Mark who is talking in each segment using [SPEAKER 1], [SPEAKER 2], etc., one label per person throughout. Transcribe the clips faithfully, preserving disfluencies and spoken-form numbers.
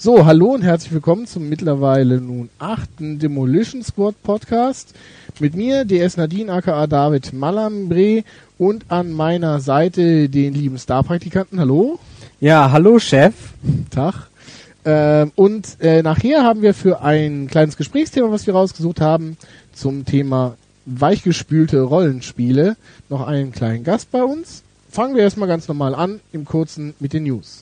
[SPEAKER 1] So, hallo und herzlich willkommen zum mittlerweile nun achten Demolition Squad Podcast. Mit mir, D S Nadine aka David Malambre und an meiner Seite den lieben Star-Praktikanten. Hallo.
[SPEAKER 2] Ja, hallo Chef.
[SPEAKER 1] Tag. Ähm, und äh, nachher haben wir für ein kleines Gesprächsthema, was wir rausgesucht haben, zum Thema weichgespülte Rollenspiele, noch einen kleinen Gast bei uns. Fangen wir erstmal ganz normal an, im Kurzen mit den News.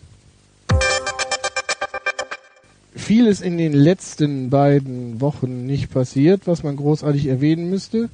[SPEAKER 1] Viel ist in den letzten beiden Wochen nicht passiert, was man großartig erwähnen müsste.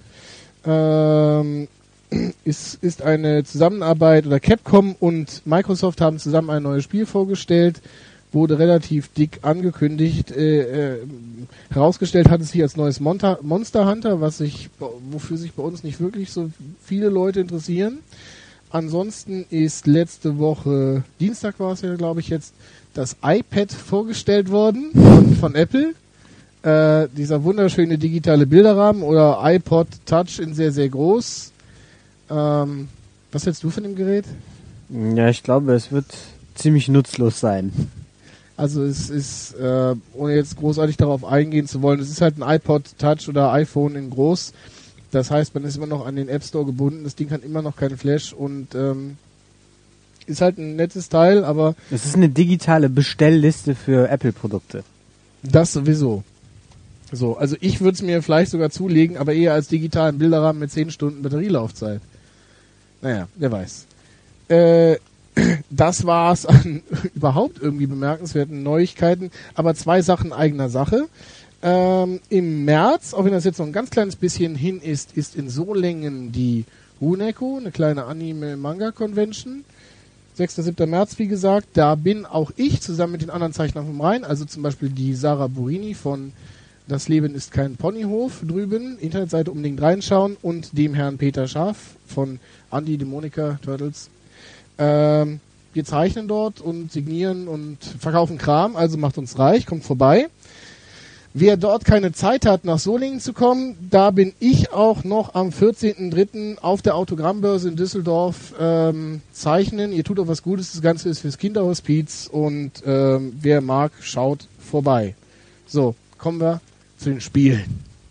[SPEAKER 1] Ähm, ist, ist eine Zusammenarbeit, oder Capcom und Microsoft haben zusammen ein neues Spiel vorgestellt, wurde relativ dick angekündigt. Äh, äh, herausgestellt hat es sich als neues Monta- Monster Hunter, was sich, wofür sich bei uns nicht wirklich so viele Leute interessieren. Ansonsten ist letzte Woche, Dienstag war es ja, glaube ich, jetzt, das iPad vorgestellt worden von, von Apple. Äh, dieser wunderschöne digitale Bilderrahmen oder iPod Touch in sehr, sehr groß. Ähm, was hältst du von dem Gerät?
[SPEAKER 2] Ja, ich glaube, es wird ziemlich nutzlos sein.
[SPEAKER 1] Also es ist, äh, ohne jetzt großartig darauf eingehen zu wollen, es ist halt ein iPod Touch oder iPhone in groß. Das heißt, man ist immer noch an den App Store gebunden. Das Ding hat immer noch keinen Flash und ähm, ist halt ein nettes Teil, aber...
[SPEAKER 2] Es ist eine digitale Bestellliste für Apple-Produkte.
[SPEAKER 1] Das sowieso. So, also ich würde es mir vielleicht sogar zulegen, aber eher als digitalen Bilderrahmen mit zehn Stunden Batterielaufzeit. Naja, wer weiß. Äh, das war's an überhaupt irgendwie bemerkenswerten Neuigkeiten, aber zwei Sachen eigener Sache. Ähm, im März, auch wenn das jetzt noch ein ganz kleines bisschen hin ist, ist in Solingen die Runeko, eine kleine Anime-Manga-Convention. sechster siebter März, wie gesagt, da bin auch ich zusammen mit den anderen Zeichnern vom Rhein, also zum Beispiel die Sarah Burini von Das Leben ist kein Ponyhof drüben, Internetseite unbedingt reinschauen, und dem Herrn Peter Schaaf von Andy Demonica Turtles. Ähm, wir zeichnen dort und signieren und verkaufen Kram, also macht uns reich, kommt vorbei. Wer dort keine Zeit hat, nach Solingen zu kommen, da bin ich auch noch am vierzehnten dritten auf der Autogrammbörse in Düsseldorf ähm, zeichnen. Ihr tut auch was Gutes, das Ganze ist fürs Kinderhospiz und ähm, wer mag, schaut vorbei. So, kommen wir zu den Spielen.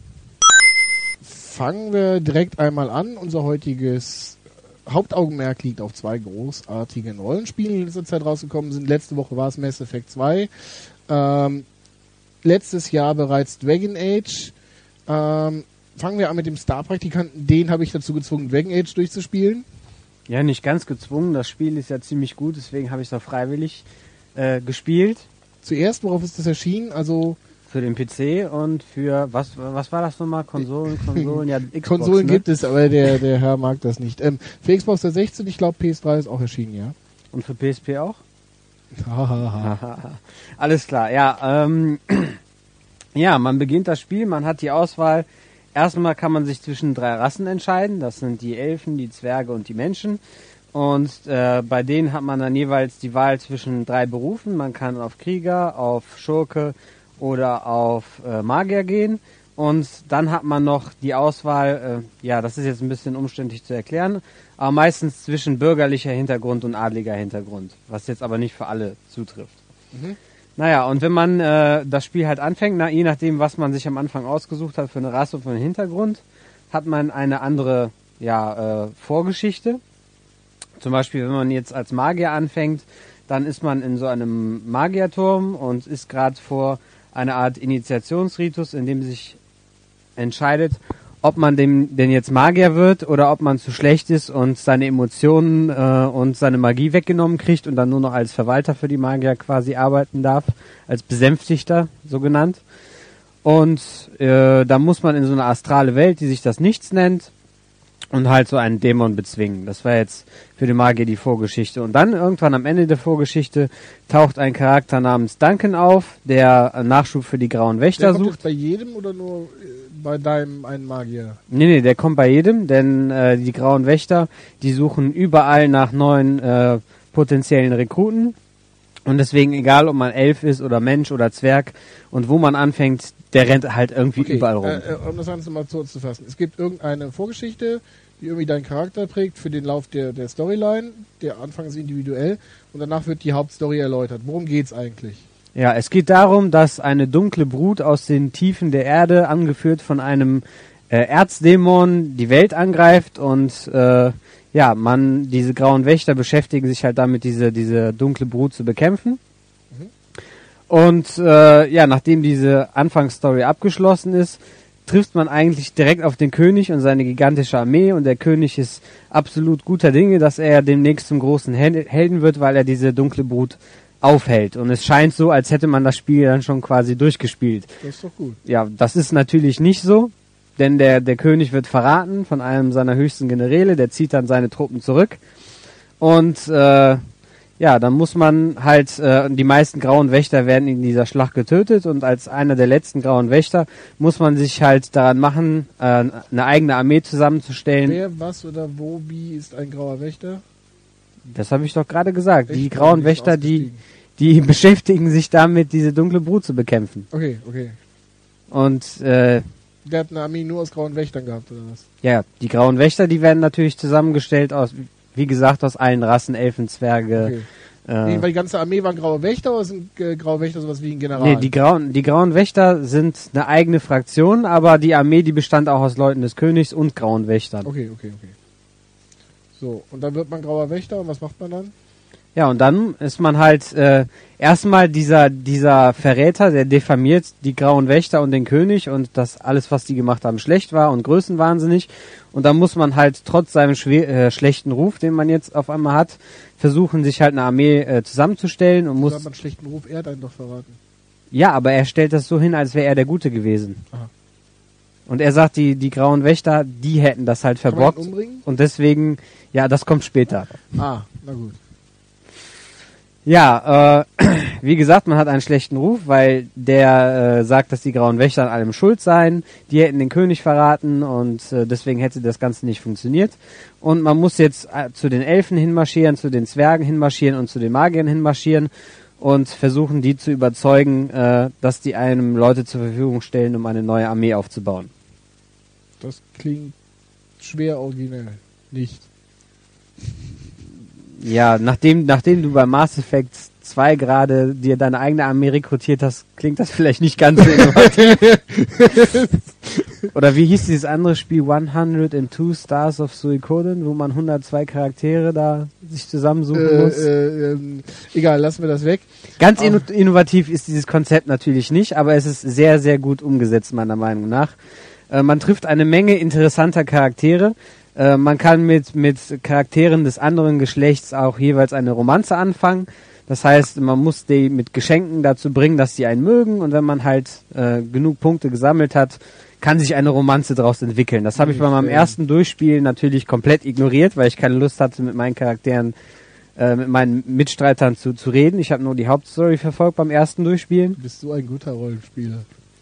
[SPEAKER 1] Fangen wir direkt einmal an. Unser heutiges Hauptaugenmerk liegt auf zwei großartigen Rollenspielen, die in letzter Zeit rausgekommen sind. Letzte Woche war es Mass Effect zwei. Ähm, Letztes Jahr bereits Dragon Age. Ähm, fangen wir an mit dem Star-Praktikanten. Den habe ich dazu gezwungen, Dragon Age durchzuspielen.
[SPEAKER 2] Ja, nicht ganz gezwungen. Das Spiel ist ja ziemlich gut, deswegen habe ich es auch freiwillig äh, gespielt.
[SPEAKER 1] Zuerst, worauf ist das erschienen? Also
[SPEAKER 2] für den P C und für, was was war das nochmal? Konsolen, Konsolen, ja, Xbox,
[SPEAKER 1] Konsolen
[SPEAKER 2] ne?
[SPEAKER 1] gibt es, aber der, der Herr mag das nicht. Ähm, für Xbox dreihundertsechzehn, ich glaube P S drei ist auch erschienen, ja.
[SPEAKER 2] Und für P S P auch?
[SPEAKER 1] Hahaha.
[SPEAKER 2] Alles klar, ja. Ähm, ja, man beginnt das Spiel, man hat die Auswahl. Erstmal kann man sich zwischen drei Rassen entscheiden. Das sind die Elfen, die Zwerge und die Menschen. Und äh, bei denen hat man dann jeweils die Wahl zwischen drei Berufen. Man kann auf Krieger, auf Schurke oder auf äh, Magier gehen. Und dann hat man noch die Auswahl, äh, ja, das ist jetzt ein bisschen umständlich zu erklären, aber meistens zwischen bürgerlicher Hintergrund und adliger Hintergrund, was jetzt aber nicht für alle zutrifft. Mhm. Naja, und wenn man äh, das Spiel halt anfängt, na, je nachdem, was man sich am Anfang ausgesucht hat für eine Rasse und für einen Hintergrund, hat man eine andere ja, äh, Vorgeschichte. Zum Beispiel, wenn man jetzt als Magier anfängt, dann ist man in so einem Magierturm und ist gerade vor einer Art Initiationsritus, in dem sich entscheidet, ob man dem denn jetzt Magier wird oder ob man zu schlecht ist und seine Emotionen äh, und seine Magie weggenommen kriegt und dann nur noch als Verwalter für die Magier quasi arbeiten darf, als Besänftigter, so genannt. Und äh, da muss man in so eine astrale Welt, die sich das Nichts nennt, und halt so einen Dämon bezwingen. Das war jetzt für die Magier die Vorgeschichte. Und dann irgendwann am Ende der Vorgeschichte taucht ein Charakter namens Duncan auf, der Nachschub für die Grauen Wächter
[SPEAKER 1] der kommt
[SPEAKER 2] sucht.
[SPEAKER 1] Jetzt bei jedem oder nur bei deinem einen Magier?
[SPEAKER 2] Nee, nee, der kommt bei jedem, denn äh, die Grauen Wächter, die suchen überall nach neuen äh, potenziellen Rekruten. Und deswegen, egal ob man Elf ist oder Mensch oder Zwerg und wo man anfängt, der rennt halt irgendwie
[SPEAKER 1] okay,
[SPEAKER 2] überall rum.
[SPEAKER 1] Äh, um das Ganze mal kurz zu fassen. Es gibt irgendeine Vorgeschichte, die irgendwie deinen Charakter prägt für den Lauf der, der Storyline. Der Anfang ist individuell und danach wird die Hauptstory erläutert. Worum geht's eigentlich?
[SPEAKER 2] Ja, es geht darum, dass eine dunkle Brut aus den Tiefen der Erde, angeführt von einem äh, Erzdämon, die Welt angreift und äh, ja, man, diese grauen Wächter beschäftigen sich halt damit, diese, diese dunkle Brut zu bekämpfen. Mhm. Und äh, ja, nachdem diese Anfangsstory abgeschlossen ist, trifft man eigentlich direkt auf den König und seine gigantische Armee und der König ist absolut guter Dinge, dass er demnächst zum großen Hel- Helden wird, weil er diese dunkle Brut aufhält. Und es scheint so, als hätte man das Spiel dann schon quasi durchgespielt.
[SPEAKER 1] Das ist doch gut.
[SPEAKER 2] Ja, das ist natürlich nicht so, denn der, der König wird verraten von einem seiner höchsten Generäle, der zieht dann seine Truppen zurück. Und äh, ja, dann muss man halt, äh, die meisten grauen Wächter werden in dieser Schlacht getötet und als einer der letzten grauen Wächter muss man sich halt daran machen, äh, eine eigene Armee zusammenzustellen.
[SPEAKER 1] Wer, was oder wo, wie ist ein grauer Wächter?
[SPEAKER 2] Das habe ich doch gerade gesagt.
[SPEAKER 1] Ich
[SPEAKER 2] die grauen Wächter, die, die beschäftigen sich damit, diese dunkle Brut zu bekämpfen.
[SPEAKER 1] Okay, okay.
[SPEAKER 2] Und äh,
[SPEAKER 1] der hat eine Armee nur aus grauen Wächtern gehabt, oder was?
[SPEAKER 2] Ja, die grauen Wächter, die werden natürlich zusammengestellt aus, wie gesagt, aus allen Rassen, Elfen, Zwerge.
[SPEAKER 1] Okay.
[SPEAKER 2] Äh,
[SPEAKER 1] nee, weil die ganze Armee waren graue Wächter oder sind äh, graue Wächter sowas wie ein General?
[SPEAKER 2] Nee, die grauen, die grauen Wächter sind eine eigene Fraktion, aber die Armee, die bestand auch aus Leuten des Königs und grauen Wächtern.
[SPEAKER 1] Okay, okay, okay. So, und dann wird man grauer Wächter und was macht man dann?
[SPEAKER 2] Ja, und dann ist man halt äh, erstmal dieser dieser Verräter, der diffamiert die grauen Wächter und den König und dass alles, was die gemacht haben, schlecht war und größenwahnsinnig. Und dann muss man halt trotz seinem schwer, äh, schlechten Ruf, den man jetzt auf einmal hat, versuchen, sich halt eine Armee äh, zusammenzustellen und muss.
[SPEAKER 1] So hat man einen schlechten Ruf, er hat einen doch verraten.
[SPEAKER 2] Ja, aber er stellt das so hin, als wäre er der Gute gewesen.
[SPEAKER 1] Aha.
[SPEAKER 2] Und er sagt, die die grauen Wächter, die hätten das halt
[SPEAKER 1] Kann
[SPEAKER 2] verbockt.
[SPEAKER 1] man ihn umbringen?
[SPEAKER 2] Und deswegen, ja, das kommt später.
[SPEAKER 1] Ah, na gut.
[SPEAKER 2] Ja, äh, wie gesagt, man hat einen schlechten Ruf, weil der äh, sagt, dass die grauen Wächter an allem schuld seien. Die hätten den König verraten und äh, deswegen hätte das Ganze nicht funktioniert. Und man muss jetzt äh, zu den Elfen hinmarschieren, zu den Zwergen hinmarschieren und zu den Magiern hinmarschieren und versuchen, die zu überzeugen, äh, dass die einem Leute zur Verfügung stellen, um eine neue Armee aufzubauen.
[SPEAKER 1] Das klingt schwer originell. Nicht.
[SPEAKER 2] Ja, nachdem, nachdem du bei Mass Effect zwei gerade dir deine eigene Armee rekrutiert hast, klingt das vielleicht nicht ganz so innovativ. Oder wie hieß dieses andere Spiel, hundertzwei Stars of Suikoden, wo man hundertzwei Charaktere da sich zusammensuchen
[SPEAKER 1] Äh,
[SPEAKER 2] muss?
[SPEAKER 1] äh, ähm, egal, lassen wir das weg.
[SPEAKER 2] Ganz inno- innovativ ist dieses Konzept natürlich nicht, aber es ist sehr, sehr gut umgesetzt, meiner Meinung nach. Äh, man trifft eine Menge interessanter Charaktere. Äh, man kann mit, mit Charakteren des anderen Geschlechts auch jeweils eine Romanze anfangen. Das heißt, man muss die mit Geschenken dazu bringen, dass sie einen mögen. Und wenn man halt äh, genug Punkte gesammelt hat, kann sich eine Romanze daraus entwickeln. Das habe ich bei meinem ersten Durchspiel natürlich komplett ignoriert, weil ich keine Lust hatte, mit meinen Charakteren, äh, mit meinen Mitstreitern zu, zu reden. Ich habe nur die Hauptstory verfolgt beim ersten Durchspielen.
[SPEAKER 1] Du bist so ein guter Rollenspieler.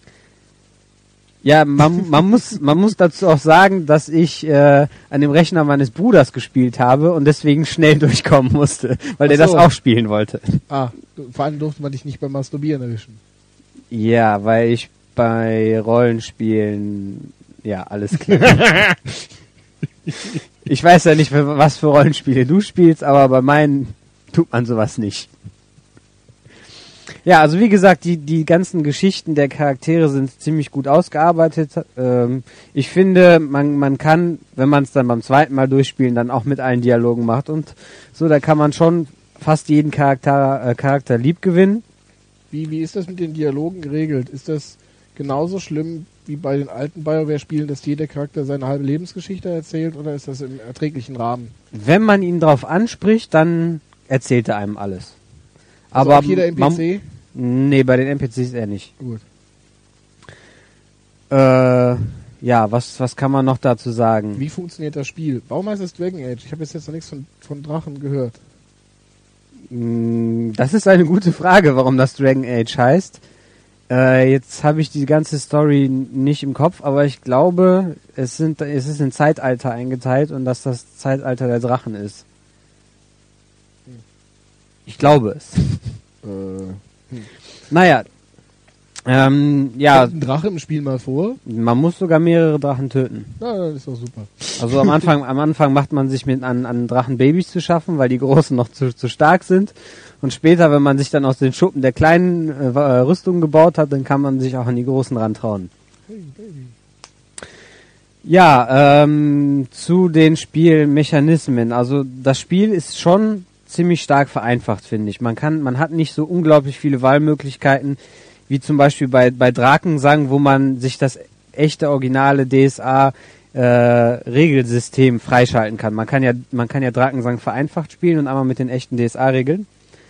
[SPEAKER 2] Ja, man, man muss man muss dazu auch sagen, dass ich äh, an dem Rechner meines Bruders gespielt habe und deswegen schnell durchkommen musste, weil
[SPEAKER 1] Ach
[SPEAKER 2] der das
[SPEAKER 1] so.
[SPEAKER 2] auch spielen wollte.
[SPEAKER 1] Ah, vor allem durfte man dich nicht beim Masturbieren erwischen.
[SPEAKER 2] Ja, weil ich bei Rollenspielen, ja, alles klar. Ich weiß ja nicht, was für Rollenspiele du spielst, aber bei meinen tut man sowas nicht. Ja, also wie gesagt, die, die ganzen Geschichten der Charaktere sind ziemlich gut ausgearbeitet. Ähm, ich finde, man, man kann, wenn man es dann beim zweiten Mal durchspielen, dann auch mit allen Dialogen macht und so, da kann man schon fast jeden Charakter, äh, Charakter lieb gewinnen.
[SPEAKER 1] Wie, wie ist das mit den Dialogen geregelt? Ist das genauso schlimm wie bei den alten BioWare-Spielen, dass jeder Charakter seine halbe Lebensgeschichte erzählt, oder ist das im erträglichen Rahmen?
[SPEAKER 2] Wenn man ihn drauf anspricht, dann erzählt er einem alles.
[SPEAKER 1] Also
[SPEAKER 2] Aber
[SPEAKER 1] auch jeder N P C?
[SPEAKER 2] Man, nee, bei den N P Cs eher nicht.
[SPEAKER 1] Gut.
[SPEAKER 2] Äh, ja, was, was kann man noch dazu sagen?
[SPEAKER 1] Wie funktioniert das Spiel? Warum heißt es Dragon Age? Ich habe jetzt, jetzt noch nichts von, von Drachen gehört.
[SPEAKER 2] Mm, Das ist eine gute Frage, warum das Dragon Age heißt. Äh, jetzt habe ich die ganze Story nicht im Kopf, aber ich glaube, es sind, es ist in Zeitalter eingeteilt und dass das Zeitalter der Drachen ist. Ich glaube es.
[SPEAKER 1] Äh,
[SPEAKER 2] Naja, ähm, ja,
[SPEAKER 1] kommt ein Drache im Spiel mal vor?
[SPEAKER 2] man muss sogar mehrere Drachen töten.
[SPEAKER 1] Na, das ist doch super.
[SPEAKER 2] Also am Anfang, am Anfang macht man sich mit an, an Drachenbabys zu schaffen, weil die Großen noch zu, zu stark sind. Und später, wenn man sich dann aus den Schuppen der kleinen äh, Rüstungen gebaut hat, dann kann man sich auch an die großen rantrauen.
[SPEAKER 1] Hey, Baby.
[SPEAKER 2] Ja, ähm, zu den Spielmechanismen. Also das Spiel ist schon ziemlich stark vereinfacht, finde ich. Man kann, man hat nicht so unglaublich viele Wahlmöglichkeiten, wie zum Beispiel bei, bei Drakensang, wo man sich das echte originale D S A äh, Regelsystem freischalten kann. Man kann ja, man kann ja Drakensang vereinfacht spielen und einmal mit den echten D S A-Regeln.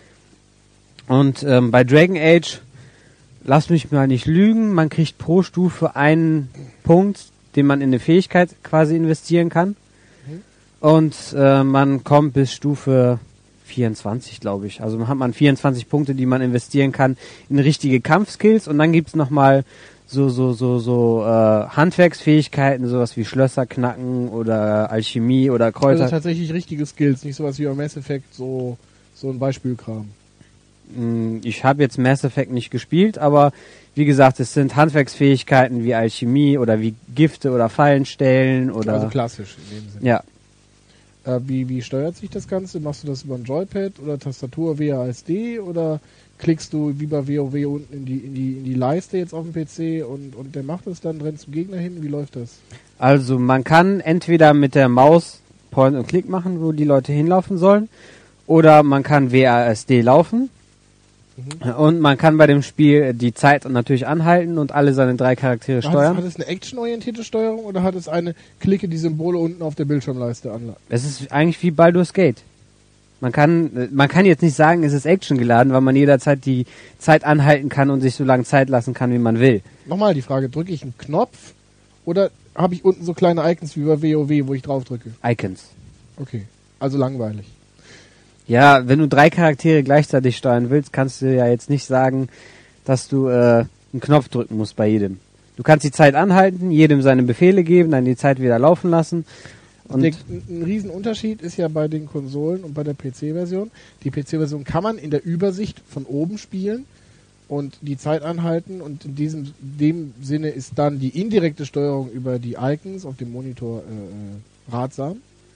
[SPEAKER 2] Und ähm, bei Dragon Age, lass mich mal nicht lügen, man kriegt pro Stufe einen Punkt, den man in eine Fähigkeit quasi investieren kann. Mhm. Und äh, man kommt bis Stufe vierundzwanzig, glaube ich. Also hat man vierundzwanzig Punkte, die man investieren kann in richtige Kampfskills. Und dann gibt's nochmal so so so so äh, Handwerksfähigkeiten, sowas wie Schlösser knacken oder Alchemie oder Kräuter.
[SPEAKER 1] Also tatsächlich richtige Skills, nicht sowas wie bei Mass Effect, so so ein Beispielkram.
[SPEAKER 2] Ich habe jetzt Mass Effect nicht gespielt, aber wie gesagt, es sind Handwerksfähigkeiten wie Alchemie oder wie Gifte oder Fallen stellen oder...
[SPEAKER 1] Also klassisch in dem Sinne.
[SPEAKER 2] Ja.
[SPEAKER 1] Äh, wie, wie steuert sich das Ganze? Machst du das über ein Joypad oder Tastatur W A S D oder klickst du wie bei WoW unten in die, in die, in die Leiste jetzt auf dem P C und, und der macht es dann, rennt zum Gegner hin? Wie läuft das?
[SPEAKER 2] Also man kann entweder mit der Maus Point und Click machen, wo die Leute hinlaufen sollen, oder man kann W A S D laufen. Mhm. Und man kann bei dem Spiel die Zeit natürlich anhalten und alle seine drei Charaktere
[SPEAKER 1] hat
[SPEAKER 2] steuern.
[SPEAKER 1] Es, hat es eine actionorientierte Steuerung oder hat es eine Klicke die Symbole unten auf der Bildschirmleiste an?
[SPEAKER 2] Es ist eigentlich wie Baldur's Gate. Man kann, man kann jetzt nicht sagen, es ist Action geladen, weil man jederzeit die Zeit anhalten kann und sich so lange Zeit lassen kann, wie man will.
[SPEAKER 1] Nochmal die Frage, drücke ich einen Knopf oder habe ich unten so kleine Icons wie bei WoW, wo ich drauf drücke?
[SPEAKER 2] Icons.
[SPEAKER 1] Okay, also langweilig.
[SPEAKER 2] Ja, wenn du drei Charaktere gleichzeitig steuern willst, kannst du ja jetzt nicht sagen, dass du äh, einen Knopf drücken musst bei jedem. Du kannst die Zeit anhalten, jedem seine Befehle geben, dann die Zeit wieder laufen lassen. Und
[SPEAKER 1] der, ein Riesenunterschied ist ja bei den Konsolen und bei der P C-Version. Die P C-Version kann man in der Übersicht von oben spielen und die Zeit anhalten und in diesem dem Sinne ist dann die indirekte Steuerung über die Icons auf dem Monitor äh, ratsam.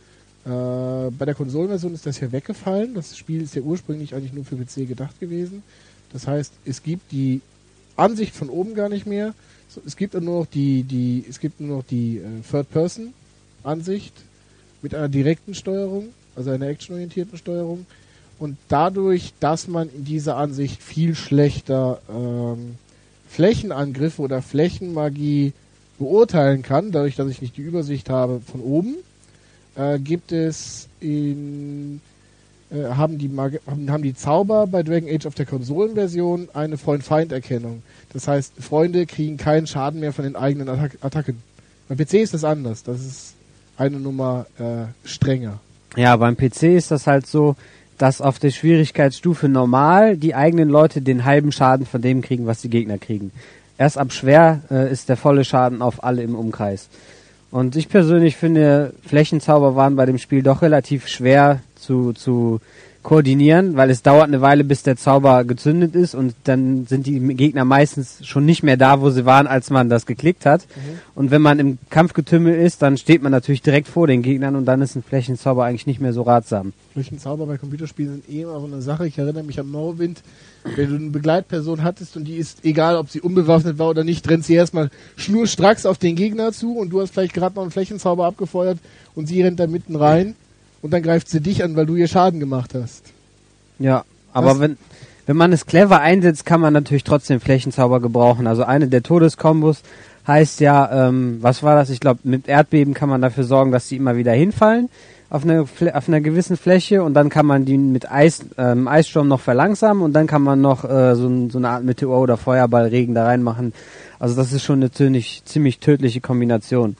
[SPEAKER 1] Äh, bei der Konsolenversion ist das ja weggefallen. Das Spiel ist ja ursprünglich eigentlich nur für P C gedacht gewesen. Das heißt, es gibt die Ansicht von oben gar nicht mehr. So, es gibt nur noch die, die, es gibt nur noch die äh, Third-Person-Ansicht mit einer direkten Steuerung, also einer actionorientierten Steuerung. Und dadurch, dass man in dieser Ansicht viel schlechter ähm, Flächenangriffe oder Flächenmagie beurteilen kann, dadurch, dass ich nicht die Übersicht habe von oben, Äh, gibt es in äh, haben die Mag- haben, haben die Zauber bei Dragon Age auf der Konsolenversion eine Freund-Feind-Erkennung. Das heißt, Freunde kriegen keinen Schaden mehr von den eigenen Attac- Attacken. Beim P C ist das anders. Das ist eine Nummer äh, strenger.
[SPEAKER 2] Ja, beim P C ist das halt so, dass auf der Schwierigkeitsstufe normal die eigenen Leute den halben Schaden von dem kriegen, was die Gegner kriegen. Erst ab schwer äh, ist der volle Schaden auf alle im Umkreis. Und ich persönlich finde, Flächenzauber waren bei dem Spiel doch relativ schwer zu, zu koordinieren, weil es dauert eine Weile, bis der Zauber gezündet ist und dann sind die Gegner meistens schon nicht mehr da, wo sie waren, als man das geklickt hat. Mhm. Und wenn man im Kampfgetümmel ist, dann steht man natürlich direkt vor den Gegnern und dann ist ein Flächenzauber eigentlich nicht mehr so ratsam.
[SPEAKER 1] Flächenzauber bei Computerspielen sind eh immer so eine Sache. Ich erinnere mich an Morrowind, wenn du eine Begleitperson hattest und die ist, egal ob sie unbewaffnet war oder nicht, rennt sie erstmal schnurstracks auf den Gegner zu und du hast vielleicht gerade noch einen Flächenzauber abgefeuert und sie rennt da mitten rein. Und dann greift sie dich an, weil du ihr Schaden gemacht hast.
[SPEAKER 2] Ja, aber Was? wenn wenn man es clever einsetzt, kann man natürlich trotzdem Flächenzauber gebrauchen. Also eine der Todeskombos heißt ja, ähm, was war das? Ich glaube, mit Erdbeben kann man dafür sorgen, dass sie immer wieder hinfallen auf eine auf einer gewissen Fläche und dann kann man die mit Eis ähm, Eissturm noch verlangsamen und dann kann man noch äh, so, so eine Art Meteor oder Feuerballregen da reinmachen. Also das ist schon eine ziemlich ziemlich tödliche Kombination.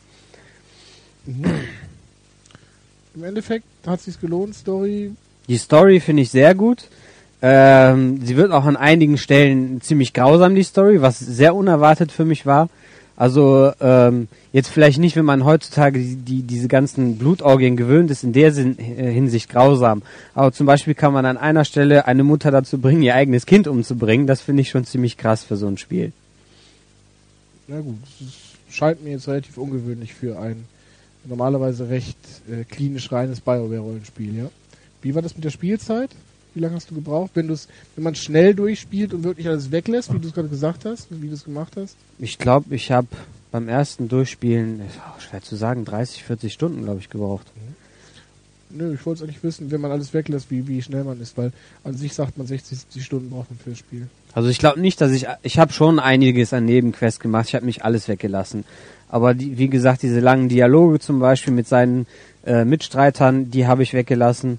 [SPEAKER 1] Mhm. Im Endeffekt hat es sich gelohnt, Story.
[SPEAKER 2] Die Story finde ich sehr gut. Ähm, sie wird auch an einigen Stellen ziemlich grausam, die Story, was sehr unerwartet für mich war. Also ähm, jetzt vielleicht nicht, wenn man heutzutage die, die, diese ganzen Blutorgien gewöhnt ist, in der Sinn, äh, Hinsicht grausam. Aber zum Beispiel kann man an einer Stelle eine Mutter dazu bringen, ihr eigenes Kind umzubringen. Das finde ich schon ziemlich krass für so ein Spiel.
[SPEAKER 1] Na gut, es scheint mir jetzt relativ ungewöhnlich für ein normalerweise recht äh, klinisch reines BioWare-Rollenspiel, ja. Wie war das mit der Spielzeit? Wie lange hast du gebraucht, wenn du es, wenn man schnell durchspielt und wirklich alles weglässt, wie du es gerade gesagt hast, wie du es gemacht hast?
[SPEAKER 2] Ich glaube, ich habe beim ersten Durchspielen, ist auch schwer zu sagen, dreißig, vierzig Stunden, glaube ich, gebraucht.
[SPEAKER 1] Nö, ich wollte es eigentlich wissen, wenn man alles weglässt, wie, wie schnell man ist, weil an sich sagt man sechzig, siebzig Stunden braucht man für das Spiel.
[SPEAKER 2] Also ich glaube nicht, dass ich, ich habe schon einiges an Nebenquests gemacht, ich habe nicht alles weggelassen. Aber die, wie gesagt, diese langen Dialoge zum Beispiel mit seinen äh, Mitstreitern, die habe ich weggelassen.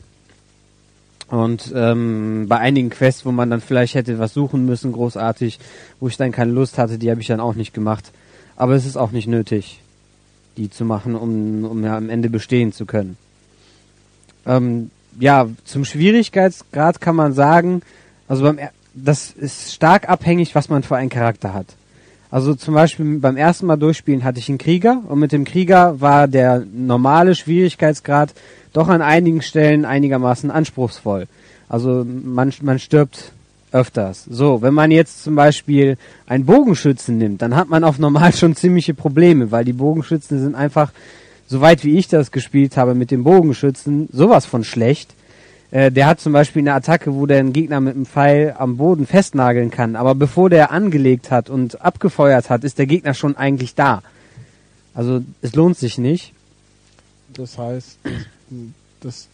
[SPEAKER 2] Und ähm, bei einigen Quests, wo man dann vielleicht hätte was suchen müssen, großartig, wo ich dann keine Lust hatte, die habe ich dann auch nicht gemacht. Aber es ist auch nicht nötig, die zu machen, um, um ja am Ende bestehen zu können. Ähm, ja, zum Schwierigkeitsgrad kann man sagen, also beim er- das ist stark abhängig, was man für einen Charakter hat. Also zum Beispiel beim ersten Mal durchspielen hatte ich einen Krieger und mit dem Krieger war der normale Schwierigkeitsgrad doch an einigen Stellen einigermaßen anspruchsvoll. Also man, man stirbt öfters. So, wenn man jetzt zum Beispiel einen Bogenschützen nimmt, dann hat man auf normal schon ziemliche Probleme, weil die Bogenschützen sind einfach, soweit wie ich das gespielt habe mit dem Bogenschützen, sowas von schlecht. Äh, der hat zum Beispiel eine Attacke, wo der einen Gegner mit einem Pfeil am Boden festnageln kann, aber bevor der angelegt hat und abgefeuert hat, ist der Gegner schon eigentlich da. Also es lohnt sich nicht.
[SPEAKER 1] Das heißt, das,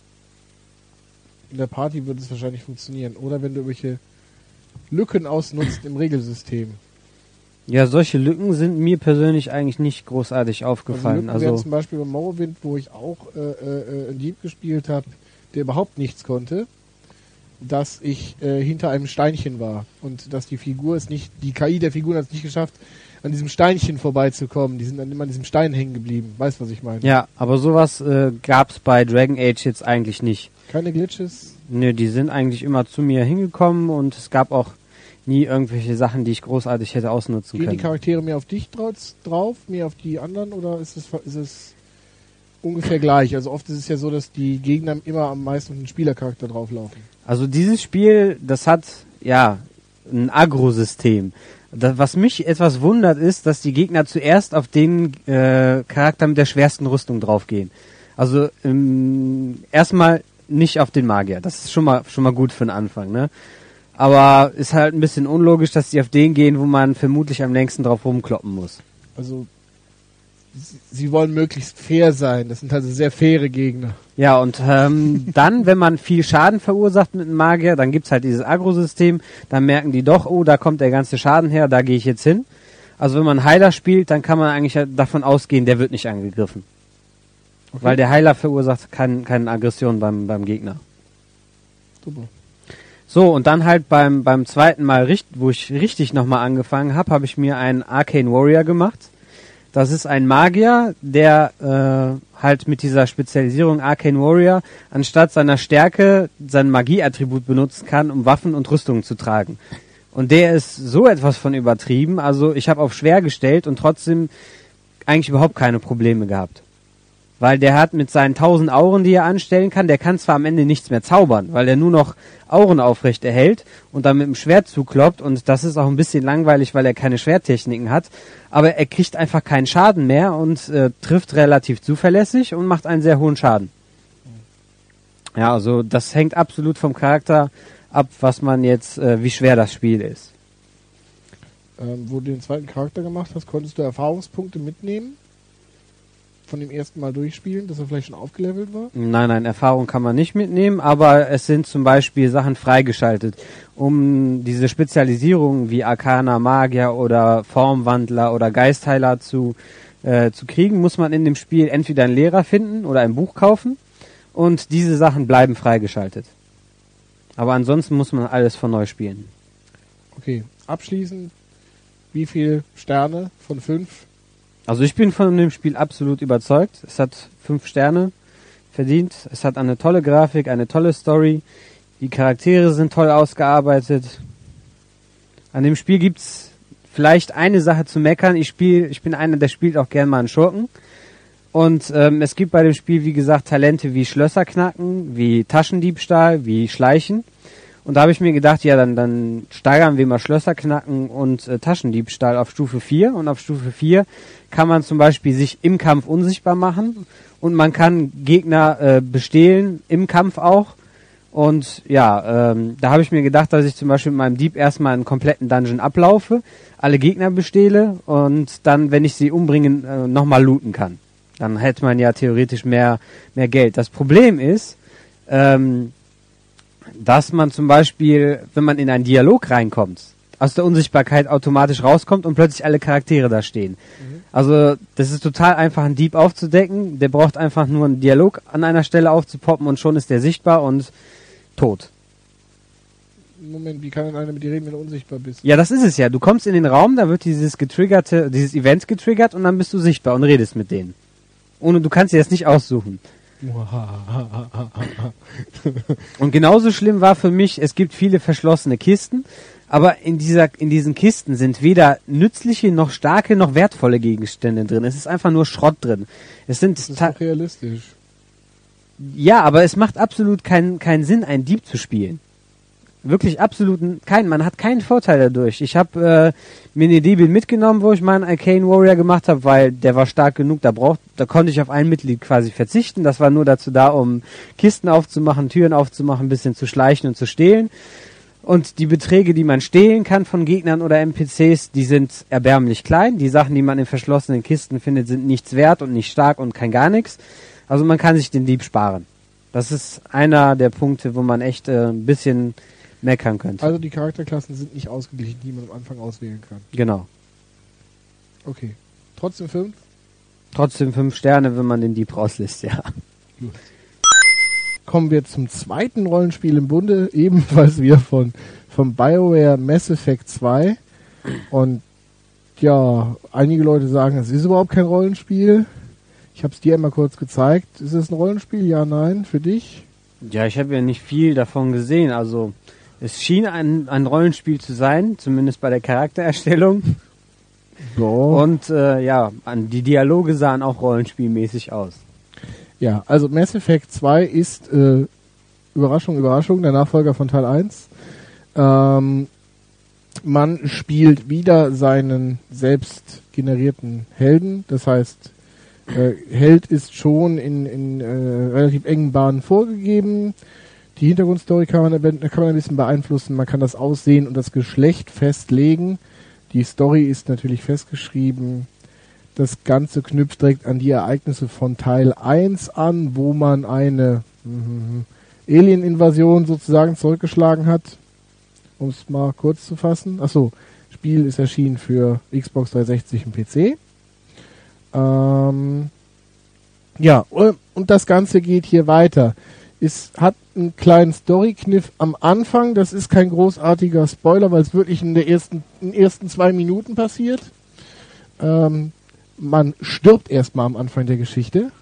[SPEAKER 1] in der Party wird es wahrscheinlich funktionieren. Oder wenn du irgendwelche Lücken ausnutzt im Regelsystem.
[SPEAKER 2] Ja, solche Lücken sind mir persönlich eigentlich nicht großartig aufgefallen.
[SPEAKER 1] Also, Lücken
[SPEAKER 2] also
[SPEAKER 1] zum Beispiel bei Morrowind, wo ich auch äh, äh, einen Dieb gespielt habe, der überhaupt nichts konnte, dass ich äh, hinter einem Steinchen war und dass die Figur es nicht, die K I der Figur hat es nicht geschafft, an diesem Steinchen vorbeizukommen. Die sind dann immer an diesem Stein hängen geblieben. Weißt du, was ich meine?
[SPEAKER 2] Ja, aber sowas äh, gab's bei Dragon Age jetzt eigentlich nicht.
[SPEAKER 1] Keine Glitches?
[SPEAKER 2] Nö, die sind eigentlich immer zu mir hingekommen und es gab auch nie irgendwelche Sachen, die ich großartig hätte ausnutzen
[SPEAKER 1] Gehen
[SPEAKER 2] können.
[SPEAKER 1] die Charaktere mehr auf dich draus- drauf, mehr auf die anderen oder ist es, ist es ungefähr gleich? Also oft ist es ja so, dass die Gegner immer am meisten auf den Spielercharakter drauflaufen.
[SPEAKER 2] Also dieses Spiel, das hat ja ein Agro-System. Das, was mich etwas wundert, ist, dass die Gegner zuerst auf den äh, Charakter mit der schwersten Rüstung draufgehen. Also ähm, erstmal nicht auf den Magier. Das ist schon mal schon mal gut für den Anfang, ne? Aber ist halt ein bisschen unlogisch, dass die auf den gehen, wo man vermutlich am längsten drauf rumkloppen muss.
[SPEAKER 1] Also sie, sie wollen möglichst fair sein. Das sind also sehr faire Gegner.
[SPEAKER 2] Ja, und ähm, dann, wenn man viel Schaden verursacht mit einem Magier, dann gibt's halt dieses Agro-System, dann merken die doch, oh, da kommt der ganze Schaden her, da gehe ich jetzt hin. Also wenn man Heiler spielt, dann kann man eigentlich davon ausgehen, der wird nicht angegriffen. Okay. Weil der Heiler verursacht kein, keine Aggression beim, beim Gegner.
[SPEAKER 1] Super.
[SPEAKER 2] So, und dann halt beim, beim zweiten Mal, wo ich richtig nochmal angefangen habe, habe ich mir einen Arcane Warrior gemacht. Das ist ein Magier, der äh, halt mit dieser Spezialisierung Arcane Warrior anstatt seiner Stärke sein Magieattribut benutzen kann, um Waffen und Rüstungen zu tragen. Und der ist so etwas von übertrieben. Also ich habe auf schwer gestellt und trotzdem eigentlich überhaupt keine Probleme gehabt. Weil der hat mit seinen tausend Auren, die er anstellen kann, der kann zwar am Ende nichts mehr zaubern, weil er nur noch Auren aufrecht erhält und dann mit dem Schwert zukloppt, und das ist auch ein bisschen langweilig, weil er keine Schwerttechniken hat, aber er kriegt einfach keinen Schaden mehr und äh, trifft relativ zuverlässig und macht einen sehr hohen Schaden. Ja, also das hängt absolut vom Charakter ab, was man jetzt, äh, wie schwer das Spiel ist.
[SPEAKER 1] Ähm, wo du den zweiten Charakter gemacht hast, konntest du Erfahrungspunkte mitnehmen? Von dem ersten Mal durchspielen, dass er vielleicht schon aufgelevelt war?
[SPEAKER 2] Nein, nein, Erfahrung kann man nicht mitnehmen, aber es sind zum Beispiel Sachen freigeschaltet. Um diese Spezialisierungen wie Arcana, Magier oder Formwandler oder Geistheiler zu, äh, zu kriegen, muss man in dem Spiel entweder einen Lehrer finden oder ein Buch kaufen, und diese Sachen bleiben freigeschaltet. Aber ansonsten muss man alles von neu spielen.
[SPEAKER 1] Okay, abschließend, wie viele Sterne von fünf?
[SPEAKER 2] Also ich bin von dem Spiel absolut überzeugt. Es hat fünf Sterne verdient. Es hat eine tolle Grafik, eine tolle Story. Die Charaktere sind toll ausgearbeitet. An dem Spiel gibt's vielleicht eine Sache zu meckern. Ich spiel, ich bin einer, der spielt auch gern mal einen Schurken. Und ähm, es gibt bei dem Spiel, wie gesagt, Talente wie Schlösser knacken, wie Taschendiebstahl, wie Schleichen. Und da habe ich mir gedacht, ja, dann, dann steigern wir mal Schlösser knacken und äh, Taschendiebstahl auf Stufe vier. Und auf Stufe vier kann man zum Beispiel sich im Kampf unsichtbar machen. Und man kann Gegner äh, bestehlen, im Kampf auch. Und ja, ähm, da habe ich mir gedacht, dass ich zum Beispiel mit meinem Dieb erstmal einen kompletten Dungeon ablaufe, alle Gegner bestehle und dann, wenn ich sie umbringe, äh, nochmal looten kann. Dann hätte man ja theoretisch mehr, mehr Geld. Das Problem ist, ähm, dass man zum Beispiel, wenn man in einen Dialog reinkommt, aus der Unsichtbarkeit automatisch rauskommt und plötzlich alle Charaktere da stehen. Mhm. Also das ist total einfach, einen Dieb aufzudecken. Der braucht einfach nur einen Dialog an einer Stelle aufzupoppen und schon ist der sichtbar und tot.
[SPEAKER 1] Moment, wie kann denn einer mit dir reden, wenn du unsichtbar bist?
[SPEAKER 2] Ja, das ist es ja. Du kommst in den Raum, da wird dieses getriggerte, dieses Event getriggert und dann bist du sichtbar und redest mit denen. Ohne, du kannst dir das nicht aussuchen. Und genauso schlimm war für mich, es gibt viele verschlossene Kisten, aber in dieser, in diesen Kisten sind weder nützliche, noch starke, noch wertvolle Gegenstände drin. Es ist einfach nur Schrott drin. Es sind
[SPEAKER 1] das ist doch realistisch.
[SPEAKER 2] Ja, aber es macht absolut keinen keinen Sinn, einen Dieb zu spielen. Wirklich absolut keinen. Man hat keinen Vorteil dadurch. Ich habe äh, mir eine Diebin mitgenommen, wo ich meinen Arcane Warrior gemacht habe, weil der war stark genug. Da braucht, da konnte ich auf ein Mitglied quasi verzichten. Das war nur dazu da, um Kisten aufzumachen, Türen aufzumachen, ein bisschen zu schleichen und zu stehlen. Und die Beträge, die man stehlen kann von Gegnern oder N P Cs, die sind erbärmlich klein. Die Sachen, die man in verschlossenen Kisten findet, sind nichts wert und nicht stark und kein gar nichts. Also man kann sich den Dieb sparen. Das ist einer der Punkte, wo man echt äh, ein bisschen meckern könnte.
[SPEAKER 1] Also die Charakterklassen sind nicht ausgeglichen, die man am Anfang auswählen kann.
[SPEAKER 2] Genau.
[SPEAKER 1] Okay. Trotzdem fünf?
[SPEAKER 2] Trotzdem fünf Sterne, wenn man den Dieb rauslässt, ja.
[SPEAKER 1] Gut. Kommen wir zum zweiten Rollenspiel im Bunde, ebenfalls wieder von, von BioWare, Mass Effect zwei. Und ja, einige Leute sagen, es ist überhaupt kein Rollenspiel. Ich habe es dir einmal kurz gezeigt. Ist es ein Rollenspiel? Ja, nein, für dich?
[SPEAKER 2] Ja, ich habe ja nicht viel davon gesehen. Also es schien ein, ein Rollenspiel zu sein, zumindest bei der Charaktererstellung.
[SPEAKER 1] Ja.
[SPEAKER 2] Und äh, ja, an, die Dialoge sahen auch rollenspielmäßig aus.
[SPEAKER 1] Ja, also Mass Effect zwei ist, äh, Überraschung, Überraschung, der Nachfolger von Teil eins. Ähm, man spielt wieder seinen selbst generierten Helden. Das heißt, äh, Held ist schon in, in äh, relativ engen Bahnen vorgegeben. Die Hintergrundstory kann man, kann man ein bisschen beeinflussen. Man kann das Aussehen und das Geschlecht festlegen. Die Story ist natürlich festgeschrieben. Das Ganze knüpft direkt an die Ereignisse von Teil eins an, wo man eine mm, Alien-Invasion sozusagen zurückgeschlagen hat. Um es mal kurz zu fassen. Achso, Spiel ist erschienen für Xbox dreihundertsechzig und P C. Ähm, ja, und das Ganze geht hier weiter. Es hat einen kleinen Story-Kniff am Anfang. Das ist kein großartiger Spoiler, weil es wirklich in, der ersten, in den ersten zwei Minuten passiert. Ähm, man stirbt erstmal am Anfang der Geschichte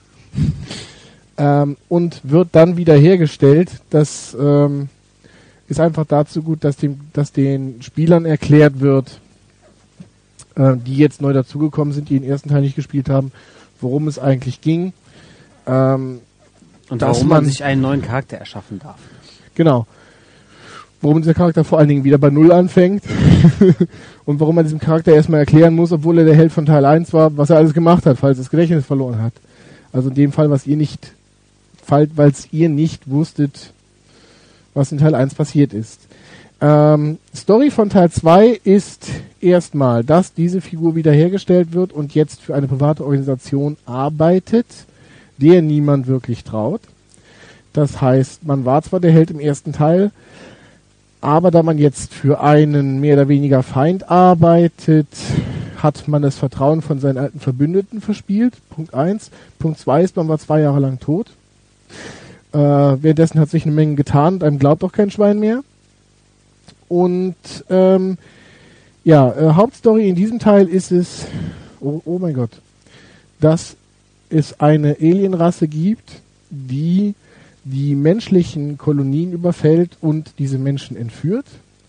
[SPEAKER 1] ähm, und wird dann wieder hergestellt. Das ähm, ist einfach dazu gut, dass, dem, dass den Spielern erklärt wird, äh, die jetzt neu dazugekommen sind, die den ersten Teil nicht gespielt haben, worum es eigentlich ging. Ähm,
[SPEAKER 2] und warum man, man sich einen neuen Charakter erschaffen darf.
[SPEAKER 1] Genau. Warum dieser Charakter vor allen Dingen wieder bei Null anfängt und warum man diesem Charakter erstmal erklären muss, obwohl er der Held von Teil eins war, was er alles gemacht hat, falls er das Gedächtnis verloren hat. Also in dem Fall, was ihr nicht, weil es ihr nicht wusstet, was in Teil eins passiert ist. Ähm, Story von Teil zwei ist erstmal, dass diese Figur wiederhergestellt wird und jetzt für eine private Organisation arbeitet, der niemand wirklich traut. Das heißt, man war zwar der Held im ersten Teil, aber da man jetzt für einen mehr oder weniger Feind arbeitet, hat man das Vertrauen von seinen alten Verbündeten verspielt. Punkt eins. Punkt zwei ist, man war zwei Jahre lang tot. Äh, währenddessen hat sich eine Menge getan und einem glaubt auch kein Schwein mehr. Und ähm, ja, äh, Hauptstory in diesem Teil ist es, oh, oh mein Gott, dass es eine Alienrasse gibt, die die menschlichen Kolonien überfällt und diese Menschen entführt.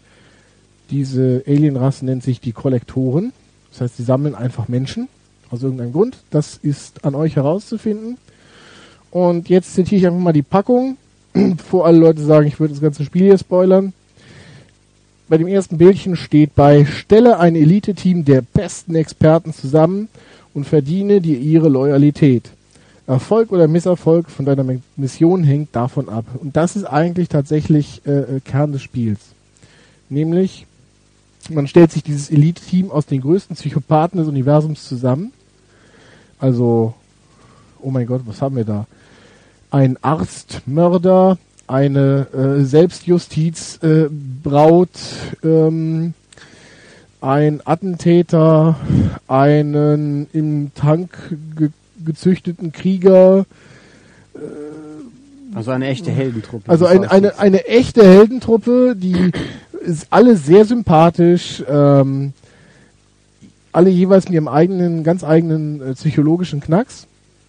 [SPEAKER 1] Diese Alienrasse nennt sich die Kollektoren. Das heißt, sie sammeln einfach Menschen aus irgendeinem Grund. Das ist an euch herauszufinden. Und jetzt zitiere ich einfach mal die Packung, bevor alle Leute sagen, ich würde das ganze Spiel hier spoilern. Bei dem ersten Bildchen steht bei: Stelle ein Elite-Team der besten Experten zusammen und verdiene dir ihre Loyalität. Erfolg oder Misserfolg von deiner Mission hängt davon ab. Und das ist eigentlich tatsächlich äh, Kern des Spiels. Nämlich, man stellt sich dieses Elite-Team aus den größten Psychopathen des Universums zusammen. Also, oh mein Gott, was haben wir da? Ein Arztmörder, eine äh, Selbstjustiz-Braut, äh, ähm, ein Attentäter, einen im Tank ge- gezüchteten Krieger. Äh,
[SPEAKER 2] also eine echte Heldentruppe.
[SPEAKER 1] Also ein, eine, eine echte Heldentruppe, die ist alle sehr sympathisch, ähm, alle jeweils mit ihrem eigenen, ganz eigenen äh, psychologischen Knacks.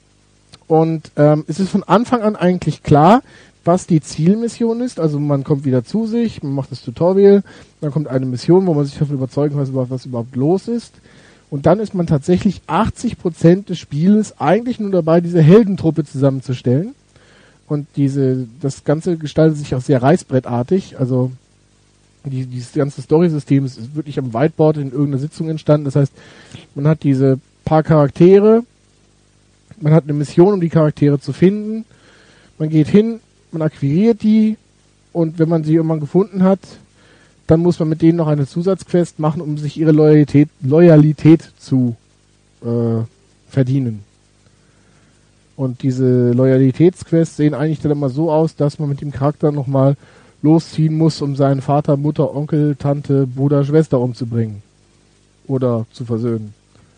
[SPEAKER 1] Und ähm, es ist von Anfang an eigentlich klar, was die Zielmission ist. Also man kommt wieder zu sich, man macht das Tutorial, dann kommt eine Mission, wo man sich davon überzeugen kann, was, was überhaupt los ist. Und dann ist man tatsächlich achtzig Prozent des Spieles eigentlich nur dabei, diese Heldentruppe zusammenzustellen. Und diese, das Ganze gestaltet sich auch sehr reißbrettartig. Also die, dieses ganze Story-System ist wirklich am Whiteboard in irgendeiner Sitzung entstanden. Das heißt, man hat diese paar Charaktere, man hat eine Mission, um die Charaktere zu finden. Man geht hin, man akquiriert die und wenn man sie irgendwann gefunden hat, dann muss man mit denen noch eine Zusatzquest machen, um sich ihre Loyalität, Loyalität zu äh, verdienen. Und diese Loyalitätsquests sehen eigentlich dann immer so aus, dass man mit dem Charakter nochmal losziehen muss, um seinen Vater, Mutter, Onkel, Tante, Bruder, Schwester umzubringen. Oder zu versöhnen.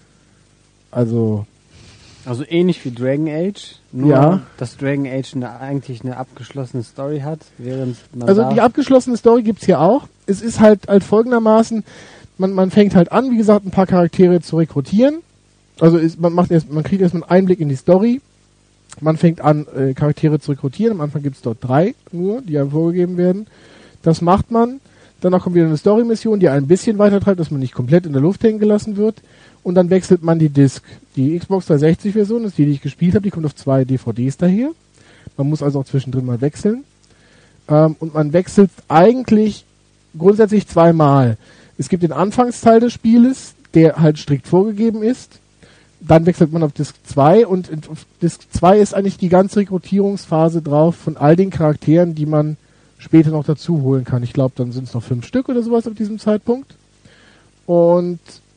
[SPEAKER 1] Also...
[SPEAKER 2] Also ähnlich wie Dragon Age, nur
[SPEAKER 1] ja.
[SPEAKER 2] dass Dragon Age eine, eigentlich eine abgeschlossene Story hat, während man
[SPEAKER 1] Also die abgeschlossene Story gibt's hier auch. Es ist halt halt folgendermaßen, man, man fängt halt an, wie gesagt, ein paar Charaktere zu rekrutieren. Also ist, man macht erst, man kriegt erstmal einen Einblick in die Story. Man fängt an, äh, Charaktere zu rekrutieren. Am Anfang gibt's dort drei nur, die einem vorgegeben werden. Das macht man. Danach kommt wieder eine Story-Mission, die ein bisschen weiter treibt, dass man nicht komplett in der Luft hängen gelassen wird. Und dann wechselt man die Disc. Die Xbox dreihundertsechzig Version ist die, die ich gespielt habe, die kommt auf zwei D V Ds daher. Man muss also auch zwischendrin mal wechseln. Ähm, und man wechselt eigentlich grundsätzlich zweimal. Es gibt den Anfangsteil des Spieles, der halt strikt vorgegeben ist. Dann wechselt man auf Disc zwei und auf Disc zwei ist eigentlich die ganze Rekrutierungsphase drauf von all den Charakteren, die man später noch dazu holen kann. Ich glaube, dann sind es noch fünf Stück oder sowas auf diesem Zeitpunkt. Und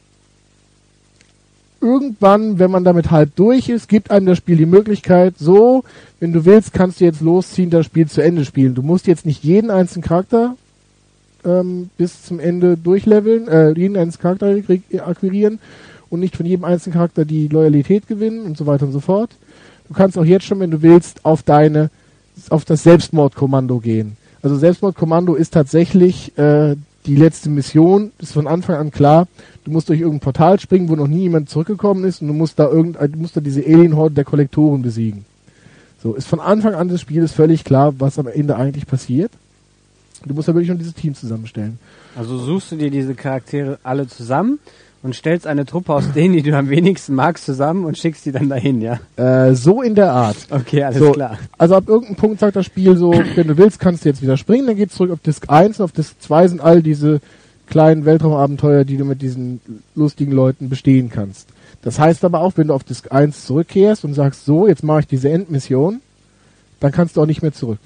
[SPEAKER 1] irgendwann, wenn man damit halb durch ist, gibt einem das Spiel die Möglichkeit, so, wenn du willst, kannst du jetzt losziehen, das Spiel zu Ende spielen. Du musst jetzt nicht jeden einzelnen Charakter ähm, bis zum Ende durchleveln, äh, jeden einzelnen Charakter akquirieren und nicht von jedem einzelnen Charakter die Loyalität gewinnen und so weiter und so fort. Du kannst auch jetzt schon, wenn du willst, auf deine, auf das Selbstmordkommando gehen. Also Selbstmordkommando ist tatsächlich äh, die letzte Mission, ist von Anfang an klar, du musst durch irgendein Portal springen, wo noch nie jemand zurückgekommen ist und du musst da irgendein, du musst da diese Alien-Horde der Kollektoren besiegen. So, ist von Anfang an des Spiels völlig klar, was am Ende eigentlich passiert. Du musst da wirklich noch dieses Team zusammenstellen.
[SPEAKER 2] Also suchst du dir diese Charaktere alle zusammen und stellst eine Truppe aus denen, die du am wenigsten magst, zusammen und schickst die dann dahin, ja?
[SPEAKER 1] Äh, so in der Art.
[SPEAKER 2] Okay, alles
[SPEAKER 1] so,
[SPEAKER 2] klar.
[SPEAKER 1] Also ab irgendeinem Punkt sagt das Spiel so, wenn du willst, kannst du jetzt wieder springen, dann geht's zurück auf Disc eins und auf Disc zwei sind all diese kleinen Weltraumabenteuer, die du mit diesen lustigen Leuten bestehen kannst. Das heißt aber auch, wenn du auf Disc eins zurückkehrst und sagst, so, jetzt mache ich diese Endmission, dann kannst du auch nicht mehr zurück.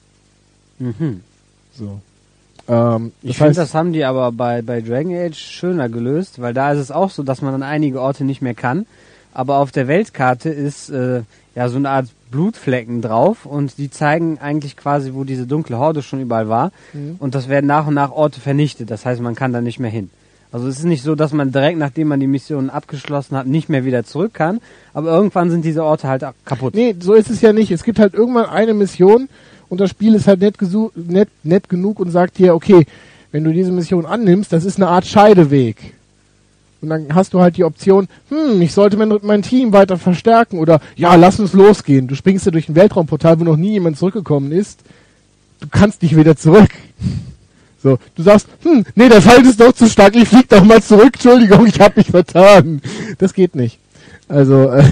[SPEAKER 2] Mhm.
[SPEAKER 1] So. Ähm,
[SPEAKER 2] ich finde, das haben die aber bei, bei Dragon Age schöner gelöst, weil da ist es auch so, dass man an einige Orte nicht mehr kann, aber auf der Weltkarte ist äh, ja so eine Art Blutflecken drauf und die zeigen eigentlich quasi, wo diese dunkle Horde schon überall war mhm. und das werden nach und nach Orte vernichtet, das heißt, man kann da nicht mehr hin. Also es ist nicht so, dass man direkt, nachdem man die Mission abgeschlossen hat, nicht mehr wieder zurück kann, aber irgendwann sind diese Orte halt kaputt.
[SPEAKER 1] Nee, so ist es ja nicht. Es gibt halt irgendwann eine Mission und das Spiel ist halt nett, gesu- nett, nett genug und sagt dir, okay, wenn du diese Mission annimmst, das ist eine Art Scheideweg. Und dann hast du halt die Option, hm, ich sollte mein, mein Team weiter verstärken oder ja, lass uns losgehen. Du springst ja durch ein Weltraumportal, wo noch nie jemand zurückgekommen ist. Du kannst nicht wieder zurück. So, du sagst, hm, nee, der Feind ist doch zu stark, ich flieg doch mal zurück, Entschuldigung, ich hab mich vertan. Das geht nicht. Also, äh,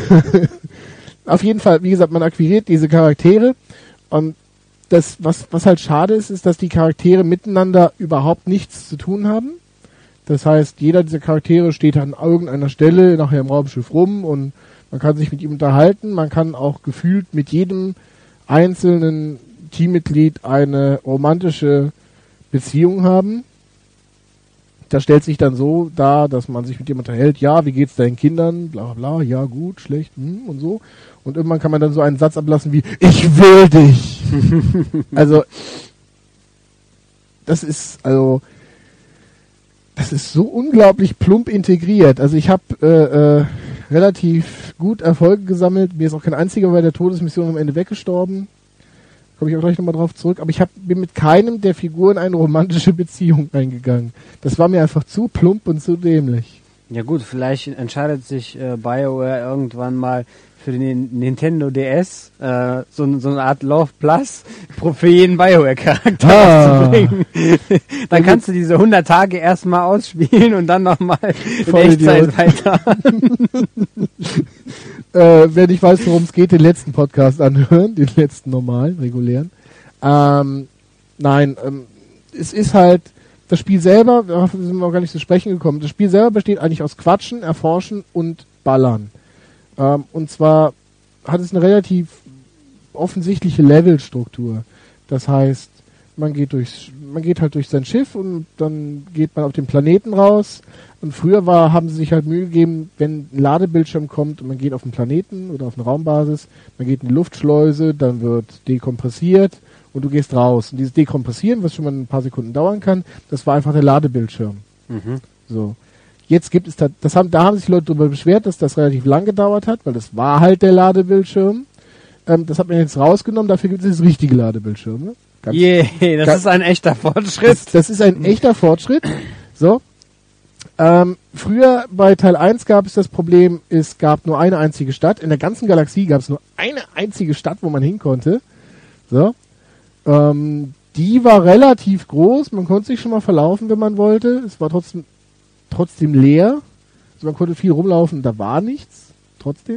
[SPEAKER 1] auf jeden Fall, wie gesagt, man akquiriert diese Charaktere und das, was, was halt schade ist, ist, dass die Charaktere miteinander überhaupt nichts zu tun haben. Das heißt, jeder dieser Charaktere steht an irgendeiner Stelle nachher im Raumschiff rum und Man kann sich mit ihm unterhalten, man kann auch gefühlt mit jedem einzelnen Teammitglied eine romantische Beziehung haben. Das stellt sich dann so dar, dass man sich mit ihm unterhält, ja, wie geht's deinen Kindern, bla bla bla, ja gut, schlecht, hm, und so. Und irgendwann kann man dann so einen Satz ablassen wie, ich will dich. Also, das ist, also, das ist so unglaublich plump integriert. Also ich habe äh, äh, relativ gut Erfolge gesammelt, mir ist auch kein einziger bei der Todesmission am Ende weggestorben. Komme ich auch gleich nochmal drauf zurück, aber ich hab, bin mit keinem der Figuren eine romantische Beziehung eingegangen. Das war mir einfach zu plump und zu dämlich.
[SPEAKER 2] Ja gut, vielleicht entscheidet sich äh, BioWare irgendwann mal für den Nintendo D S äh, so, so eine Art Love Plus für jeden BioWare-Charakter
[SPEAKER 1] ah.
[SPEAKER 2] auszubringen. Dann kannst du diese hundert Tage erstmal ausspielen und dann nochmal in
[SPEAKER 1] Voll
[SPEAKER 2] Echtzeit
[SPEAKER 1] Idiot.
[SPEAKER 2] weiter.
[SPEAKER 1] Äh, wer nicht weiß, worum es geht, den letzten Podcast anhören, den letzten normalen, regulären. Ähm, nein, ähm, es ist halt, das Spiel selber, da sind wir auch gar nicht zu sprechen gekommen, das Spiel selber besteht eigentlich aus Quatschen, Erforschen und Ballern. Ähm, und zwar hat es eine relativ offensichtliche Levelstruktur. Das heißt, man geht durchs, man geht halt durch sein Schiff und dann geht man auf den Planeten raus. Und früher war, haben sie sich halt Mühe gegeben, wenn ein Ladebildschirm kommt und man geht auf den Planeten oder auf eine Raumbasis, man geht in die Luftschleuse, dann wird dekompressiert und du gehst raus. Und dieses Dekompressieren, was schon mal ein paar Sekunden dauern kann, das war einfach der Ladebildschirm.
[SPEAKER 2] Mhm.
[SPEAKER 1] So. Jetzt gibt es da, das haben, da haben sich Leute darüber beschwert, dass das relativ lang gedauert hat, weil das war halt der Ladebildschirm. Ähm, das hat man jetzt rausgenommen, dafür gibt es das richtige Ladebildschirm. Ne? Ganz,
[SPEAKER 2] Yeah, das
[SPEAKER 1] ganz,
[SPEAKER 2] ist ein echter Fortschritt.
[SPEAKER 1] Das, das ist ein echter Fortschritt. So. Ähm, früher bei Teil eins gab es das Problem, es gab nur eine einzige Stadt. In der ganzen Galaxie gab es nur eine einzige Stadt, wo man hin konnte. So. Ähm, die war relativ groß, man konnte sich schon mal verlaufen, wenn man wollte. Es war trotzdem trotzdem leer. Also man konnte viel rumlaufen, da war nichts. Trotzdem.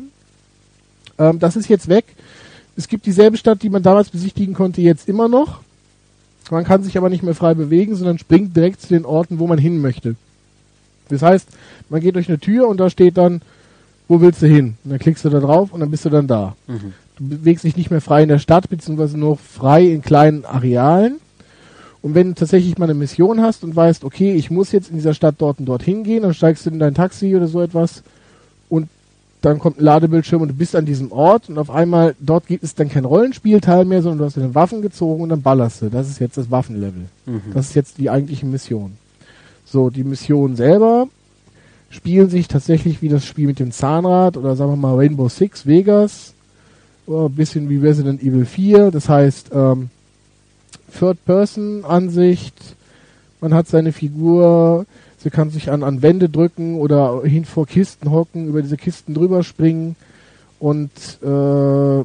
[SPEAKER 1] Ähm, das ist jetzt weg. Es gibt dieselbe Stadt, die man damals besichtigen konnte, jetzt immer noch. Man kann sich aber nicht mehr frei bewegen, sondern springt direkt zu den Orten, wo man hin möchte. Das heißt, man geht durch eine Tür und da steht dann, wo willst du hin? Und dann klickst du da drauf und dann bist du dann da.
[SPEAKER 2] Mhm.
[SPEAKER 1] Du bewegst dich nicht mehr frei in der Stadt, beziehungsweise nur frei in kleinen Arealen. Und wenn du tatsächlich mal eine Mission hast und weißt, okay, ich muss jetzt in dieser Stadt dort und dort hingehen, dann steigst du in dein Taxi oder so etwas und dann kommt ein Ladebildschirm und du bist an diesem Ort und auf einmal, dort gibt es dann kein Rollenspielteil mehr, sondern du hast deine Waffen gezogen und dann ballerst du. Das ist jetzt das Waffenlevel. Mhm. Das ist jetzt die eigentliche Mission. So, die Missionen selber spielen sich tatsächlich wie das Spiel mit dem Zahnrad oder sagen wir mal Rainbow Six Vegas, oder ein bisschen wie Resident Evil vier. Das heißt, ähm, Third-Person-Ansicht, man hat seine Figur, sie kann sich an, an Wände drücken oder hin vor Kisten hocken, über diese Kisten drüber springen und äh,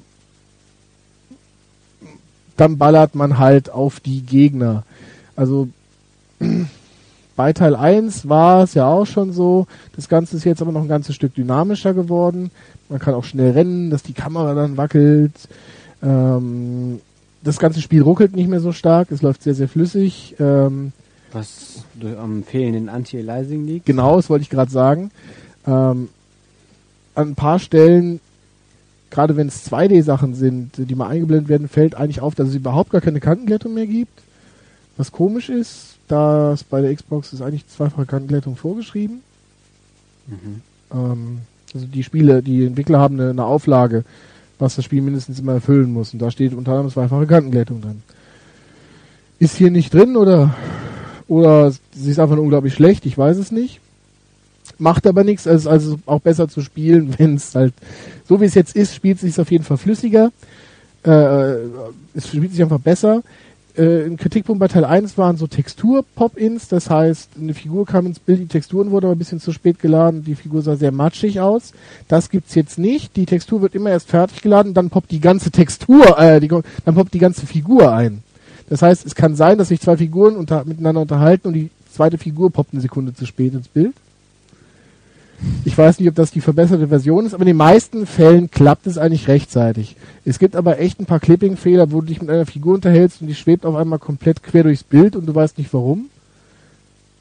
[SPEAKER 1] dann ballert man halt auf die Gegner. Also bei Teil eins war es ja auch schon so, das Ganze ist jetzt aber noch ein ganzes Stück dynamischer geworden. Man kann auch schnell rennen, dass die Kamera dann wackelt. Ähm, das ganze Spiel ruckelt nicht mehr so stark, es läuft sehr, sehr flüssig. Ähm,
[SPEAKER 2] Was am fehlenden Anti-Aliasing liegt?
[SPEAKER 1] Genau, das wollte ich gerade sagen. Ähm, an ein paar Stellen, gerade wenn es zwei D-Sachen sind, die mal eingeblendet werden, fällt eigentlich auf, dass es überhaupt gar keine Kantenglättung mehr gibt. Was komisch ist, da es bei der Xbox ist eigentlich zweifache Kantenglättung vorgeschrieben. Mhm. Ähm, also die Spiele, die Entwickler haben eine, eine Auflage, was das Spiel mindestens immer erfüllen muss. Und da steht unter anderem zweifache Kantenglättung drin. Ist hier nicht drin oder oder sie ist einfach nur unglaublich schlecht, ich weiß es nicht. Macht aber nichts, es ist also auch besser zu spielen, wenn es halt, so wie es jetzt ist, spielt es sich auf jeden Fall flüssiger. Äh, es spielt sich einfach besser. Äh, ein Kritikpunkt bei Teil eins waren so Textur-Pop-Ins, das heißt, eine Figur kam ins Bild, die Texturen wurden aber ein bisschen zu spät geladen, die Figur sah sehr matschig aus. Das gibt's jetzt nicht, die Textur wird immer erst fertig geladen, dann poppt die ganze Textur, äh, die, dann poppt die ganze Figur ein. Das heißt, es kann sein, dass sich zwei Figuren unter, miteinander unterhalten und die zweite Figur poppt eine Sekunde zu spät ins Bild. Ich weiß nicht, ob das die verbesserte Version ist, aber in den meisten Fällen klappt es eigentlich rechtzeitig. Es gibt aber echt ein paar Clipping-Fehler, wo du dich mit einer Figur unterhältst und die schwebt auf einmal komplett quer durchs Bild und du weißt nicht warum.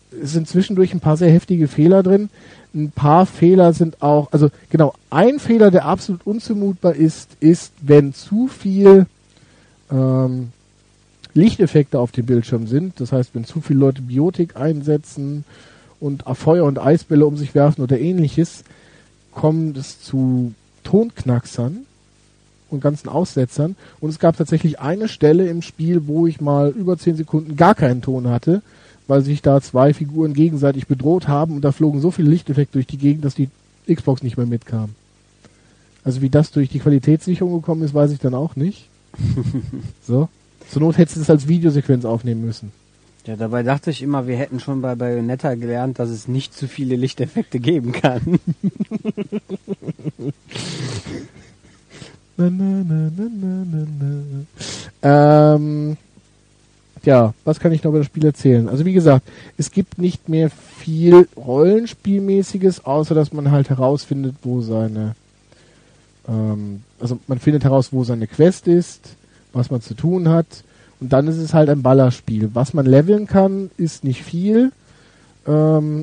[SPEAKER 1] es sind zwischendurch ein paar sehr heftige Fehler drin. Ein paar Fehler sind auch, also genau, ein Fehler, der absolut unzumutbar ist, ist, wenn zu viel ähm, Lichteffekte auf dem Bildschirm sind. Das heißt, wenn zu viele Leute Biotik einsetzen und Feuer und Eisbälle um sich werfen oder ähnliches, kommt es zu Tonknacksern und ganzen Aussetzern. Und es gab tatsächlich eine Stelle im Spiel, wo ich mal über zehn Sekunden gar keinen Ton hatte, weil sich da zwei Figuren gegenseitig bedroht haben und da flogen so viele Lichteffekte durch die Gegend, dass die Xbox nicht mehr mitkam. Also wie das durch die Qualitätssicherung gekommen ist, weiß ich dann auch nicht. So. Zur Not hättest du das als Videosequenz aufnehmen müssen.
[SPEAKER 2] Ja, dabei dachte ich immer, wir hätten schon bei Bayonetta gelernt, dass es nicht zu viele Lichteffekte geben kann.
[SPEAKER 1] na, na, na, na, na, na. Ähm, ja, was kann ich noch über das Spiel erzählen? Also wie gesagt, es gibt nicht mehr viel Rollenspielmäßiges, außer dass man halt herausfindet, wo seine ähm, also man findet heraus, wo seine Quest ist, was man zu tun hat. Und dann ist es halt ein Ballerspiel. Was man leveln kann, ist nicht viel. Ähm,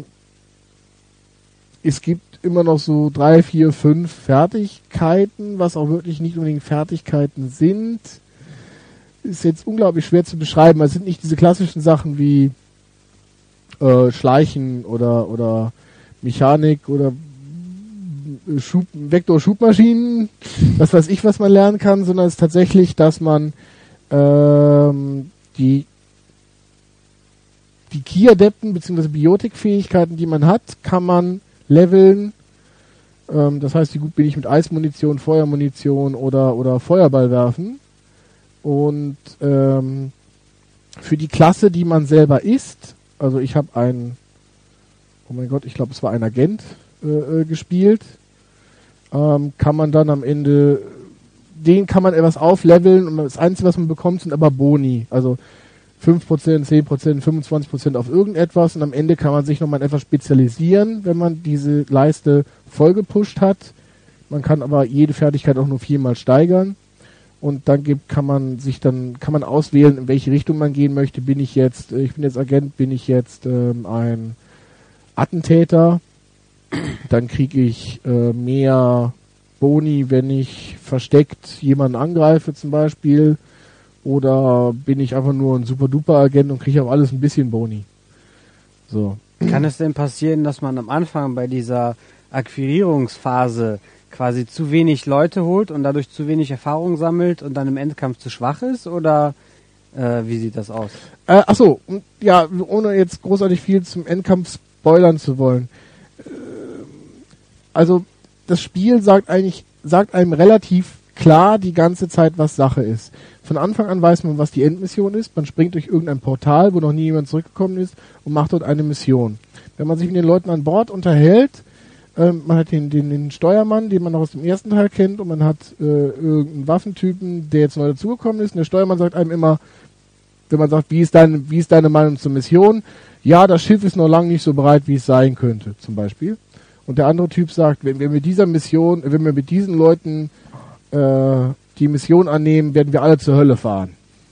[SPEAKER 1] es gibt immer noch so drei, vier, fünf Fertigkeiten, was auch wirklich nicht unbedingt Fertigkeiten sind. Ist jetzt unglaublich schwer zu beschreiben. Es sind nicht diese klassischen Sachen wie äh, Schleichen oder, oder Mechanik oder Schub, Vektor-Schubmaschinen, was weiß ich, was man lernen kann, sondern es ist tatsächlich, dass man ähm, die die Ki-Adepten bzw. Biotik-Fähigkeiten, die man hat, kann man leveln. Ähm, das heißt, wie gut bin ich mit Eismunition, Feuermunition oder oder Feuerball werfen. Und ähm, für die Klasse, die man selber ist, also ich habe einen, oh mein Gott, ich glaube, es war ein Agent äh, gespielt, ähm, kann man dann am Ende, den kann man etwas aufleveln und das Einzige, was man bekommt, sind aber Boni. Also fünf Prozent, zehn Prozent, fünfundzwanzig Prozent auf irgendetwas und am Ende kann man sich nochmal etwas spezialisieren, wenn man diese Leiste vollgepusht hat. Man kann aber jede Fertigkeit auch nur viermal steigern. Und dann gibt, kann man sich dann, kann man auswählen, in welche Richtung man gehen möchte. Bin ich jetzt, ich bin jetzt Agent, bin ich jetzt ähm, ein Attentäter? Dann kriege ich äh, mehr Boni, wenn ich versteckt jemanden angreife zum Beispiel. Oder bin ich einfach nur ein Super-Duper-Agent und kriege auf alles ein bisschen Boni. So.
[SPEAKER 2] Kann es denn passieren, dass man am Anfang bei dieser Akquirierungsphase quasi zu wenig Leute holt und dadurch zu wenig Erfahrung sammelt und dann im Endkampf zu schwach ist? Oder äh, wie sieht das aus?
[SPEAKER 1] Äh, achso, ja, ohne jetzt großartig viel zum Endkampf spoilern zu wollen. Äh, also das Spiel sagt eigentlich, sagt einem relativ klar die ganze Zeit, was Sache ist. Von Anfang an weiß man, was die Endmission ist. Man springt durch irgendein Portal, wo noch nie jemand zurückgekommen ist und macht dort eine Mission. Wenn man sich mit den Leuten an Bord unterhält, ähm, man hat den, den, den Steuermann, den man noch aus dem ersten Teil kennt, und man hat äh, irgendeinen Waffentypen, der jetzt neu dazugekommen ist. Und der Steuermann sagt einem immer, wenn man sagt, wie ist deine, wie ist deine Meinung zur Mission? Ja, das Schiff ist noch lange nicht so bereit, wie es sein könnte, zum Beispiel. Und der andere Typ sagt, wenn wir mit dieser Mission, wenn wir mit diesen Leuten äh, die Mission annehmen, werden wir alle zur Hölle fahren.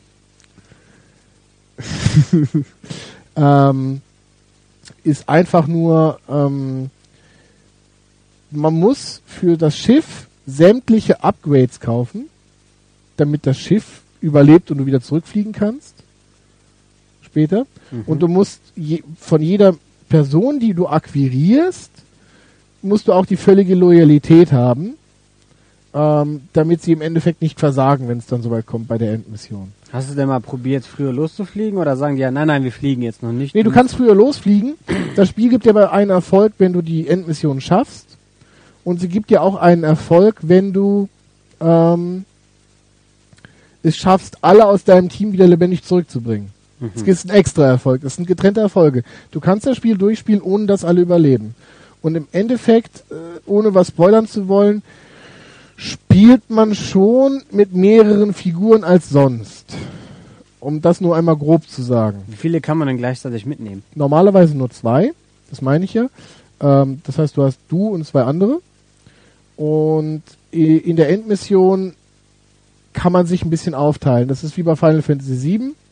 [SPEAKER 1] ähm, ist einfach nur, ähm, man muss für das Schiff sämtliche Upgrades kaufen, damit das Schiff überlebt und du wieder zurückfliegen kannst. Später. Mhm. Und du musst je, von jeder Person, die du akquirierst, musst du auch die völlige Loyalität haben, ähm, damit sie im Endeffekt nicht versagen, wenn es dann soweit kommt bei der Endmission.
[SPEAKER 2] Hast du denn mal probiert, früher loszufliegen, oder sagen die ja, nein, nein, wir fliegen jetzt noch nicht?
[SPEAKER 1] Nee, du kannst früher losfliegen. Das Spiel gibt dir aber einen Erfolg, wenn du die Endmission schaffst. Und sie gibt dir auch einen Erfolg, wenn du ähm, es schaffst, alle aus deinem Team wieder lebendig zurückzubringen. Mhm. Das ist ein extra Erfolg. Das sind getrennte Erfolge. Du kannst das Spiel durchspielen, ohne dass alle überleben. Und im Endeffekt, äh, ohne was spoilern zu wollen, spielt man schon mit mehreren Figuren als sonst. Um das nur einmal grob zu sagen.
[SPEAKER 2] Wie viele kann man denn gleichzeitig mitnehmen?
[SPEAKER 1] Normalerweise nur zwei. Das meine ich ja. Ähm, das heißt, du hast du und zwei andere. Und in der Endmission kann man sich ein bisschen aufteilen. Das ist wie bei Final Fantasy sieben.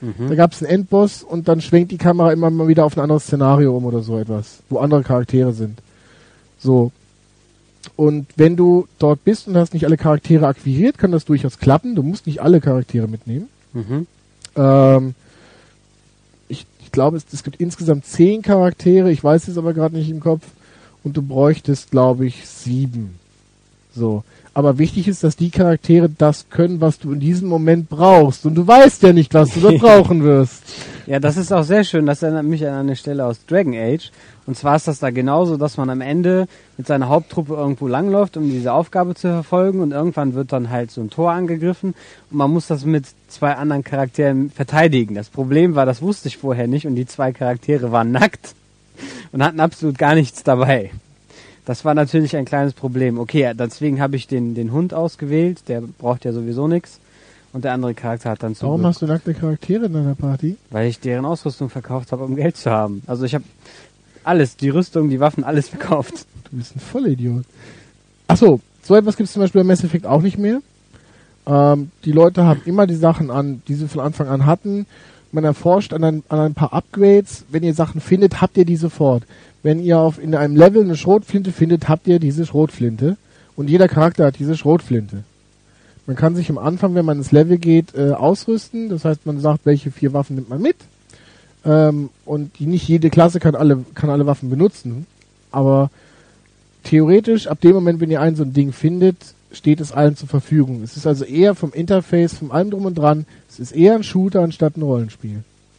[SPEAKER 2] Mhm.
[SPEAKER 1] Da gab es einen Endboss und dann schwenkt die Kamera immer mal wieder auf ein anderes Szenario um oder so etwas, wo andere Charaktere sind. So. Und wenn du dort bist und hast nicht alle Charaktere akquiriert, kann das durchaus klappen. Du musst nicht alle Charaktere mitnehmen.
[SPEAKER 2] Mhm.
[SPEAKER 1] Ähm, ich, ich glaube, es, es gibt insgesamt zehn Charaktere. Ich weiß es aber gerade nicht im Kopf. Und du bräuchtest, glaube ich, sieben. So. Aber wichtig ist, dass die Charaktere das können, was du in diesem Moment brauchst. Und du weißt ja nicht, was du da brauchen wirst.
[SPEAKER 2] Ja, das ist auch sehr schön. Das erinnert mich an eine Stelle aus Dragon Age. Und zwar ist das da genauso, dass man am Ende mit seiner Haupttruppe irgendwo langläuft, um diese Aufgabe zu verfolgen. Und irgendwann wird dann halt so ein Tor angegriffen. Und man muss das mit zwei anderen Charakteren verteidigen. Das Problem war, das wusste ich vorher nicht. Und die zwei Charaktere waren nackt und hatten absolut gar nichts dabei. Das war natürlich ein kleines Problem. Okay, deswegen habe ich den, den Hund ausgewählt. Der braucht ja sowieso nichts. Und der andere Charakter hat dann zu
[SPEAKER 1] Warum
[SPEAKER 2] Glück,
[SPEAKER 1] hast du nackte Charaktere in deiner Party?
[SPEAKER 2] weil ich deren Ausrüstung verkauft habe, um Geld zu haben. Also ich habe alles, die Rüstung, die Waffen, alles verkauft.
[SPEAKER 1] Du bist ein Vollidiot. Achso, so etwas gibt es zum Beispiel bei Mass Effect auch nicht mehr. Ähm, die Leute haben immer die Sachen an, die sie von Anfang an hatten. Man erforscht an ein, an ein paar Upgrades. Wenn ihr Sachen findet, habt ihr die sofort. Wenn ihr auf in einem Level eine Schrotflinte findet, habt ihr diese Schrotflinte. Und jeder Charakter hat diese Schrotflinte. Man kann sich am Anfang, wenn man ins Level geht, äh, ausrüsten. Das heißt, man sagt, welche vier Waffen nimmt man mit. Ähm, und die, nicht jede Klasse kann alle, kann alle Waffen benutzen. Aber theoretisch, ab dem Moment, wenn ihr ein so ein Ding findet, steht es allen zur Verfügung. Es ist also eher vom Interface, vom allem drum und dran, es ist eher ein Shooter anstatt ein Rollenspiel.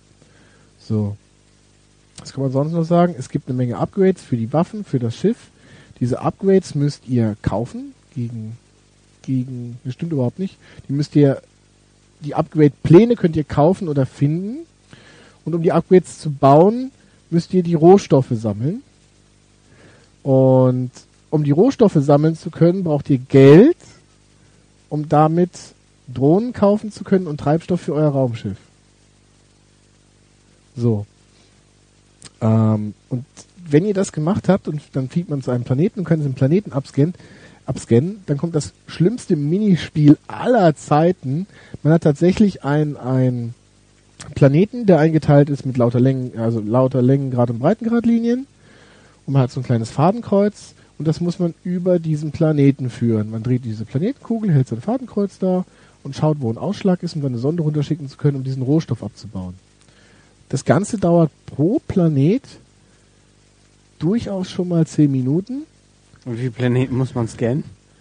[SPEAKER 1] So. Was kann man sonst noch sagen? Es gibt eine Menge Upgrades für die Waffen, für das Schiff. Diese Upgrades müsst ihr kaufen gegen, gegen, das stimmt überhaupt nicht. Die müsst ihr, die Upgrade-Pläne könnt ihr kaufen oder finden. Und um die Upgrades zu bauen, müsst ihr die Rohstoffe sammeln. Und um die Rohstoffe sammeln zu können, braucht ihr Geld, um damit Drohnen kaufen zu können und Treibstoff für euer Raumschiff. So. Ähm, und wenn ihr das gemacht habt und dann fliegt man zu einem Planeten und könnt den Planeten abscannen, abscannen, dann kommt das schlimmste Minispiel aller Zeiten. Man hat tatsächlich ein, ein Planeten, der eingeteilt ist mit lauter Längen, also lauter Längengrad- und Breitengradlinien. Und man hat so ein kleines Fadenkreuz und das muss man über diesen Planeten führen. Man dreht diese Planetenkugel, hält sein Fadenkreuz da und schaut, wo ein Ausschlag ist, um dann eine Sonde runterschicken zu können, um diesen Rohstoff abzubauen. Das Ganze dauert pro Planet durchaus schon mal zehn Minuten.
[SPEAKER 2] Und wie viele Planeten muss man scannen?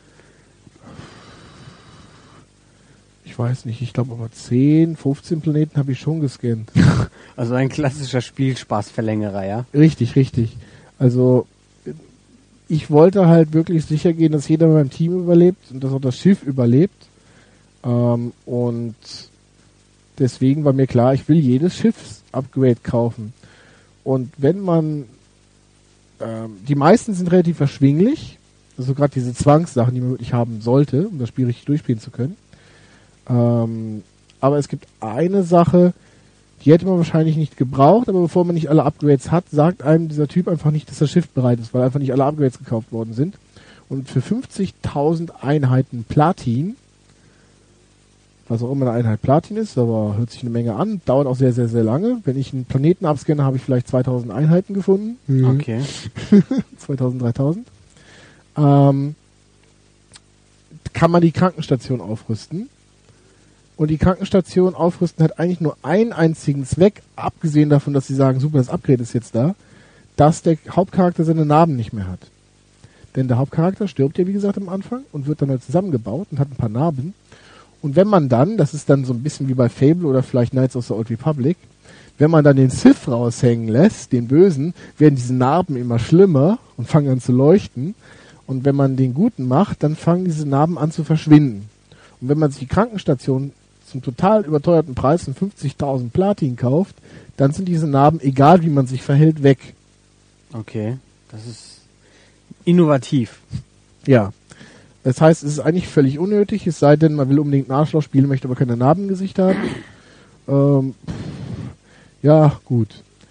[SPEAKER 1] Ich weiß nicht, ich glaube aber zehn, fünfzehn Planeten habe ich schon gescannt.
[SPEAKER 2] Also ein klassischer Spielspaßverlängerer, ja?
[SPEAKER 1] Richtig, richtig. Also ich wollte halt wirklich sicher gehen, dass jeder in meinem Team überlebt und dass auch das Schiff überlebt. Ähm, und deswegen war mir klar, ich will jedes Schiffs-Upgrade kaufen. Und wenn man, ähm, die meisten sind relativ erschwinglich, also gerade diese Zwangssachen, die man wirklich haben sollte, um das Spiel richtig durchspielen zu können. Ähm, aber es gibt eine Sache, die hätte man wahrscheinlich nicht gebraucht, aber bevor man nicht alle Upgrades hat, sagt einem dieser Typ einfach nicht, dass das Schiff bereit ist, weil einfach nicht alle Upgrades gekauft worden sind. Und für fünfzigtausend Einheiten Platin, was auch immer eine Einheit Platin ist, aber hört sich eine Menge an, dauert auch sehr, sehr, sehr lange. Wenn ich einen Planeten abscanne, habe ich vielleicht zweitausend Einheiten gefunden.
[SPEAKER 2] Okay.
[SPEAKER 1] zweitausend, dreitausend. Ähm, kann man die Krankenstation aufrüsten. Und die Krankenstation aufrüsten hat eigentlich nur einen einzigen Zweck, abgesehen davon, dass sie sagen, super, das Upgrade ist jetzt da, dass der Hauptcharakter seine Narben nicht mehr hat. Denn der Hauptcharakter stirbt ja, wie gesagt, am Anfang und wird dann halt zusammengebaut und hat ein paar Narben. Und wenn man dann, das ist dann so ein bisschen wie bei Fable oder vielleicht Knights of the Old Republic, wenn man dann den Sith raushängen lässt, den Bösen, werden diese Narben immer schlimmer und fangen an zu leuchten. Und wenn man den Guten macht, dann fangen diese Narben an zu verschwinden. Und wenn man sich die Krankenstation zum total überteuerten Preis von fünfzigtausend Platin kauft, dann sind diese Narben, egal wie man sich verhält, weg.
[SPEAKER 2] Okay, das ist innovativ.
[SPEAKER 1] Ja. Das heißt, es ist eigentlich völlig unnötig, es sei denn, man will unbedingt ein Arschloch spielen, möchte aber keine Narben im Gesicht haben. Ähm, ja, gut.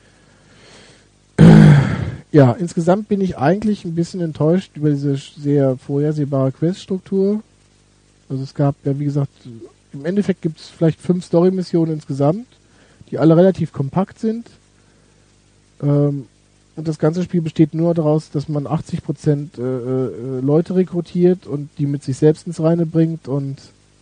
[SPEAKER 1] Ja, insgesamt bin ich eigentlich ein bisschen enttäuscht über diese sehr vorhersehbare Quest-Struktur. Also es gab ja, wie gesagt, im Endeffekt gibt es vielleicht fünf Story-Missionen insgesamt. die alle relativ kompakt sind. Ähm, und das ganze Spiel besteht nur daraus, dass man achtzig Prozent äh, äh, Leute rekrutiert und die mit sich selbst ins Reine bringt und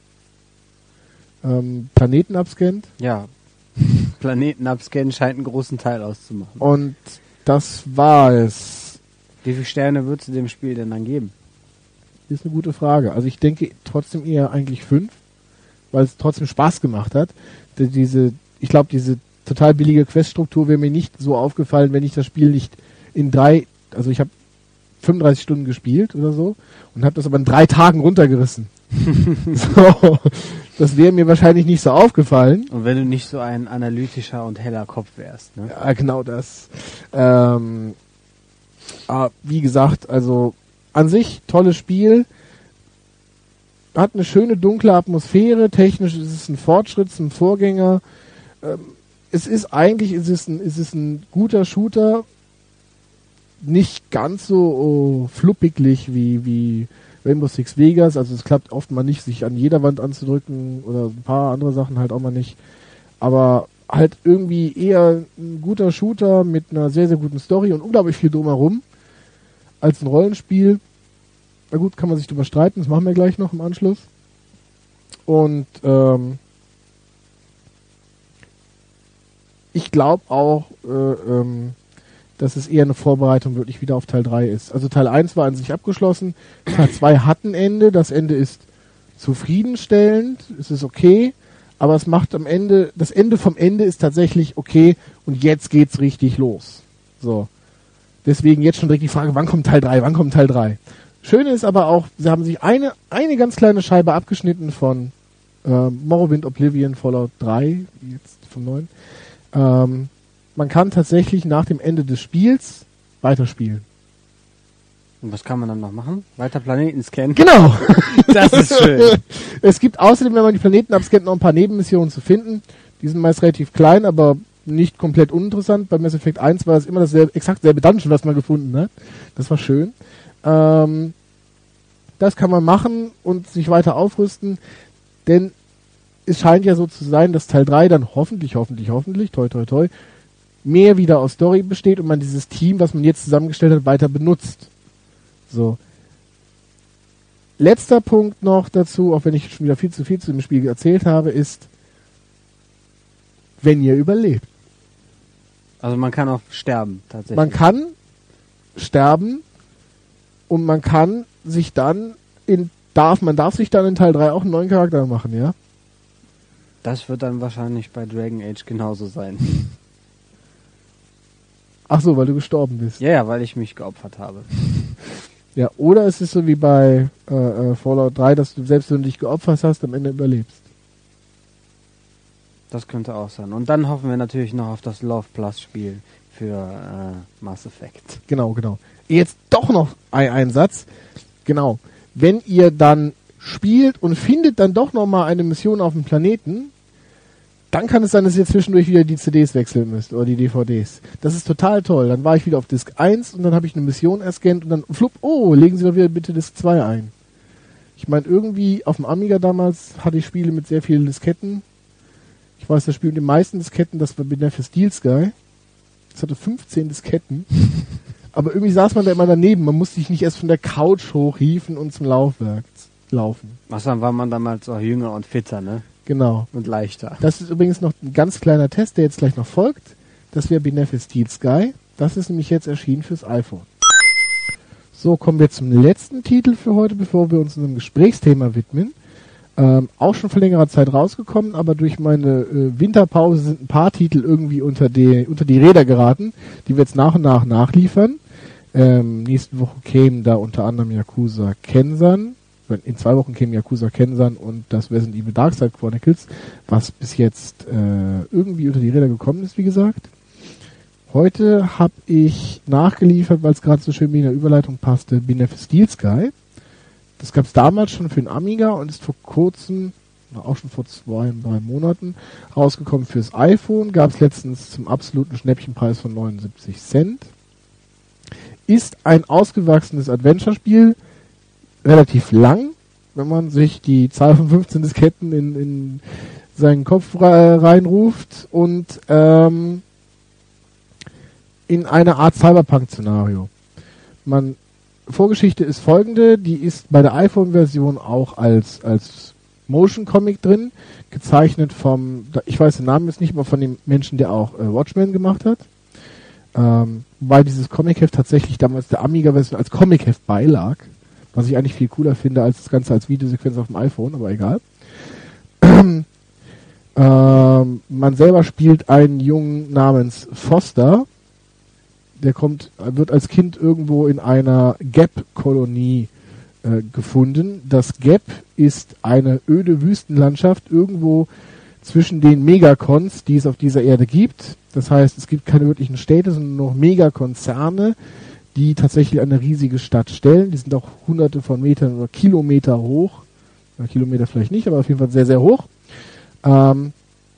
[SPEAKER 1] ähm, Planeten abscannt.
[SPEAKER 2] Ja, Planeten abscannen scheint einen großen Teil auszumachen.
[SPEAKER 1] Und das war es.
[SPEAKER 2] Wie viele Sterne würdest du dem Spiel denn dann geben?
[SPEAKER 1] Ist eine gute Frage. Also ich denke trotzdem eher eigentlich fünf, weil es trotzdem Spaß gemacht hat. Die, diese, ich glaube, diese total billige Queststruktur wäre mir nicht so aufgefallen, wenn ich das Spiel nicht in drei, also ich habe fünfunddreißig Stunden gespielt oder so und habe das aber in drei Tagen runtergerissen. So, das wäre mir wahrscheinlich nicht so aufgefallen.
[SPEAKER 2] Und wenn du nicht so ein analytischer und heller Kopf wärst, ne?
[SPEAKER 1] Ja, genau das. Ähm, aber wie gesagt, also an sich tolles Spiel. Hat eine schöne dunkle Atmosphäre. Technisch ist es ein Fortschritt, ein Vorgänger. Ähm, es ist eigentlich, ist es ein, ist es ein guter Shooter. Nicht ganz so oh, fluppiglich wie, wie Rainbow Six Vegas. Also es klappt oft mal nicht, sich an jeder Wand anzudrücken oder ein paar andere Sachen halt auch mal nicht. Aber halt irgendwie eher ein guter Shooter mit einer sehr, sehr guten Story und unglaublich viel drumherum als ein Rollenspiel. Na gut, kann man sich drüber streiten, das machen wir gleich noch im Anschluss. Und ähm, ich glaube auch, äh, ähm, dass es eher eine Vorbereitung wirklich wieder auf Teil drei ist. Also Teil eins war an sich abgeschlossen, Teil zwei hat ein Ende, das Ende ist zufriedenstellend, es ist okay, aber es macht am Ende, das Ende vom Ende ist tatsächlich okay und jetzt geht's richtig los. So. Deswegen jetzt schon direkt die Frage, wann kommt Teil drei, wann kommt Teil drei? Schöne ist aber auch, sie haben sich eine, eine ganz kleine Scheibe abgeschnitten von ähm, Morrowind, Oblivion, Fallout drei, jetzt vom neuen. Ähm, man kann tatsächlich nach dem Ende des Spiels weiterspielen.
[SPEAKER 2] Und was kann man dann noch machen? Weiter Planeten scannen?
[SPEAKER 1] Genau!
[SPEAKER 2] Das ist schön.
[SPEAKER 1] Es gibt außerdem, wenn man die Planeten abscannt, noch ein paar Nebenmissionen zu finden. Die sind meist relativ klein, aber nicht komplett uninteressant. Bei Mass Effect eins war es immer dasselbe, exakt selbe Dungeon, was man gefunden hat. Das war schön. Ähm, das kann man machen und sich weiter aufrüsten, denn es scheint ja so zu sein, dass Teil drei dann hoffentlich, hoffentlich, hoffentlich, toi, toi, toi, mehr wieder aus Story besteht und man dieses Team, was man jetzt zusammengestellt hat, weiter benutzt. So. Letzter Punkt noch dazu, auch wenn ich schon wieder viel zu viel zu dem Spiel erzählt habe, ist, wenn ihr überlebt.
[SPEAKER 2] Also man kann auch sterben, tatsächlich.
[SPEAKER 1] Man kann sterben und man kann sich dann in, darf, man darf sich dann in Teil drei auch einen neuen Charakter machen, ja?
[SPEAKER 2] Das wird dann wahrscheinlich bei Dragon Age genauso sein.
[SPEAKER 1] Ach so, weil du gestorben bist.
[SPEAKER 2] Ja, ja, weil ich mich geopfert habe.
[SPEAKER 1] Ja, oder es ist so wie bei äh, äh, Fallout drei, dass du selbst, wenn du dich geopfert hast, am Ende überlebst.
[SPEAKER 2] Das könnte auch sein. Und dann hoffen wir natürlich noch auf das Love Plus Spiel für äh, Mass Effect.
[SPEAKER 1] Genau, genau. Jetzt doch noch ein, ein Satz. Genau. Wenn ihr dann spielt und findet dann doch noch mal eine Mission auf dem Planeten, dann kann es sein, dass ihr zwischendurch wieder die C Ds wechseln müsst oder die D V Ds. Das ist total toll. Dann war ich wieder auf Disk eins und dann habe ich eine Mission erscannt und dann flupp, oh, legen Sie doch wieder bitte Disk zwei ein. Ich meine, irgendwie auf dem Amiga damals hatte ich Spiele mit sehr vielen Disketten. Ich weiß, das Spiel mit den meisten Disketten, das war Benefic Steel Sky. Das hatte fünfzehn Disketten. Aber irgendwie saß man da immer daneben. Man musste sich nicht erst von der Couch hochhieven und zum Laufwerk laufen.
[SPEAKER 2] Was dann war man damals auch jünger und fitter, ne?
[SPEAKER 1] Genau.
[SPEAKER 2] Und leichter.
[SPEAKER 1] Das ist übrigens noch ein ganz kleiner Test, der jetzt gleich noch folgt. Das wäre Benefic Steel Sky. Das ist nämlich jetzt erschienen fürs iPhone. So, kommen wir zum letzten Titel für heute, bevor wir uns unserem Gesprächsthema widmen. Ähm, auch schon vor längerer Zeit rausgekommen, aber durch meine äh, Winterpause sind ein paar Titel irgendwie unter die, unter die Räder geraten, die wir jetzt nach und nach nachliefern. Ähm, nächste Woche kämen da unter anderem Yakuza Kensan. In zwei Wochen kämen Yakuza Kensan und das Resident Evil Darkside Chronicles, was bis jetzt äh, irgendwie unter die Räder gekommen ist, wie gesagt. Heute habe ich nachgeliefert, weil es gerade so schön wie in der Überleitung passte, Benefic Steel Sky. Das gab es damals schon für den Amiga und ist vor kurzem, auch schon vor zwei, drei Monaten, rausgekommen fürs iPhone. Gab es letztens zum absoluten Schnäppchenpreis von neunundsiebzig Cent. Ist ein ausgewachsenes Adventure-Spiel, relativ lang, wenn man sich die Zahl von fünfzehn Disketten in, in seinen Kopf reinruft und ähm, in eine Art Cyberpunk-Szenario. Man, Vorgeschichte ist folgende, die ist bei der iPhone-Version auch als, als Motion-Comic drin, gezeichnet vom, ich weiß den Namen jetzt nicht, aber von dem Menschen, der auch äh, Watchmen gemacht hat. Ähm, weil dieses Comic-Heft tatsächlich damals der Amiga-Version als Comic-Heft beilag, was ich eigentlich viel cooler finde als das Ganze als Videosequenz auf dem iPhone, aber egal. ähm, man selber spielt einen Jungen namens Foster, der kommt, wird als Kind irgendwo in einer Gap-Kolonie äh, gefunden. Das Gap ist eine öde Wüstenlandschaft irgendwo zwischen den Megacons, die es auf dieser Erde gibt. Das heißt, es gibt keine wirklichen Städte, sondern nur noch Megakonzerne, die tatsächlich eine riesige Stadt stellen. Die sind auch hunderte von Metern oder Kilometer hoch. Ja, Kilometer vielleicht nicht, aber auf jeden Fall sehr, sehr hoch. Ähm,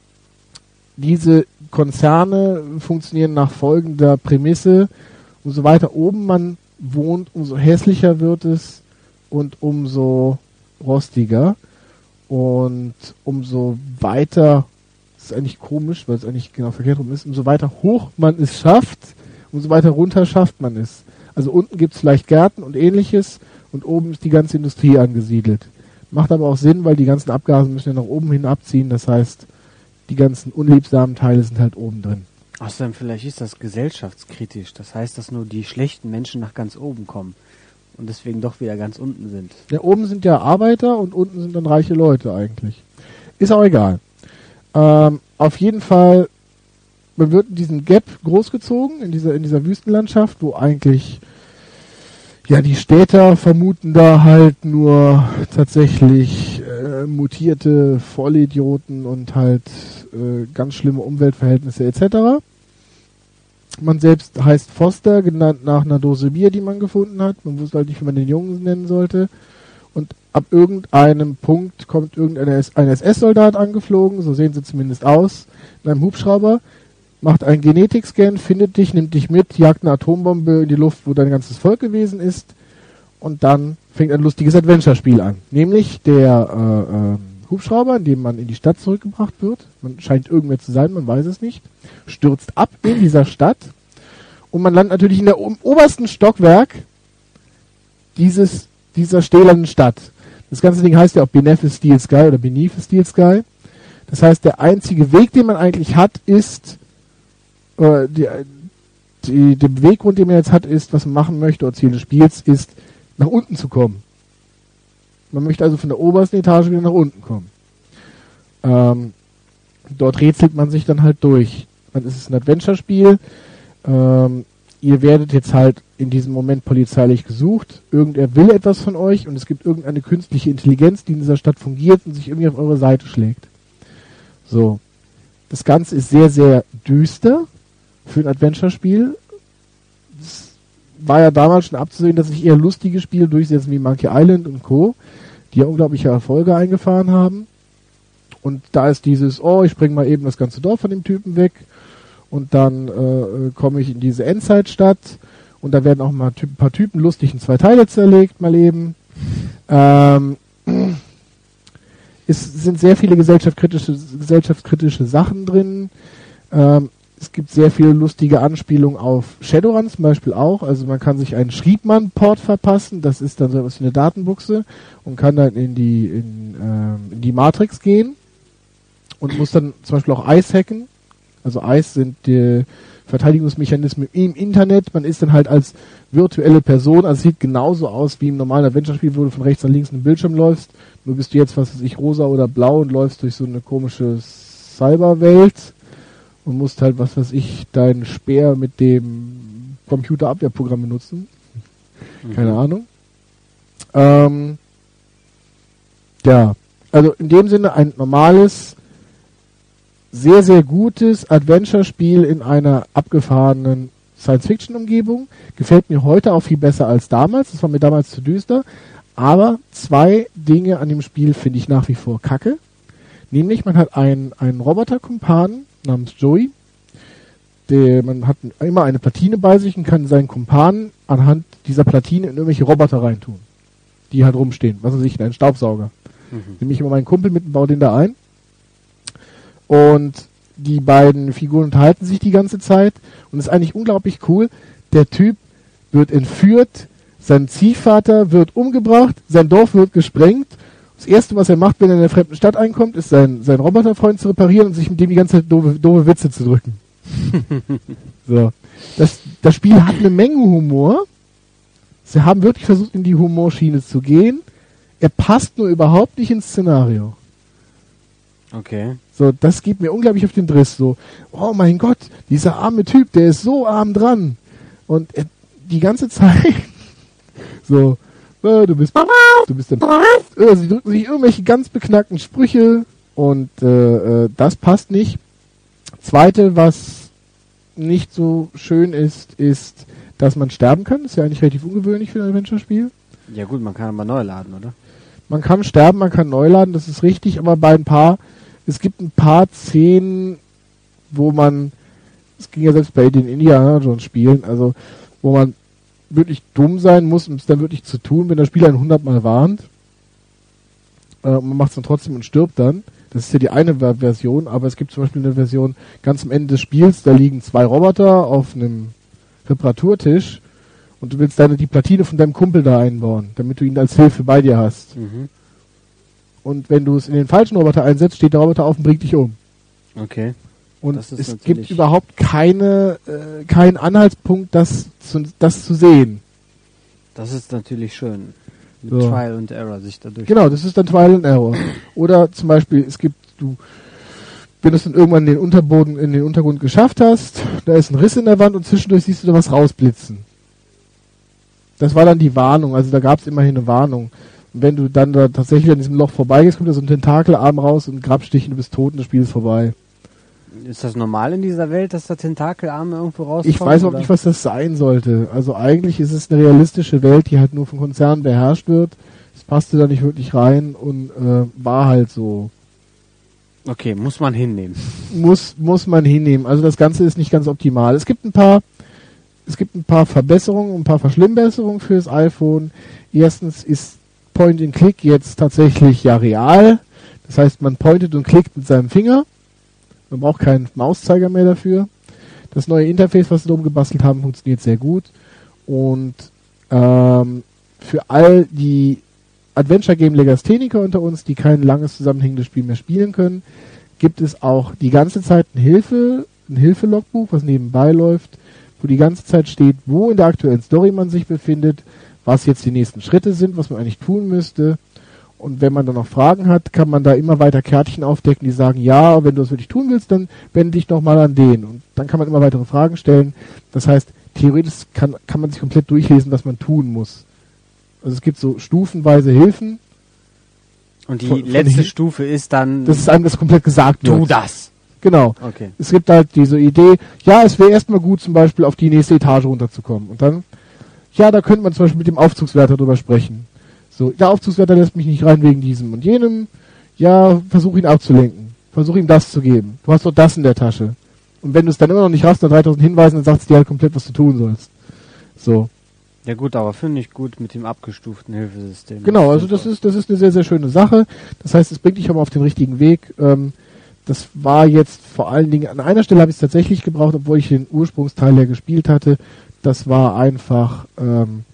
[SPEAKER 1] diese Konzerne funktionieren nach folgender Prämisse: umso weiter oben man wohnt, umso hässlicher wird es und umso rostiger. Und umso weiter, das ist eigentlich komisch, weil es eigentlich genau verkehrt rum ist, umso weiter hoch man es schafft, umso weiter runter schafft man es. Also unten gibt es vielleicht Gärten und ähnliches und oben ist die ganze Industrie angesiedelt. Macht aber auch Sinn, weil die ganzen Abgase müssen ja nach oben hin abziehen, das heißt, die ganzen unliebsamen Teile sind halt oben drin.
[SPEAKER 2] Außerdem vielleicht ist das gesellschaftskritisch, das heißt, dass nur die schlechten Menschen nach ganz oben kommen und deswegen doch wieder ganz unten sind.
[SPEAKER 1] Ja, oben sind ja Arbeiter und unten sind dann reiche Leute eigentlich. Ist auch egal. Ähm, auf jeden Fall, man wird in diesem Gap großgezogen, in dieser, in dieser Wüstenlandschaft, wo eigentlich, ja, die Städter vermuten da halt nur tatsächlich äh, mutierte Vollidioten und halt äh, ganz schlimme Umweltverhältnisse et cetera. Man selbst heißt Foster, genannt nach einer Dose Bier, die man gefunden hat. Man wusste halt nicht, wie man den Jungen nennen sollte. Und ab irgendeinem Punkt kommt irgendein ein S S-Soldat angeflogen, so sehen sie zumindest aus, in einem Hubschrauber, macht einen Genetikscan, findet dich, nimmt dich mit, jagt eine Atombombe in die Luft, wo dein ganzes Volk gewesen ist. Und dann fängt ein lustiges Adventure-Spiel an. Nämlich der äh, äh, Hubschrauber, in dem man in die Stadt zurückgebracht wird, man scheint irgendwer zu sein, man weiß es nicht, stürzt ab in dieser Stadt und man landet natürlich in der o- obersten Stockwerk dieses, dieser stählernen Stadt. Das ganze Ding heißt ja auch Beneath the Steel Sky oder Beneath the Steel Sky. Das heißt, der einzige Weg, den man eigentlich hat, ist, äh, die, die, der Beweggrund, den man jetzt hat, ist, was man machen möchte, oder Ziel des Spiels, ist, nach unten zu kommen. Man möchte also von der obersten Etage wieder nach unten kommen. Ähm, dort rätselt man sich dann halt durch. Dann ist es ein Adventure-Spiel. Ähm, ihr werdet jetzt halt in diesem Moment polizeilich gesucht. Irgendwer will etwas von euch und es gibt irgendeine künstliche Intelligenz, die in dieser Stadt fungiert und sich irgendwie auf eure Seite schlägt. So. Das Ganze ist sehr, sehr düster für ein Adventure-Spiel. Das war ja damals schon abzusehen, dass sich eher lustige Spiele durchsetzen wie Monkey Island und Co., die ja unglaubliche Erfolge eingefahren haben. Und da ist dieses, oh, ich spring mal eben das ganze Dorf von dem Typen weg und dann äh, komme ich in diese Endzeitstadt und da werden auch mal ein paar Typen lustig in zwei Teile zerlegt, mal eben. Ähm, es sind sehr viele gesellschaftskritische, gesellschaftskritische Sachen drin. Ähm, es gibt sehr viele lustige Anspielungen auf Shadowrun zum Beispiel auch. Also man kann sich einen Schriebmann-Port verpassen, das ist dann so etwas wie eine Datenbuchse und kann dann in die, in, ähm, in die Matrix gehen und muss dann zum Beispiel auch Ice hacken. Also Ice sind die Verteidigungsmechanismen im Internet. Man ist dann halt als virtuelle Person, also sieht genauso aus wie im normalen Adventure-Spiel, wo du von rechts nach links in den Bildschirm läufst. Nur bist du jetzt, was weiß ich, rosa oder blau und läufst durch so eine komische Cyberwelt und musst halt, was weiß ich, deinen Speer mit dem Computerabwehrprogramm benutzen. Mhm. Keine Ahnung. Ähm, ja, also in dem Sinne ein normales, sehr, sehr gutes Adventure-Spiel in einer abgefahrenen Science-Fiction-Umgebung. Gefällt mir heute auch viel besser als damals. Das war mir damals zu düster. Aber zwei Dinge an dem Spiel finde ich nach wie vor kacke. Nämlich, man hat einen, einen Roboter-Kumpan namens Joey. Der, man hat immer eine Platine bei sich und kann seinen Kumpanen anhand dieser Platine in irgendwelche Roboter reintun. Die halt rumstehen. Was weiß ich, in einen Staubsauger. Mhm. Nehme ich immer meinen Kumpel mit und baue den da ein. Und die beiden Figuren unterhalten sich die ganze Zeit und ist eigentlich unglaublich cool. Der Typ wird entführt, sein Ziehvater wird umgebracht, sein Dorf wird gesprengt. Das Erste, was er macht, wenn er in einer fremden Stadt einkommt, ist sein, sein Roboterfreund zu reparieren und sich mit dem die ganze Zeit doofe, doofe Witze zu drücken. So. Das, das Spiel hat eine Menge Humor. Sie haben wirklich versucht, in die Humorschiene zu gehen. Er passt nur überhaupt nicht ins Szenario.
[SPEAKER 2] Okay.
[SPEAKER 1] So, das geht mir unglaublich auf den Driss. So, oh mein Gott, dieser arme Typ, der ist so arm dran. Und er, die ganze Zeit so, äh, du bist, du bist dann, äh, sie drücken sich irgendwelche ganz beknackten Sprüche und äh, äh, das passt nicht. Zweite, was nicht so schön ist, ist, dass man sterben kann. Das ist ja eigentlich relativ ungewöhnlich für ein Adventure-Spiel.
[SPEAKER 2] Ja gut, man kann aber neu laden, oder?
[SPEAKER 1] Man kann sterben, man kann neu laden, das ist richtig, aber bei ein paar, es gibt ein paar Szenen, wo man, es ging ja selbst bei den Indiana Jones Spielen, also wo man wirklich dumm sein muss, um es dann wirklich zu tun, wenn der Spieler einen hundertmal warnt. Äh, man macht es dann trotzdem und stirbt dann. Das ist ja die eine Ver- Version, aber es gibt zum Beispiel eine Version ganz am Ende des Spiels, da liegen zwei Roboter auf einem Reparaturtisch und du willst dann die Platine von deinem Kumpel da einbauen, damit du ihn als Hilfe bei dir hast.
[SPEAKER 2] Mhm.
[SPEAKER 1] Und wenn du es in den falschen Roboter einsetzt, steht der Roboter auf und bringt dich um.
[SPEAKER 2] Okay.
[SPEAKER 1] Und
[SPEAKER 2] Das ist
[SPEAKER 1] es
[SPEAKER 2] natürlich-
[SPEAKER 1] gibt überhaupt keine, äh, keinen Anhaltspunkt, das zu, das zu sehen.
[SPEAKER 2] Das ist natürlich schön. Mit
[SPEAKER 1] So.
[SPEAKER 2] Trial and Error sich dadurch.
[SPEAKER 1] Genau, das ist dann Trial and Error. Oder zum Beispiel, es gibt, du, wenn du es dann irgendwann in den Unterboden, in den Untergrund geschafft hast, da ist ein Riss in der Wand und zwischendurch siehst du da was rausblitzen. Das war dann die Warnung, also da gab es immerhin eine Warnung. Und wenn du dann da tatsächlich an diesem Loch vorbeigehst, kommt da so ein Tentakelarm raus und grabst dich und du bist tot und das Spiel ist vorbei.
[SPEAKER 2] Ist das normal in dieser Welt, dass da Tentakelarme irgendwo rauskommen?
[SPEAKER 1] Ich weiß auch
[SPEAKER 2] oder?
[SPEAKER 1] nicht, was das sein sollte. Also eigentlich ist es eine realistische Welt, die halt nur von Konzernen beherrscht wird. Es passte da nicht wirklich rein und äh, war halt so.
[SPEAKER 2] Okay, muss man hinnehmen.
[SPEAKER 1] Muss muss man hinnehmen. Also das Ganze ist nicht ganz optimal. Es gibt ein paar es gibt ein paar Verbesserungen, ein paar Verschlimmbesserungen für das iPhone. Erstens ist Point and Click jetzt tatsächlich ja real. Das heißt, man pointet und klickt mit seinem Finger. Man braucht keinen Mauszeiger mehr dafür. Das neue Interface, was sie da gebastelt haben, funktioniert sehr gut. Und ähm, für all die Adventure-Game-Legastheniker unter uns, die kein langes zusammenhängendes Spiel mehr spielen können, gibt es auch die ganze Zeit ein Hilfe, ein Hilfe-Logbuch, was nebenbei läuft, wo die ganze Zeit steht, wo in der aktuellen Story man sich befindet, was jetzt die nächsten Schritte sind, was man eigentlich tun müsste. Und wenn man dann noch Fragen hat, kann man da immer weiter Kärtchen aufdecken, die sagen, ja, wenn du das wirklich tun willst, dann wende dich nochmal an den. Und dann kann man immer weitere Fragen stellen. Das heißt, theoretisch kann, kann man sich komplett durchlesen, was man tun muss. Also es gibt so stufenweise Hilfen.
[SPEAKER 2] Und die
[SPEAKER 1] Von- von
[SPEAKER 2] letzte
[SPEAKER 1] hin-
[SPEAKER 2] Stufe ist dann,
[SPEAKER 1] Das ist einem das komplett gesagt wird.
[SPEAKER 2] tu das.
[SPEAKER 1] Genau.
[SPEAKER 2] Okay.
[SPEAKER 1] Es gibt halt diese Idee, ja, es wäre erstmal gut, zum Beispiel auf die nächste Etage runterzukommen. Und dann, ja, da könnte man zum Beispiel mit dem Aufzugswärter drüber sprechen. So, der Aufzugswärter lässt mich nicht rein wegen diesem und jenem. Ja, versuch ihn abzulenken. Versuch ihm das zu geben. Du hast doch das in der Tasche. Und wenn du es dann immer noch nicht hast, nach dreitausend Hinweisen, dann sagt es dir halt komplett, was du tun sollst. So.
[SPEAKER 2] Ja gut, aber finde ich gut mit dem abgestuften Hilfesystem.
[SPEAKER 1] Genau, also das ist, das ist eine sehr, sehr schöne Sache. Das heißt, es bringt dich aber auf den richtigen Weg. Ähm, das war jetzt vor allen Dingen, an einer Stelle habe ich es tatsächlich gebraucht, obwohl ich den Ursprungsteil ja gespielt hatte. Das war einfach, ähm,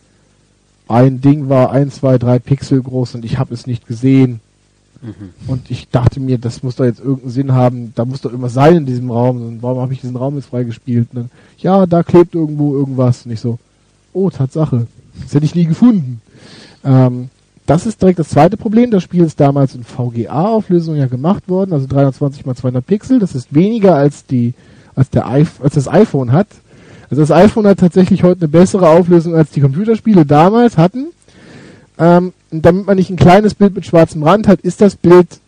[SPEAKER 1] ein Ding war ein, zwei, drei Pixel groß und ich habe es nicht gesehen.
[SPEAKER 2] Mhm.
[SPEAKER 1] Und ich dachte mir, das muss doch jetzt irgendeinen Sinn haben, da muss doch irgendwas sein in diesem Raum. Und warum habe ich diesen Raum jetzt freigespielt? Und dann, ja, da klebt irgendwo irgendwas. Und ich so, oh, Tatsache. Das hätte ich nie gefunden. Ähm, das ist direkt das zweite Problem. Das Spiel ist damals in V G A-Auflösung ja gemacht worden, also dreihundertzwanzig mal zweihundert Pixel. Das ist weniger als die, als der iPhone, als das iPhone hat. Also das iPhone hat tatsächlich heute eine bessere Auflösung, als die Computerspiele damals hatten. Ähm, und damit man nicht ein kleines Bild mit schwarzem Rand hat, ist das Bild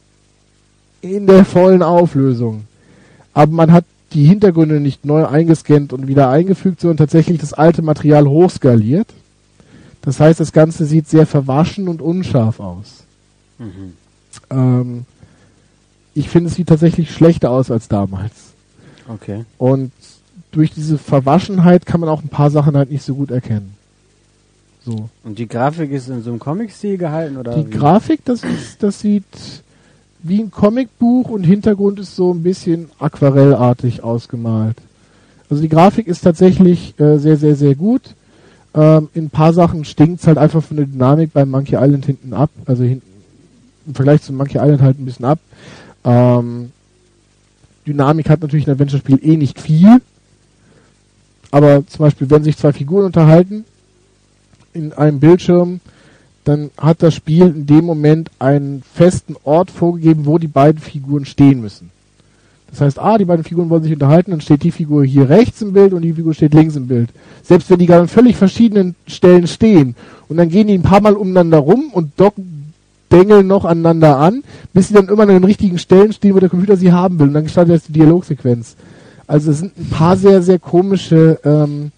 [SPEAKER 1] in der vollen Auflösung. Aber man hat die Hintergründe nicht neu eingescannt und wieder eingefügt, sondern tatsächlich das alte Material hochskaliert. Das heißt, das Ganze sieht sehr verwaschen und unscharf aus.
[SPEAKER 2] Mhm.
[SPEAKER 1] Ähm, ich finde, es sieht tatsächlich schlechter aus als damals.
[SPEAKER 2] Okay.
[SPEAKER 1] Und durch diese Verwaschenheit kann man auch ein paar Sachen halt nicht so gut erkennen. So.
[SPEAKER 2] Und die Grafik ist in so einem Comic-Stil gehalten oder?
[SPEAKER 1] Die
[SPEAKER 2] wie?
[SPEAKER 1] Grafik, das ist, das sieht wie ein Comicbuch und Hintergrund ist so ein bisschen aquarellartig ausgemalt. Also die Grafik ist tatsächlich äh, sehr, sehr, sehr gut. Ähm, in ein paar Sachen stinkt es halt einfach von der Dynamik beim Monkey Island hinten ab. Also hin, im Vergleich zum Monkey Island halt ein bisschen ab. Ähm, Dynamik hat natürlich ein Adventure-Spiel eh nicht viel. Aber zum Beispiel, wenn sich zwei Figuren unterhalten in einem Bildschirm, dann hat das Spiel in dem Moment einen festen Ort vorgegeben, wo die beiden Figuren stehen müssen. Das heißt, ah, die beiden Figuren wollen sich unterhalten, dann steht die Figur hier rechts im Bild und die Figur steht links im Bild. Selbst wenn die gar an völlig verschiedenen Stellen stehen und dann gehen die ein paar Mal umeinander rum und docken, dengeln noch aneinander an, bis sie dann immer an den richtigen Stellen stehen, wo der Computer sie haben will und dann startet erst die Dialogsequenz. Also es sind ein paar sehr, sehr komische, ähm,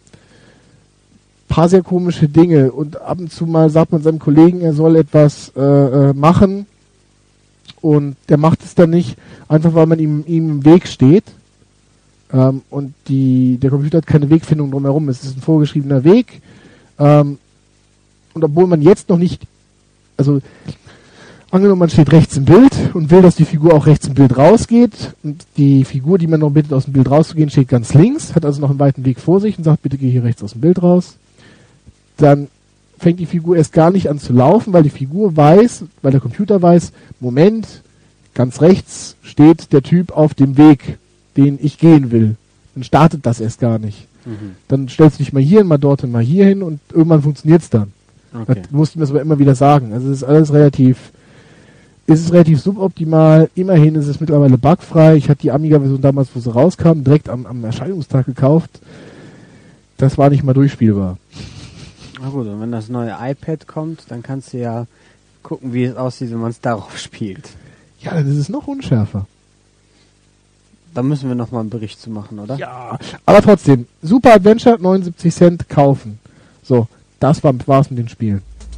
[SPEAKER 1] paar sehr komische Dinge und ab und zu mal sagt man seinem Kollegen, er soll etwas äh, äh, machen und der macht es dann nicht, einfach weil man ihm, ihm im Weg steht ähm, und die, der Computer hat keine Wegfindung drumherum, es ist ein vorgeschriebener Weg ähm, und obwohl man jetzt noch nicht, also angenommen, man steht rechts im Bild und will, dass die Figur auch rechts im Bild rausgeht und die Figur, die man noch bittet, aus dem Bild rauszugehen, steht ganz links, hat also noch einen weiten Weg vor sich und sagt, bitte geh hier rechts aus dem Bild raus. Dann fängt die Figur erst gar nicht an zu laufen, weil die Figur weiß, weil der Computer weiß, Moment, ganz rechts steht der Typ auf dem Weg, den ich gehen will. Dann startet das erst gar nicht. Mhm. Dann stellst du dich mal hier hin, mal dort und mal hier hin und irgendwann funktioniert's dann. Okay. Das musst du mir das aber immer wieder sagen. Also es ist alles relativ, es ist relativ suboptimal. Immerhin ist es mittlerweile bugfrei. Ich hatte die Amiga-Version damals, wo sie rauskam, direkt am, am Erscheinungstag gekauft. Das war nicht mal durchspielbar.
[SPEAKER 2] Na gut, und wenn das neue iPad kommt, dann kannst du ja gucken, wie es aussieht, wenn man es darauf spielt.
[SPEAKER 1] Ja, dann ist es noch unschärfer.
[SPEAKER 2] Da müssen wir nochmal einen Bericht zu machen, oder?
[SPEAKER 1] Ja, aber trotzdem, Super Adventure, neunundsiebzig Cent kaufen. So, das war, war's mit den Spielen.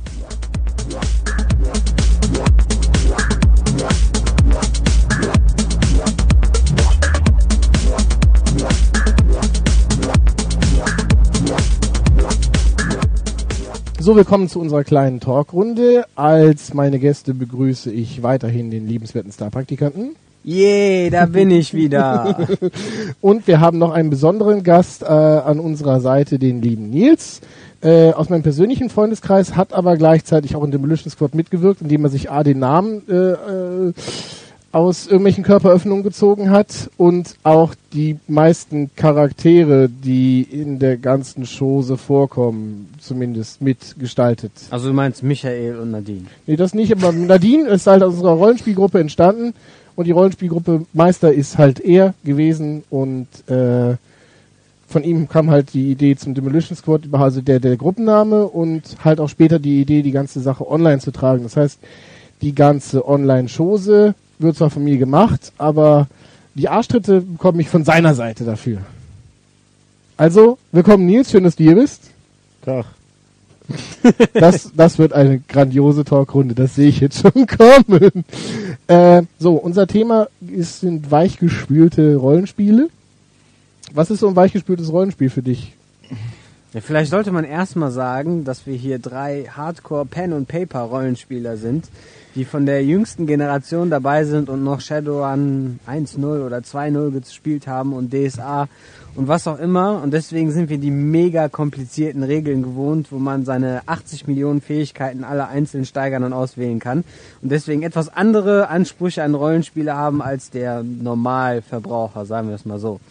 [SPEAKER 1] So, willkommen zu unserer kleinen Talkrunde. Als meine Gäste begrüße ich weiterhin den liebenswerten Star-Praktikanten.
[SPEAKER 2] Yay, da bin ich wieder.
[SPEAKER 1] Und wir haben noch einen besonderen Gast äh, an unserer Seite, den lieben Nils. Äh, aus meinem persönlichen Freundeskreis, hat aber gleichzeitig auch in Demolition Squad mitgewirkt, indem er sich A, den Namen äh, äh, aus irgendwelchen Körperöffnungen gezogen hat und auch die meisten Charaktere, die in der ganzen Chose vorkommen, zumindest mitgestaltet.
[SPEAKER 2] Also du meinst Michael und Nadine?
[SPEAKER 1] Nee, das nicht, aber Nadine ist halt aus unserer Rollenspielgruppe entstanden und die Rollenspielgruppe Meister ist halt er gewesen und äh, von ihm kam halt die Idee zum Demolition Squad, also der, der Gruppenname und halt auch später die Idee, die ganze Sache online zu tragen. Das heißt, die ganze Online-Chose wird zwar von mir gemacht, aber die Arschtritte bekomme ich von seiner Seite dafür. Also, willkommen Nils, schön, dass du hier bist.
[SPEAKER 3] Tag.
[SPEAKER 1] Das, das wird eine grandiose Talkrunde, das sehe ich jetzt schon kommen. Äh, so, unser Thema ist, sind weichgespülte Rollenspiele. Was ist so ein weichgespültes Rollenspiel für dich?
[SPEAKER 2] Ja, vielleicht sollte man erstmal sagen, dass wir hier drei Hardcore-Pen-and-Paper-Rollenspieler sind, die von der jüngsten Generation dabei sind und noch Shadowrun eins null oder zwei null gespielt haben und D S A und was auch immer. Und deswegen sind wir die mega komplizierten Regeln gewohnt, wo man seine achtzig Millionen Fähigkeiten alle einzeln steigern und auswählen kann. Und deswegen etwas andere Ansprüche an Rollenspiele haben als der Normalverbraucher, sagen wir es mal so.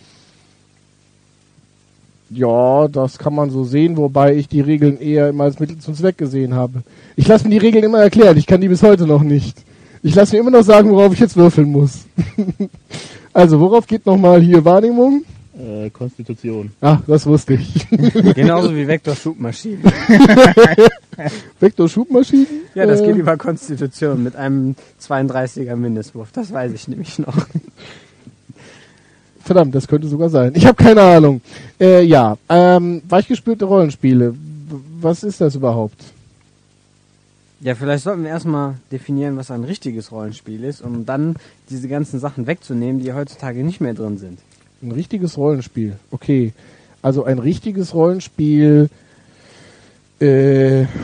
[SPEAKER 1] Ja, das kann man so sehen, wobei ich die Regeln eher immer als Mittel zum Zweck gesehen habe. Ich lasse mir die Regeln immer erklären, ich kann die bis heute noch nicht. Ich lasse mir immer noch sagen, worauf ich jetzt würfeln muss. Also, worauf geht nochmal hier Wahrnehmung?
[SPEAKER 3] Äh, Konstitution.
[SPEAKER 1] Ach, das wusste ich.
[SPEAKER 2] Genauso wie Vektorschubmaschinen.
[SPEAKER 1] Vektorschubmaschinen?
[SPEAKER 2] Ja, das
[SPEAKER 1] äh,
[SPEAKER 2] geht über Konstitution mit einem zweiunddreißiger Mindestwurf, das weiß ich nämlich noch.
[SPEAKER 1] Verdammt, das könnte sogar sein. Ich habe keine Ahnung. Äh, ja, ähm, weichgespülte Rollenspiele. W- Was ist das überhaupt?
[SPEAKER 2] Ja, vielleicht sollten wir erstmal definieren, was ein richtiges Rollenspiel ist, um dann diese ganzen Sachen wegzunehmen, die heutzutage nicht mehr drin sind.
[SPEAKER 1] Ein richtiges Rollenspiel. Okay. Also ein richtiges Rollenspiel, äh,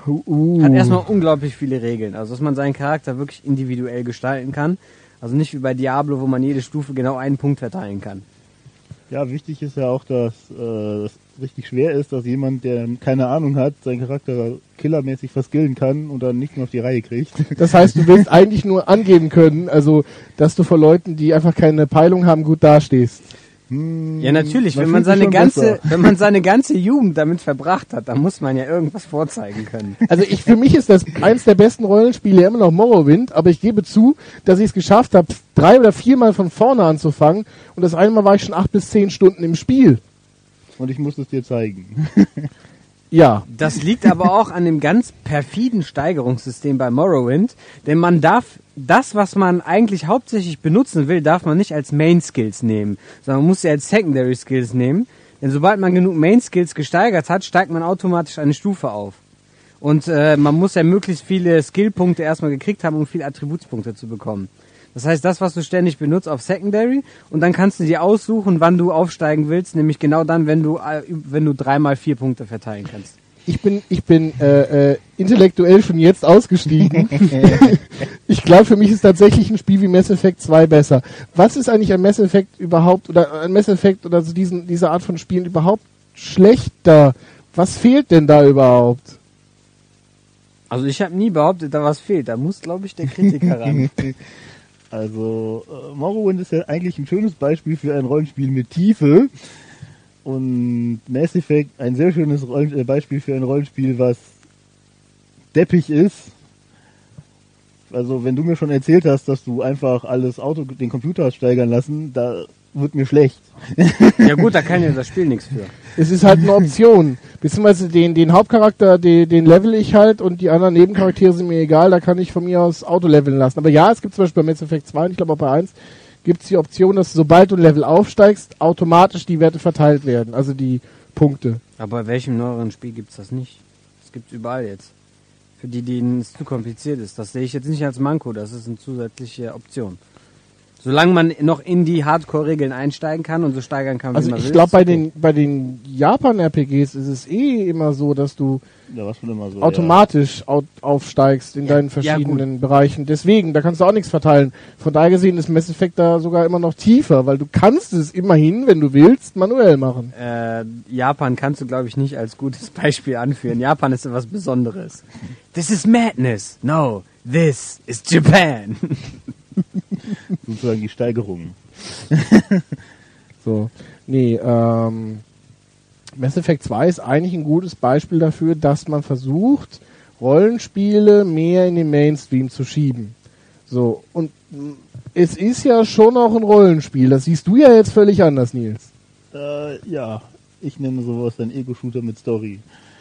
[SPEAKER 1] Uh.
[SPEAKER 2] Hat erstmal unglaublich viele Regeln, also dass man seinen Charakter wirklich individuell gestalten kann. Also nicht wie bei Diablo, wo man jede Stufe genau einen Punkt verteilen kann.
[SPEAKER 3] Ja, wichtig ist ja auch, dass äh, es richtig schwer ist, dass jemand, der keine Ahnung hat, seinen Charakter killermäßig verskillen kann und dann nicht mehr auf die Reihe kriegt.
[SPEAKER 1] Das heißt, du willst eigentlich nur angeben können, also dass du vor Leuten, die einfach keine Peilung haben, gut dastehst.
[SPEAKER 3] Hm,
[SPEAKER 2] Ja, natürlich,
[SPEAKER 3] man
[SPEAKER 2] wenn man
[SPEAKER 3] fühlt sich
[SPEAKER 2] seine
[SPEAKER 3] schon
[SPEAKER 2] ganze,
[SPEAKER 3] besser.
[SPEAKER 2] wenn man seine ganze Jugend damit verbracht hat, dann muss man ja irgendwas vorzeigen können.
[SPEAKER 1] Also ich, für mich ist das eins der besten Rollenspiele immer noch Morrowind, aber ich gebe zu, dass ich es geschafft habe, drei oder viermal von vorne anzufangen und das eine Mal war ich schon acht bis zehn Stunden im Spiel.
[SPEAKER 3] Und ich muss es dir zeigen.
[SPEAKER 1] Ja.
[SPEAKER 2] Das liegt aber auch an dem ganz perfiden Steigerungssystem bei Morrowind, denn man darf das, was man eigentlich hauptsächlich benutzen will, darf man nicht als Main Skills nehmen, sondern man muss sie als Secondary Skills nehmen, denn sobald man genug Main Skills gesteigert hat, steigt man automatisch eine Stufe auf. Und äh, man muss ja möglichst viele Skillpunkte erstmal gekriegt haben, um viele Attributspunkte zu bekommen. Das heißt, das, was du ständig benutzt, auf Secondary, und dann kannst du dir aussuchen, wann du aufsteigen willst, nämlich genau dann, wenn du äh, wenn du dreimal vier Punkte verteilen kannst.
[SPEAKER 1] Ich bin, ich bin äh, äh, intellektuell schon jetzt ausgestiegen. Ich glaube, für mich ist tatsächlich ein Spiel wie Mass Effect zwei besser. Was ist eigentlich an Mass Effect überhaupt, oder an Mass Effect oder so diesen, diese Art von Spielen überhaupt schlechter? Was fehlt denn da überhaupt?
[SPEAKER 2] Also ich habe nie behauptet, da was fehlt. Da muss, glaube ich, der Kritiker ran.
[SPEAKER 3] Also, äh, Morrowind ist ja eigentlich ein schönes Beispiel für ein Rollenspiel mit Tiefe. Und Mass Effect ein sehr schönes Rollen äh, Beispiel für ein Rollenspiel, was deppig ist. Also, wenn du mir schon erzählt hast, dass du einfach alles Auto, den Computer hast steigern lassen, da wird mir schlecht.
[SPEAKER 2] Ja gut, da kann ja das Spiel nichts für.
[SPEAKER 1] Es ist halt eine Option. Beziehungsweise den, den Hauptcharakter, den, den level ich halt und die anderen Nebencharaktere sind mir egal, da kann ich von mir aus Auto leveln lassen. Aber ja, es gibt zum Beispiel bei Mass Effect zwei und ich glaube auch bei eins gibt es die Option, dass sobald du ein Level aufsteigst, automatisch die Werte verteilt werden, also die Punkte.
[SPEAKER 2] Aber bei welchem neueren Spiel gibt's das nicht? Das gibt's überall jetzt. Für die, denen es zu kompliziert ist. Das sehe ich jetzt nicht als Manko, das ist eine zusätzliche Option. Solange man noch in die Hardcore-Regeln einsteigen kann und so steigern kann, wie
[SPEAKER 1] Also
[SPEAKER 2] man will.
[SPEAKER 1] ich glaube,
[SPEAKER 2] ist
[SPEAKER 1] bei
[SPEAKER 2] okay.
[SPEAKER 1] den, bei den Japan-R P Gs ist es eh immer so, dass du
[SPEAKER 3] Ja, was schon immer so.
[SPEAKER 1] automatisch au aufsteigst in
[SPEAKER 2] Ja,
[SPEAKER 1] deinen
[SPEAKER 2] ja,
[SPEAKER 1] verschiedenen Bereichen. Deswegen, da kannst du auch nichts verteilen. Von daher gesehen ist Mass Effect da sogar immer noch tiefer, weil du kannst es immerhin, wenn du willst, manuell machen.
[SPEAKER 2] Äh, Japan kannst du, glaube ich, nicht als gutes Beispiel anführen. Japan ist etwas Besonderes. This is madness. No, this is Japan.
[SPEAKER 3] Sozusagen die Steigerung.
[SPEAKER 1] So. Nee, ähm, Mass Effect zwei ist eigentlich ein gutes Beispiel dafür, dass man versucht, Rollenspiele mehr in den Mainstream zu schieben. So. Und mh, es ist ja schon auch ein Rollenspiel. Das siehst du ja jetzt völlig anders, Nils.
[SPEAKER 3] Äh, ja, ich nenne sowas ein Ego-Shooter mit Story.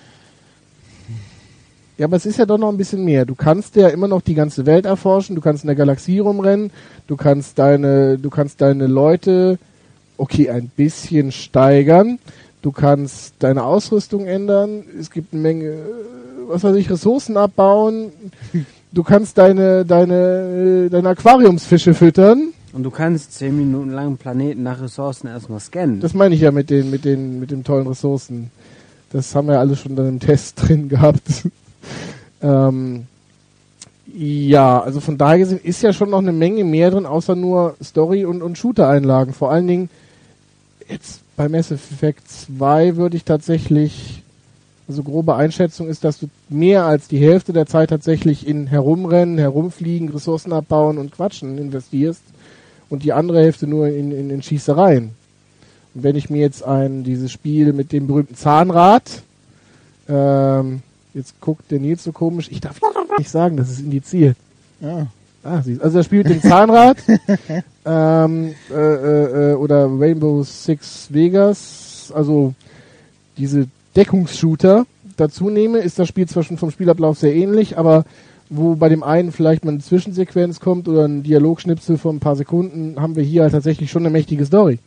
[SPEAKER 1] Ja, aber es ist ja doch noch ein bisschen mehr. Du kannst ja immer noch die ganze Welt erforschen, du kannst in der Galaxie rumrennen, du kannst deine, du kannst deine Leute, okay, ein bisschen steigern, du kannst deine Ausrüstung ändern, es gibt eine Menge, äh, was weiß ich, Ressourcen abbauen, du kannst deine, deine, äh, deine Aquariumsfische füttern.
[SPEAKER 2] Und du kannst zehn Minuten lang einen Planeten nach Ressourcen erstmal scannen.
[SPEAKER 1] Das meine ich ja mit den, mit den, mit den tollen Ressourcen. Das haben wir alle schon dann im Test drin gehabt. ähm, ja, also von daher gesehen ist ja schon noch eine Menge mehr drin, außer nur Story und, und Shooter-Einlagen. Vor allen Dingen jetzt bei Mass Effect zwei würde ich tatsächlich, also grobe Einschätzung ist, dass du mehr als die Hälfte der Zeit tatsächlich in Herumrennen, Herumfliegen, Ressourcen abbauen und Quatschen investierst und die andere Hälfte nur in, in, in Schießereien. Und wenn ich mir jetzt ein, dieses Spiel mit dem berühmten Zahnrad, ähm, jetzt guckt der Nils so komisch, ich darf nicht sagen, das ist indiziert.
[SPEAKER 3] Ja.
[SPEAKER 1] Ah, siehst, also das Spiel mit dem Zahnrad ähm, äh, äh, oder Rainbow Six Vegas, also diese Deckungsshooter dazu nehme, ist das Spiel zwar schon vom Spielablauf sehr ähnlich, aber wo bei dem einen vielleicht mal eine Zwischensequenz kommt oder ein Dialogschnipsel von ein paar Sekunden, haben wir hier halt tatsächlich schon eine mächtige Story.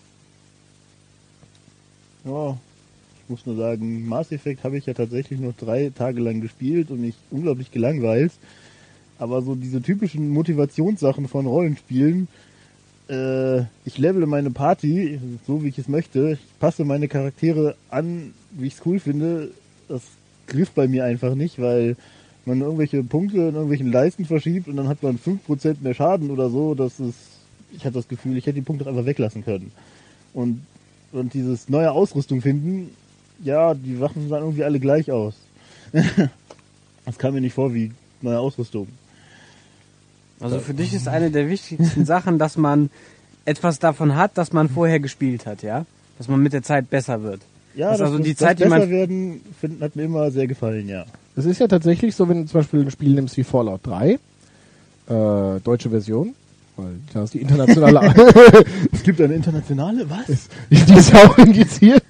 [SPEAKER 3] Ja, ich muss nur sagen, Mass Effect habe ich ja tatsächlich nur drei Tage lang gespielt und mich unglaublich gelangweilt. Aber so diese typischen Motivationssachen von Rollenspielen, äh, ich levele meine Party, so wie ich es möchte, ich passe meine Charaktere an, wie ich es cool finde, das griff bei mir einfach nicht, weil man irgendwelche Punkte in irgendwelchen Leisten verschiebt und dann hat man fünf Prozent mehr Schaden oder so. Das ist, ich hatte das Gefühl, ich hätte die Punkte einfach weglassen können. Und, und dieses neue Ausrüstung finden, ja, die Waffen sahen irgendwie alle gleich aus. Das kam mir nicht vor wie neue Ausrüstung.
[SPEAKER 2] Also für dich ist eine der wichtigsten Sachen, dass man etwas davon hat, dass man vorher gespielt hat, ja? Dass man mit der Zeit besser wird.
[SPEAKER 3] Ja,
[SPEAKER 2] das
[SPEAKER 3] das,
[SPEAKER 2] also die
[SPEAKER 3] das,
[SPEAKER 2] Zeit,
[SPEAKER 3] das
[SPEAKER 2] die man
[SPEAKER 3] besser werden, finden, hat mir immer sehr gefallen, ja.
[SPEAKER 1] Es ist ja tatsächlich so, wenn du zum Beispiel ein Spiel nimmst wie Fallout drei, äh, deutsche Version, weil da ist die internationale...
[SPEAKER 3] Es gibt eine internationale, was?
[SPEAKER 1] Die ist ja auch indiziert.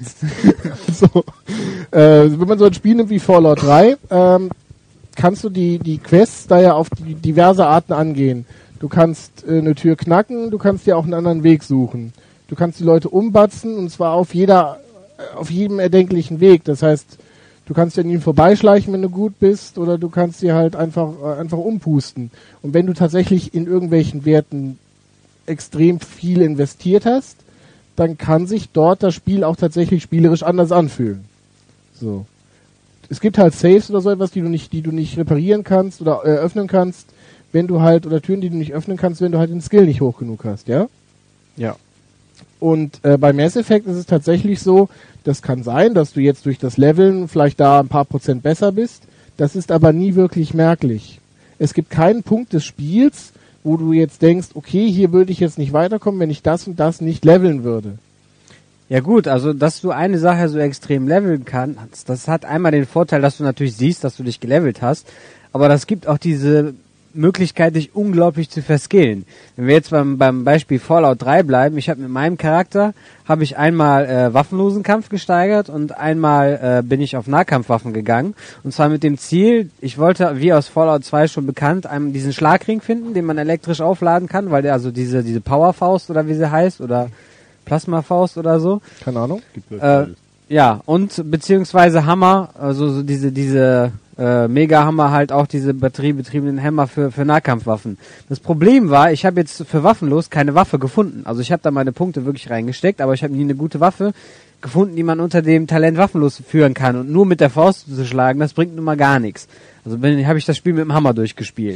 [SPEAKER 1] So. Äh, wenn man so ein Spiel nimmt wie Fallout drei, ähm, kannst du die, die Quests da ja auf die diverse Arten angehen. Du kannst äh, eine Tür knacken, du kannst dir auch einen anderen Weg suchen. Du kannst die Leute umbatzen und zwar auf jeder, auf jedem erdenklichen Weg. Das heißt, du kannst ja an ihnen vorbeischleichen, wenn du gut bist, oder du kannst sie halt einfach, äh, einfach umpusten. Und wenn du tatsächlich in irgendwelchen Werten extrem viel investiert hast, dann kann sich dort das Spiel auch tatsächlich spielerisch anders anfühlen. So. Es gibt halt Saves oder so etwas, die du nicht, die du nicht reparieren kannst oder äh, öffnen kannst, wenn du halt, oder Türen, die du nicht öffnen kannst, wenn du halt den Skill nicht hoch genug hast, ja?
[SPEAKER 2] Ja.
[SPEAKER 1] Und äh, bei Mass Effect ist es tatsächlich so, das kann sein, dass du jetzt durch das Leveln vielleicht da ein paar Prozent besser bist, das ist aber nie wirklich merklich. Es gibt keinen Punkt des Spiels, wo du jetzt denkst, okay, hier würde ich jetzt nicht weiterkommen, wenn ich das und das nicht leveln würde.
[SPEAKER 2] Ja gut, also dass du eine Sache so extrem leveln kannst, das hat einmal den Vorteil, dass du natürlich siehst, dass du dich gelevelt hast, aber das gibt auch diese Möglichkeit, dich unglaublich zu verskillen. Wenn wir jetzt beim, beim Beispiel Fallout drei bleiben, ich habe mit meinem Charakter, habe ich einmal äh, Waffenlosenkampf gesteigert und einmal äh, bin ich auf Nahkampfwaffen gegangen. Und zwar mit dem Ziel, ich wollte, wie aus Fallout zwei schon bekannt, einen, diesen Schlagring finden, den man elektrisch aufladen kann, weil der also diese, diese Powerfaust oder wie sie heißt, oder Plasmafaust oder so.
[SPEAKER 1] Keine Ahnung.
[SPEAKER 2] Äh, ja, und beziehungsweise Hammer, also so diese, diese äh, Mega-Hammer, halt auch diese batteriebetriebenen Hämmer für, für Nahkampfwaffen. Das Problem war, ich habe jetzt für Waffenlos keine Waffe gefunden. Also ich habe da meine Punkte wirklich reingesteckt, aber ich habe nie eine gute Waffe gefunden, die man unter dem Talent Waffenlos führen kann. Und nur mit der Faust zu schlagen, das bringt nun mal gar nichts. Also habe ich das Spiel mit dem Hammer durchgespielt.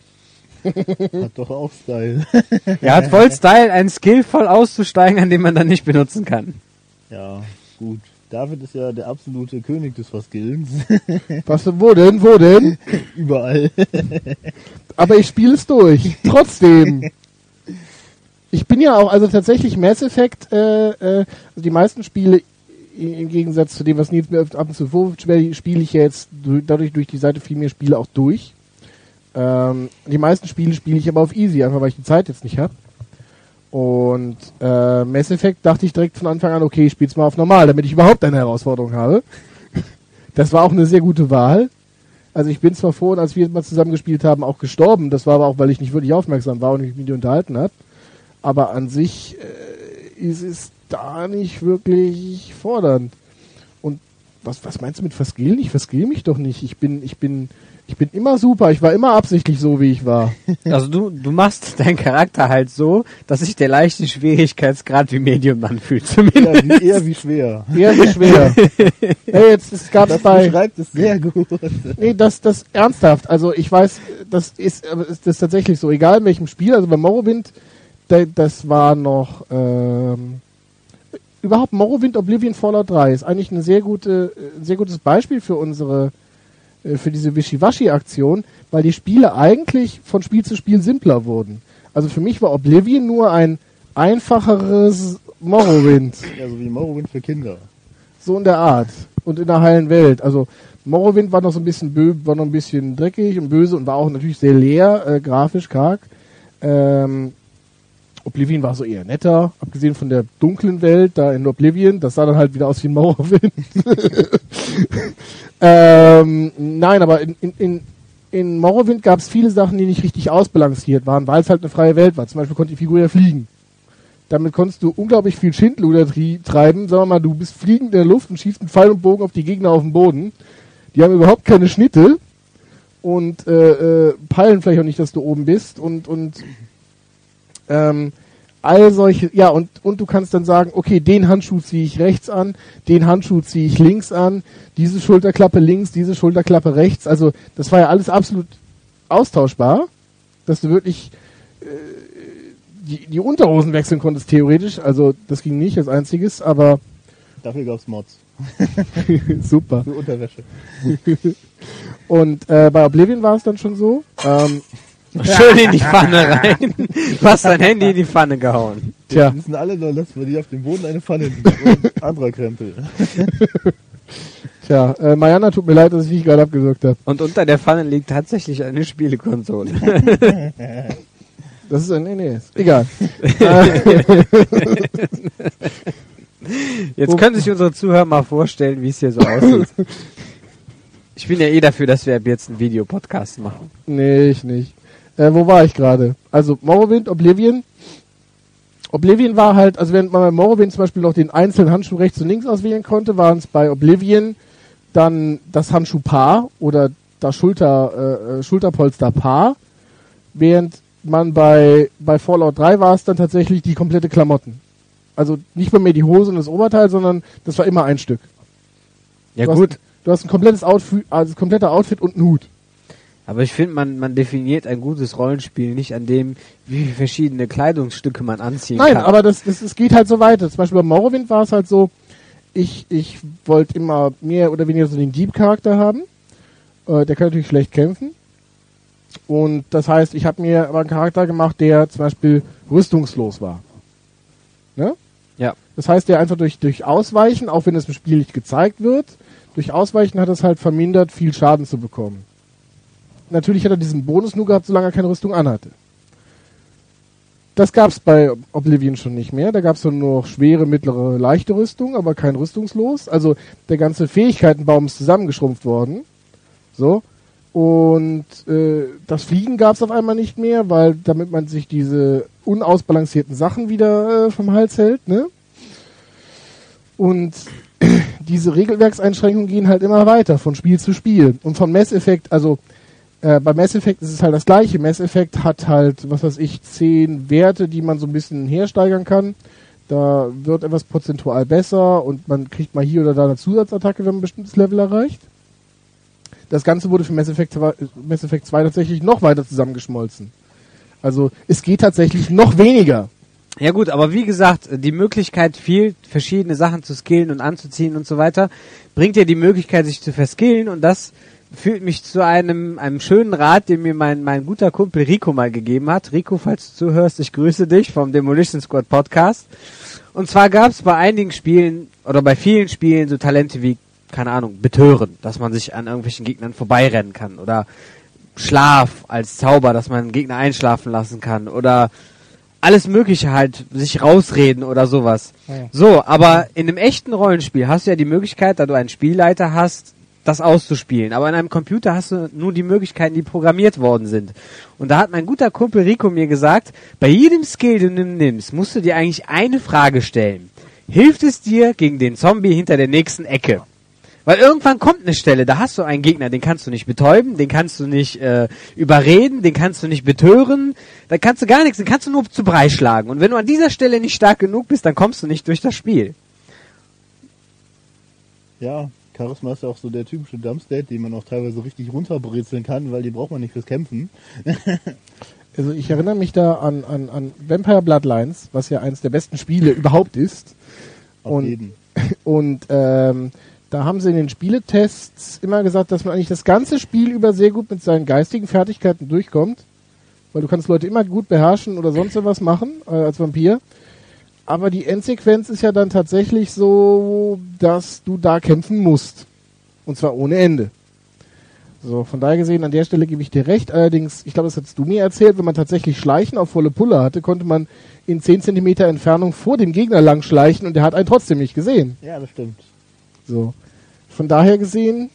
[SPEAKER 3] Hat doch auch Style.
[SPEAKER 2] Er hat voll Style, einen Skill voll auszusteigen, an dem man dann nicht benutzen kann.
[SPEAKER 3] Ja, gut. David ist ja der absolute König des Verskillens.
[SPEAKER 1] Was, wo denn, wo denn?
[SPEAKER 3] Überall.
[SPEAKER 1] Aber ich spiele es durch. Trotzdem. Ich bin ja auch, also tatsächlich Mass Effect, äh, äh, also die meisten Spiele, im Gegensatz zu dem, was Nils mir ab und zu vorwirft, spiele ich ja jetzt dadurch durch die Seite viel mehr Spiele auch durch. Ähm, die meisten Spiele spiele ich aber auf Easy, einfach weil ich die Zeit jetzt nicht habe. Und äh, Mass Effect dachte ich direkt von Anfang an, okay, ich spiel's mal auf normal, damit ich überhaupt eine Herausforderung habe. Das war auch eine sehr gute Wahl. Also ich bin zwar vorhin, als wir mal zusammen gespielt haben, auch gestorben. Das war aber auch, weil ich nicht wirklich aufmerksam war und mich mit dir unterhalten habe. Aber an sich äh, ist es da nicht wirklich fordernd. Und was, was meinst du mit verskillen? Ich verskill mich doch nicht. Ich bin, ich bin, ich bin immer super. Ich war immer absichtlich so, wie ich war.
[SPEAKER 2] Also du, du machst deinen Charakter halt so, dass sich der leichte Schwierigkeitsgrad wie Medium anfühlt, zumindest.
[SPEAKER 3] Ja, wie, eher wie schwer.
[SPEAKER 1] Eher wie schwer. Hey, jetzt, das gab's
[SPEAKER 3] Das
[SPEAKER 1] bei...
[SPEAKER 3] beschreibt es sehr gut.
[SPEAKER 1] Nee, das, das ernsthaft. Also ich weiß, das ist, aber ist das tatsächlich so. Egal in welchem Spiel, also bei Morrowind, da, das war noch, ähm, überhaupt Morrowind Oblivion Fallout drei ist eigentlich eine sehr gute, ein sehr gutes Beispiel für unsere, für diese Wischiwaschi-Aktion, weil die Spiele eigentlich von Spiel zu Spiel simpler wurden. Also für mich war Oblivion nur ein einfacheres Morrowind.
[SPEAKER 3] Ja, so wie Morrowind für Kinder.
[SPEAKER 1] So in der Art. Und in der heilen Welt. Also Morrowind war noch so ein bisschen bö war noch ein bisschen dreckig und böse und war auch natürlich sehr leer, äh, grafisch karg. Ähm, Oblivion war so eher netter, abgesehen von der dunklen Welt da in Oblivion. Das sah dann halt wieder aus wie ein Morrowind. ähm, nein, aber in, in, in, in Morrowind gab es viele Sachen, die nicht richtig ausbalanciert waren, weil es halt eine freie Welt war. Zum Beispiel konnte die Figur ja fliegen. Damit konntest du unglaublich viel Schindluder tri- treiben. Sagen wir mal, du bist fliegend in der Luft und schießt mit Pfeil und Bogen auf die Gegner auf dem Boden. Die haben überhaupt keine Schnitte und äh, äh, peilen vielleicht auch nicht, dass du oben bist. Und, und ähm, all solche, ja, und, und du kannst dann sagen, okay, den Handschuh ziehe ich rechts an, den Handschuh ziehe ich links an, diese Schulterklappe links, diese Schulterklappe rechts. Also das war ja alles absolut austauschbar, dass du wirklich äh, die, die Unterhosen wechseln konntest, theoretisch. Also das ging nicht als einziges, aber
[SPEAKER 3] dafür gab's Mods.
[SPEAKER 1] Super.
[SPEAKER 3] Für Unterwäsche.
[SPEAKER 1] Und äh, bei Oblivion war es dann schon so. Ähm,
[SPEAKER 2] Schön in die Pfanne rein. Du hast dein Handy in die Pfanne gehauen.
[SPEAKER 1] Tja.
[SPEAKER 3] Wir wissen alle nur, dass wir die auf dem Boden eine Pfanne und anderer Krempel.
[SPEAKER 1] Tja, äh, Mariana, tut mir leid, dass ich dich gerade abgewürgt habe.
[SPEAKER 2] Und unter der Pfanne liegt tatsächlich eine Spielekonsole.
[SPEAKER 1] Das ist ein, nee, nee, ist egal.
[SPEAKER 2] Jetzt können sich unsere Zuhörer mal vorstellen, wie es hier so aussieht. Ich bin ja eh dafür, dass wir ab jetzt einen Videopodcast machen.
[SPEAKER 1] Nee, ich nicht. Äh, wo war ich gerade? Also Morrowind, Oblivion. Oblivion war halt, also während man bei Morrowind zum Beispiel noch den einzelnen Handschuh rechts und links auswählen konnte, waren es bei Oblivion dann das Handschuhpaar oder das Schulter, äh, Schulterpolsterpaar, während man bei, bei Fallout drei war es dann tatsächlich die komplette Klamotten. Also nicht mal mehr die Hose und das Oberteil, sondern das war immer ein Stück.
[SPEAKER 2] Ja
[SPEAKER 1] du
[SPEAKER 2] gut.
[SPEAKER 1] Hast, du hast ein komplettes Outfit, also das komplette Outfit und einen Hut.
[SPEAKER 2] Aber ich finde, man, man definiert ein gutes Rollenspiel nicht an dem, wie viele verschiedene Kleidungsstücke man anziehen
[SPEAKER 1] Nein,
[SPEAKER 2] kann.
[SPEAKER 1] aber das, das, es geht halt so weiter. Zum Beispiel bei Morrowind war es halt so, ich, ich wollte immer mehr oder weniger so den Dieb-Charakter haben. Äh, der kann natürlich schlecht kämpfen. Und das heißt, ich habe mir aber einen Charakter gemacht, der zum Beispiel rüstungslos war. Ne?
[SPEAKER 2] Ja.
[SPEAKER 1] Das heißt, der einfach durch, durch Ausweichen, auch wenn es im Spiel nicht gezeigt wird, durch Ausweichen hat es halt vermindert, viel Schaden zu bekommen. Natürlich hat er diesen Bonus nur gehabt, solange er keine Rüstung anhatte. Das gab es bei Oblivion schon nicht mehr. Da gab es nur noch schwere, mittlere, leichte Rüstung, aber kein rüstungslos. Also der ganze Fähigkeitenbaum ist zusammengeschrumpft worden. So. Und äh, das Fliegen gab es auf einmal nicht mehr, weil damit man sich diese unausbalancierten Sachen wieder äh, vom Hals hält, ne? Und diese Regelwerkseinschränkungen gehen halt immer weiter, von Spiel zu Spiel. Und von Mass Effect, also äh, bei Mass Effect ist es halt das gleiche. Mass Effect hat halt, was weiß ich, zehn Werte, die man so ein bisschen hersteigern kann. Da wird etwas prozentual besser und man kriegt mal hier oder da eine Zusatzattacke, wenn man ein bestimmtes Level erreicht. Das Ganze wurde für Mass Effect zwei, Mass Effect zwei tatsächlich noch weiter zusammengeschmolzen. Also es geht tatsächlich noch weniger.
[SPEAKER 2] Ja gut, aber wie gesagt, die Möglichkeit, viel verschiedene Sachen zu skillen und anzuziehen und so weiter, bringt dir die Möglichkeit, sich zu verskillen, und das führt mich zu einem einem schönen Rat, den mir mein mein guter Kumpel Rico mal gegeben hat. Rico, falls du zuhörst, ich grüße dich vom Demolition Squad Podcast. Und zwar gab es bei einigen Spielen oder bei vielen Spielen so Talente wie, keine Ahnung, Betören, dass man sich an irgendwelchen Gegnern vorbeirennen kann, oder Schlaf als Zauber, dass man einen Gegner einschlafen lassen kann, oder alles Mögliche halt, sich rausreden oder sowas.
[SPEAKER 1] Ja.
[SPEAKER 2] So, aber in einem echten Rollenspiel hast du ja die Möglichkeit, da du einen Spielleiter hast, das auszuspielen. Aber in einem Computer hast du nur die Möglichkeiten, die programmiert worden sind. Und da hat mein guter Kumpel Rico mir gesagt, bei jedem Skill, den du nimmst, musst du dir eigentlich eine Frage stellen. Hilft es dir gegen den Zombie hinter der nächsten Ecke? Weil irgendwann kommt eine Stelle, da hast du einen Gegner, den kannst du nicht betäuben, den kannst du nicht äh, überreden, den kannst du nicht betören, da kannst du gar nichts, den kannst du nur zu Brei schlagen. Und wenn du an dieser Stelle nicht stark genug bist, dann kommst du nicht durch das Spiel.
[SPEAKER 3] Ja, Charisma ist ja auch so der typische Dumpstate, den man auch teilweise richtig runterbrezeln kann, weil die braucht man nicht fürs Kämpfen.
[SPEAKER 1] Also ich erinnere mich da an, an, an Vampire Bloodlines, was ja eines der besten Spiele überhaupt ist.
[SPEAKER 3] Auf
[SPEAKER 1] und,
[SPEAKER 3] jeden.
[SPEAKER 1] Und ähm, da haben sie in den Spieletests immer gesagt, dass man eigentlich das ganze Spiel über sehr gut mit seinen geistigen Fertigkeiten durchkommt. Weil du kannst Leute immer gut beherrschen oder sonst was machen äh, als Vampir. Aber die Endsequenz ist ja dann tatsächlich so, dass du da kämpfen musst. Und zwar ohne Ende. So, von daher gesehen, an der Stelle gebe ich dir recht. Allerdings, ich glaube, das hast du mir erzählt, wenn man tatsächlich Schleichen auf volle Pulle hatte, konnte man in zehn Zentimeter Entfernung vor dem Gegner lang schleichen und der hat einen trotzdem nicht gesehen.
[SPEAKER 3] Ja, das stimmt.
[SPEAKER 1] So. Von daher gesehen.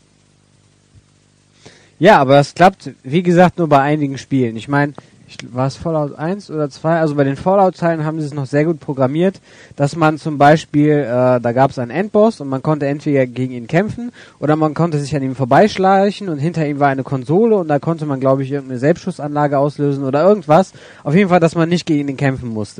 [SPEAKER 2] Ja, aber das klappt, wie gesagt, nur bei einigen Spielen. Ich meine, war es Fallout eins oder zwei? Also bei den Fallout-Teilen haben sie es noch sehr gut programmiert, dass man zum Beispiel, äh, da gab es einen Endboss und man konnte entweder gegen ihn kämpfen oder man konnte sich an ihm vorbeischleichen und hinter ihm war eine Konsole und da konnte man, glaube ich, irgendeine Selbstschussanlage auslösen oder irgendwas. Auf jeden Fall, dass man nicht gegen ihn kämpfen musste.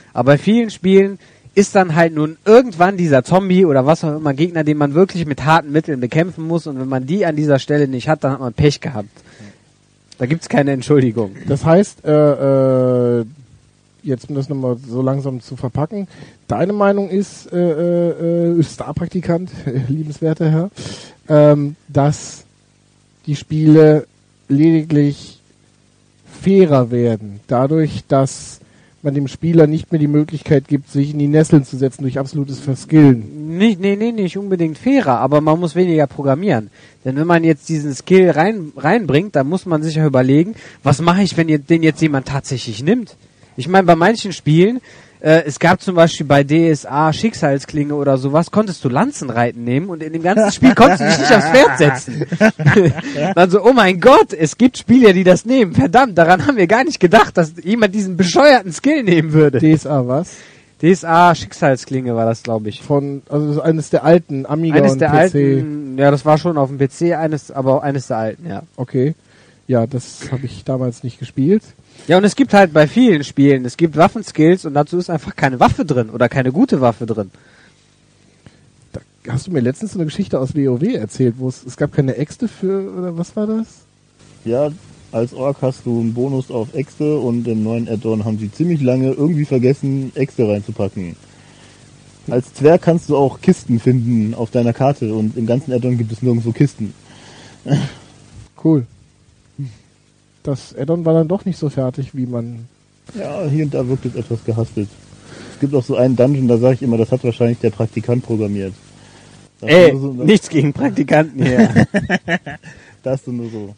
[SPEAKER 2] Aber bei vielen Spielen ist dann halt nun irgendwann dieser Zombie oder was auch immer Gegner, den man wirklich mit harten Mitteln bekämpfen muss. Und wenn man die an dieser Stelle nicht hat, dann hat man Pech gehabt. Da gibt's keine Entschuldigung.
[SPEAKER 1] Das heißt, äh, äh, jetzt um das nochmal so langsam zu verpacken, deine Meinung ist, äh, äh, Star-Praktikant, liebenswerter Herr, ähm, dass die Spiele lediglich fairer werden, dadurch, dass man dem Spieler nicht mehr die Möglichkeit gibt, sich in die Nesseln zu setzen durch absolutes Verskillen.
[SPEAKER 2] Nicht, nee, nee, nicht unbedingt fairer, aber man muss weniger programmieren. Denn wenn man jetzt diesen Skill rein, reinbringt, dann muss man sich ja überlegen, was mache ich, wenn ihr, den jetzt jemand tatsächlich nimmt? Ich meine, bei manchen Spielen, äh, es gab zum Beispiel bei D S A Schicksalsklinge oder sowas, konntest du Lanzenreiten nehmen und in dem ganzen Spiel konntest du dich nicht aufs Pferd setzen. Dann so, oh mein Gott, es gibt Spieler, die das nehmen. Verdammt, daran haben wir gar nicht gedacht, dass jemand diesen bescheuerten Skill nehmen würde.
[SPEAKER 1] D S A was?
[SPEAKER 2] D S A Schicksalsklinge war das, glaube ich.
[SPEAKER 1] Von, also das ist eines der alten Amiga
[SPEAKER 2] Eines
[SPEAKER 1] und
[SPEAKER 2] der
[SPEAKER 1] P C.
[SPEAKER 2] alten, ja, das war schon auf dem P C, eines, aber auch eines der alten, ja.
[SPEAKER 1] Okay. Ja, das habe ich damals nicht gespielt.
[SPEAKER 2] Ja, und es gibt halt bei vielen Spielen, es gibt Waffenskills und dazu ist einfach keine Waffe drin oder keine gute Waffe drin.
[SPEAKER 1] Da hast du mir letztens so eine Geschichte aus WoW erzählt, wo es, es gab keine Äxte für, oder was war das?
[SPEAKER 3] Ja, als Ork hast du einen Bonus auf Äxte und im neuen Add-on haben sie ziemlich lange irgendwie vergessen, Äxte reinzupacken. Als Zwerg kannst du auch Kisten finden auf deiner Karte und im ganzen Add-on gibt es nirgendwo Kisten.
[SPEAKER 1] Cool. Das Add-on war dann doch nicht so fertig, wie man...
[SPEAKER 3] Ja, hier und da wirkt es etwas gehastet. Es gibt auch so einen Dungeon, da sage ich immer, das hat wahrscheinlich der Praktikant programmiert. Da hast
[SPEAKER 2] Ey,
[SPEAKER 3] du nur so,
[SPEAKER 2] nichts gegen Praktikanten hier.
[SPEAKER 3] da hast du nur so.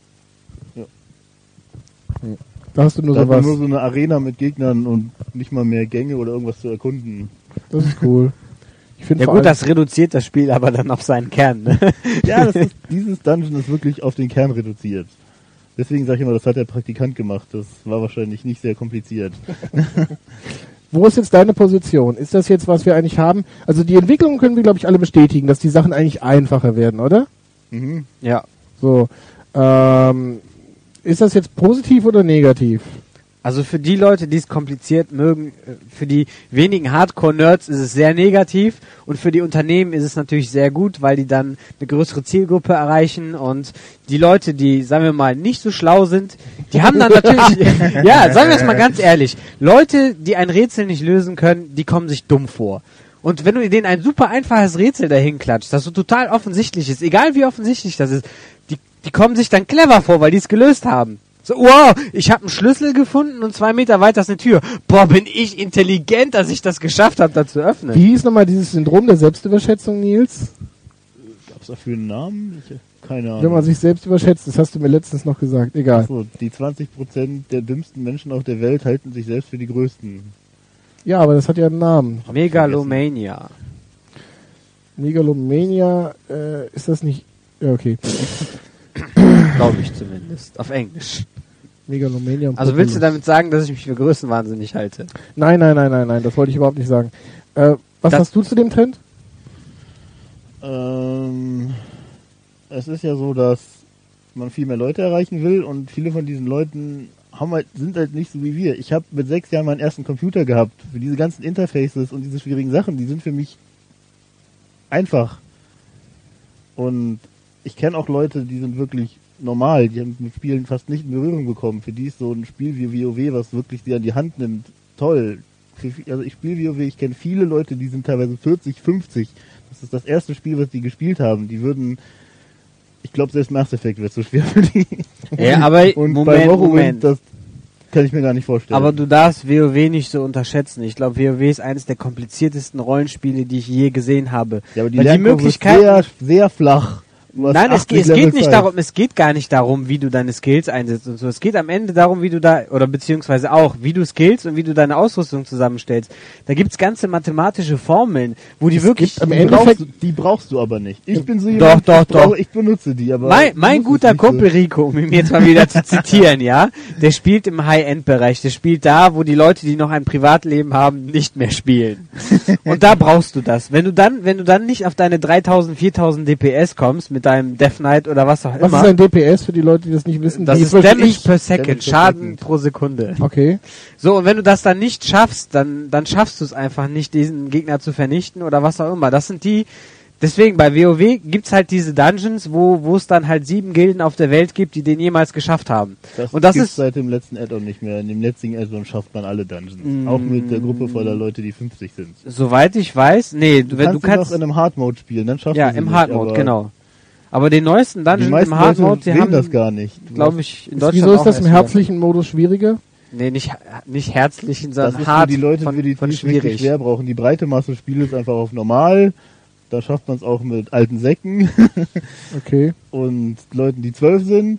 [SPEAKER 1] Da hast du nur
[SPEAKER 3] Da hast du
[SPEAKER 1] sowas.
[SPEAKER 3] nur so eine Arena mit Gegnern und nicht mal mehr Gänge oder irgendwas zu erkunden.
[SPEAKER 1] Das ist cool. Ich finde
[SPEAKER 2] Ja
[SPEAKER 1] vor
[SPEAKER 2] gut,
[SPEAKER 1] allem-
[SPEAKER 2] das reduziert das Spiel aber dann auf seinen Kern, ne?
[SPEAKER 3] Ja, das ist, dieses Dungeon ist wirklich auf den Kern reduziert. Deswegen sage ich immer, das hat der Praktikant gemacht. Das war wahrscheinlich nicht sehr kompliziert.
[SPEAKER 1] Wo ist jetzt deine Position? Ist das jetzt, was wir eigentlich haben? Also die Entwicklung können wir, glaube ich, alle bestätigen, dass die Sachen eigentlich einfacher werden, oder?
[SPEAKER 3] Mhm.
[SPEAKER 2] Ja.
[SPEAKER 1] So. Ähm, ist das jetzt positiv oder negativ?
[SPEAKER 2] Also für die Leute, die es kompliziert mögen, äh, für die wenigen Hardcore-Nerds ist es sehr negativ und für die Unternehmen ist es natürlich sehr gut, weil die dann eine größere Zielgruppe erreichen und die Leute, die, sagen wir mal, nicht so schlau sind, die haben dann natürlich, ja, sagen wir es mal ganz ehrlich, Leute, die ein Rätsel nicht lösen können, die kommen sich dumm vor. Und wenn du denen ein super einfaches Rätsel dahin klatscht, das so total offensichtlich ist, egal wie offensichtlich das ist, die, die kommen sich dann clever vor, weil die es gelöst haben. So, wow, ich habe einen Schlüssel gefunden und zwei Meter weiter ist eine Tür. Boah, bin ich intelligent, dass ich das geschafft habe, da zu öffnen.
[SPEAKER 1] Wie hieß nochmal dieses Syndrom der Selbstüberschätzung, Nils?
[SPEAKER 3] Gab es dafür einen Namen? Ich, keine Ahnung.
[SPEAKER 1] Wenn man sich selbst überschätzt, das hast du mir letztens noch gesagt. Egal.
[SPEAKER 3] Achso, die zwanzig Prozent der dümmsten Menschen auf der Welt halten sich selbst für die größten.
[SPEAKER 1] Ja, aber das hat ja einen Namen.
[SPEAKER 2] Megalomania.
[SPEAKER 1] Megalomania, äh, ist das nicht... Ja, okay.
[SPEAKER 2] Glaube ich zumindest. Auf Englisch.
[SPEAKER 1] Megalomania. und
[SPEAKER 2] Also willst du
[SPEAKER 1] Populus.
[SPEAKER 2] damit sagen, dass ich mich für größenwahnsinnig halte?
[SPEAKER 1] Nein, nein, nein, nein, nein, das wollte ich überhaupt nicht sagen. Äh, was
[SPEAKER 2] Das-
[SPEAKER 1] hast du zu dem Trend?
[SPEAKER 3] Ähm, es ist ja so, dass man viel mehr Leute erreichen will und viele von diesen Leuten haben halt, sind halt nicht so wie wir. Ich habe mit sechs Jahren meinen ersten Computer gehabt. Für diese ganzen Interfaces und diese schwierigen Sachen, die sind für mich einfach. Und ich kenne auch Leute, die sind wirklich normal, die haben mit Spielen fast nicht in Berührung bekommen. Für die ist so ein Spiel wie WoW, was wirklich sie an die Hand nimmt, toll. Für, also ich spiele WoW, ich kenne viele Leute, die sind teilweise vierzig, fünfzig. Das ist das erste Spiel, was die gespielt haben. Die würden, ich glaube, selbst Mass Effect wird so schwer für die.
[SPEAKER 2] Ja, aber
[SPEAKER 3] Und
[SPEAKER 2] Moment,
[SPEAKER 3] bei Morrowind,
[SPEAKER 2] Moment.
[SPEAKER 3] das kann ich mir gar nicht vorstellen.
[SPEAKER 2] Aber du darfst WoW nicht so unterschätzen. Ich glaube, WoW ist eines der kompliziertesten Rollenspiele, die ich je gesehen habe.
[SPEAKER 3] ja, aber die
[SPEAKER 2] Weil die
[SPEAKER 3] Lernkurve
[SPEAKER 2] Möglichkeit,
[SPEAKER 3] ist sehr, sehr flach. Du hast
[SPEAKER 2] nein, es,
[SPEAKER 3] achtzig
[SPEAKER 2] geht- es geht
[SPEAKER 3] Level
[SPEAKER 2] nicht
[SPEAKER 3] Zeit.
[SPEAKER 2] darum, es geht gar nicht darum, wie du deine Skills einsetzt und so. Es geht am Ende darum, wie du da, oder beziehungsweise auch, wie du Skills und wie du deine Ausrüstung zusammenstellst. Da gibt's ganze mathematische Formeln, wo die
[SPEAKER 1] Es
[SPEAKER 2] wirklich,
[SPEAKER 1] gibt am
[SPEAKER 3] Die
[SPEAKER 1] Ende-
[SPEAKER 3] brauchst,
[SPEAKER 1] Endeffekt-
[SPEAKER 3] du, die brauchst du aber nicht. Ich bin so
[SPEAKER 2] Doch,
[SPEAKER 3] jemand,
[SPEAKER 2] doch,
[SPEAKER 3] ich, brauche,
[SPEAKER 2] doch.
[SPEAKER 3] ich benutze die, aber...
[SPEAKER 2] mein,
[SPEAKER 3] du
[SPEAKER 2] mein
[SPEAKER 3] musst
[SPEAKER 2] guter
[SPEAKER 3] es nicht so.
[SPEAKER 2] Kumpel Rico, um ihn jetzt mal wieder zu zitieren, ja, der spielt im High-End-Bereich, der spielt da, wo die Leute, die noch ein Privatleben haben, nicht mehr spielen. Und da brauchst du das. Wenn du dann, wenn du dann nicht auf deine dreitausend, viertausend D P S kommst, mit mit deinem Death Knight oder was auch
[SPEAKER 1] Was
[SPEAKER 2] immer.
[SPEAKER 1] ist ein D P S für die Leute, die das nicht wissen?
[SPEAKER 2] Das
[SPEAKER 1] Die
[SPEAKER 2] ist
[SPEAKER 1] zum Beispiel
[SPEAKER 2] Damage
[SPEAKER 1] ich-
[SPEAKER 2] per Second,
[SPEAKER 3] Damage per
[SPEAKER 2] Schaden
[SPEAKER 3] Second.
[SPEAKER 2] pro Sekunde.
[SPEAKER 1] Okay.
[SPEAKER 2] So, und wenn du das dann nicht schaffst, dann, dann schaffst du es einfach nicht, diesen Gegner zu vernichten oder was auch immer. Das sind die, deswegen bei WoW gibt's halt diese Dungeons, wo, wo es dann halt sieben Gilden auf der Welt gibt, die den jemals geschafft haben.
[SPEAKER 3] Das,
[SPEAKER 2] und das
[SPEAKER 3] gibt's
[SPEAKER 2] ist,
[SPEAKER 3] seit dem letzten Add-on nicht mehr. In dem letzten Add-on schafft man alle Dungeons.
[SPEAKER 2] Mm.
[SPEAKER 3] Auch mit der Gruppe voller Leute, die fünfzig sind.
[SPEAKER 2] soweit ich weiß, nee,
[SPEAKER 3] Du
[SPEAKER 2] wenn
[SPEAKER 3] kannst
[SPEAKER 2] du
[SPEAKER 3] ihn
[SPEAKER 2] kannst,
[SPEAKER 3] noch in einem Hard-Mode spielen, dann schaffst
[SPEAKER 2] ja,
[SPEAKER 3] du sie
[SPEAKER 2] im
[SPEAKER 3] nicht,
[SPEAKER 2] Hard Mode,
[SPEAKER 3] aber
[SPEAKER 2] genau. Aber den neuesten
[SPEAKER 3] Die
[SPEAKER 2] Dungeon
[SPEAKER 3] meisten
[SPEAKER 2] im Hard Mode,
[SPEAKER 3] Leute
[SPEAKER 2] die
[SPEAKER 3] sehen
[SPEAKER 2] haben,
[SPEAKER 3] das gar nicht.
[SPEAKER 2] glaube ich, in Deutschland
[SPEAKER 1] Wieso ist
[SPEAKER 2] auch
[SPEAKER 1] das im
[SPEAKER 2] erst wieder.
[SPEAKER 1] herzlichen Modus schwieriger?
[SPEAKER 2] Nee, nicht, nicht herzlichen,
[SPEAKER 3] Das
[SPEAKER 2] sondern
[SPEAKER 3] ist
[SPEAKER 2] hart
[SPEAKER 3] für die Leute,
[SPEAKER 2] von,
[SPEAKER 3] für die
[SPEAKER 2] von
[SPEAKER 3] die es wirklich
[SPEAKER 2] schwierig.
[SPEAKER 3] schwer brauchen. Die breite Masse spielt es einfach auf normal. Da schafft man es auch mit alten Säcken
[SPEAKER 1] Okay.
[SPEAKER 3] und Leuten, die zwölf sind.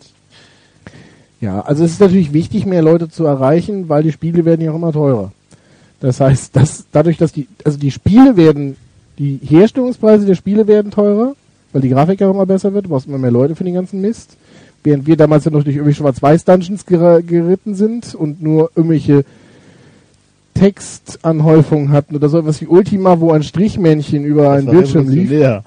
[SPEAKER 1] Ja, also es ist natürlich wichtig, mehr Leute zu erreichen, weil die Spiele werden ja auch immer teurer. Das heißt, dass dadurch, dass die, also die Spiele werden, die Herstellungspreise der Spiele werden teurer, weil die Grafik ja auch immer besser wird, du brauchst immer mehr Leute für den ganzen Mist. Während wir damals ja noch durch irgendwelche Schwarz-Weiß-Dungeons ger geritten sind und nur irgendwelche Textanhäufungen hatten oder so etwas wie Ultima, wo ein Strichmännchen über einen
[SPEAKER 3] war
[SPEAKER 1] Bildschirm lief.
[SPEAKER 3] revolutionär.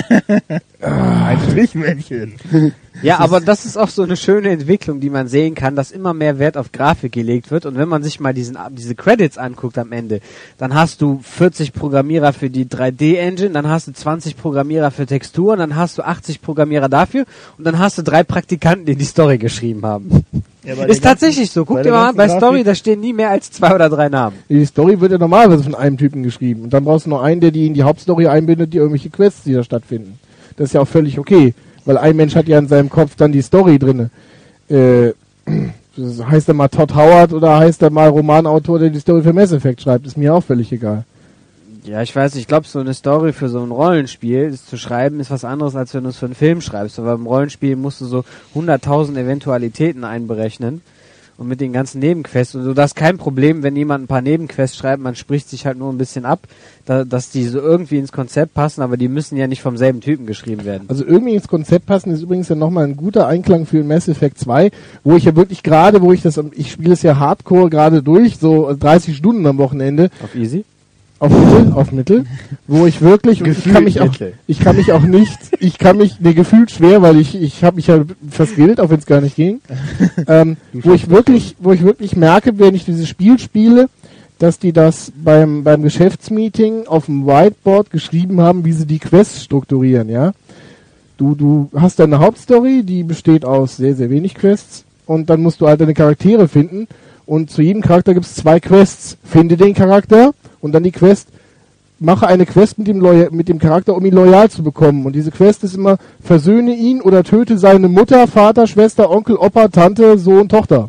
[SPEAKER 3] Ein Strichmännchen.
[SPEAKER 2] Ja, aber das ist auch so eine schöne Entwicklung, die man sehen kann, dass immer mehr Wert auf Grafik gelegt wird. Und wenn man sich mal diesen, diese Credits anguckt am Ende, dann hast du vierzig Programmierer für die drei D-Engine, dann hast du zwanzig Programmierer für Texturen, dann hast du achtzig Programmierer dafür und dann hast du drei Praktikanten, die die Story geschrieben haben.
[SPEAKER 3] Ja, bei
[SPEAKER 2] Ist
[SPEAKER 3] der
[SPEAKER 2] tatsächlich so. Guck
[SPEAKER 3] bei
[SPEAKER 2] dir
[SPEAKER 3] der
[SPEAKER 2] mal an,
[SPEAKER 3] ganzen
[SPEAKER 2] bei Story,
[SPEAKER 3] Grafik-
[SPEAKER 2] da stehen nie mehr als zwei oder drei Namen.
[SPEAKER 1] Die Story wird ja normalerweise von einem Typen geschrieben. Und dann brauchst du noch einen, der die in die Hauptstory einbindet, die irgendwelche Quests, die da stattfinden. Das ist ja auch völlig okay. Weil ein Mensch hat ja in seinem Kopf dann die Story drinne. Äh, das heißt er mal Todd Howard oder heißt er mal Romanautor, der die Story für Mass Effect schreibt? Ist mir auch völlig egal.
[SPEAKER 2] Ja, ich weiß, ich glaube, so eine Story für so ein Rollenspiel das zu schreiben, ist was anderes, als wenn du es für einen Film schreibst. Aber beim Rollenspiel musst du so hunderttausend Eventualitäten einberechnen. Und mit den ganzen Nebenquests. Und so, das ist kein Problem, wenn jemand ein paar Nebenquests schreibt, man spricht sich halt nur ein bisschen ab, da, dass die so irgendwie ins Konzept passen, aber die müssen ja nicht vom selben Typen geschrieben werden.
[SPEAKER 1] Also irgendwie ins Konzept passen ist übrigens ja nochmal ein guter Einklang für Mass Effect zwei, wo ich ja wirklich gerade, wo ich das, ich spiele es ja Hardcore gerade durch, so dreißig Stunden am Wochenende,
[SPEAKER 2] Auf easy?
[SPEAKER 1] auf Mittel, auf Mittel, wo ich wirklich, und ich kann mich auch,
[SPEAKER 3] Mittel.
[SPEAKER 1] ich kann mich auch nicht, ich kann mich, ne, gefühlt schwer, weil ich, ich habe mich ja verskillt, auch wenn es gar nicht ging, ähm, wo ich wirklich, wo ich wirklich merke, wenn ich dieses Spiel spiele, dass die das beim, beim Geschäftsmeeting auf dem Whiteboard geschrieben haben, wie sie die Quests strukturieren, ja. Du, du hast deine Hauptstory, die besteht aus sehr, sehr wenig Quests, und dann musst du halt deine Charaktere finden, und zu jedem Charakter gibt es zwei Quests. Finde den Charakter, und dann die Quest, mache eine Quest mit dem, Loya- mit dem Charakter, um ihn loyal zu bekommen. Und diese Quest ist immer, versöhne ihn oder töte seine Mutter, Vater, Schwester, Onkel, Opa, Tante, Sohn, Tochter.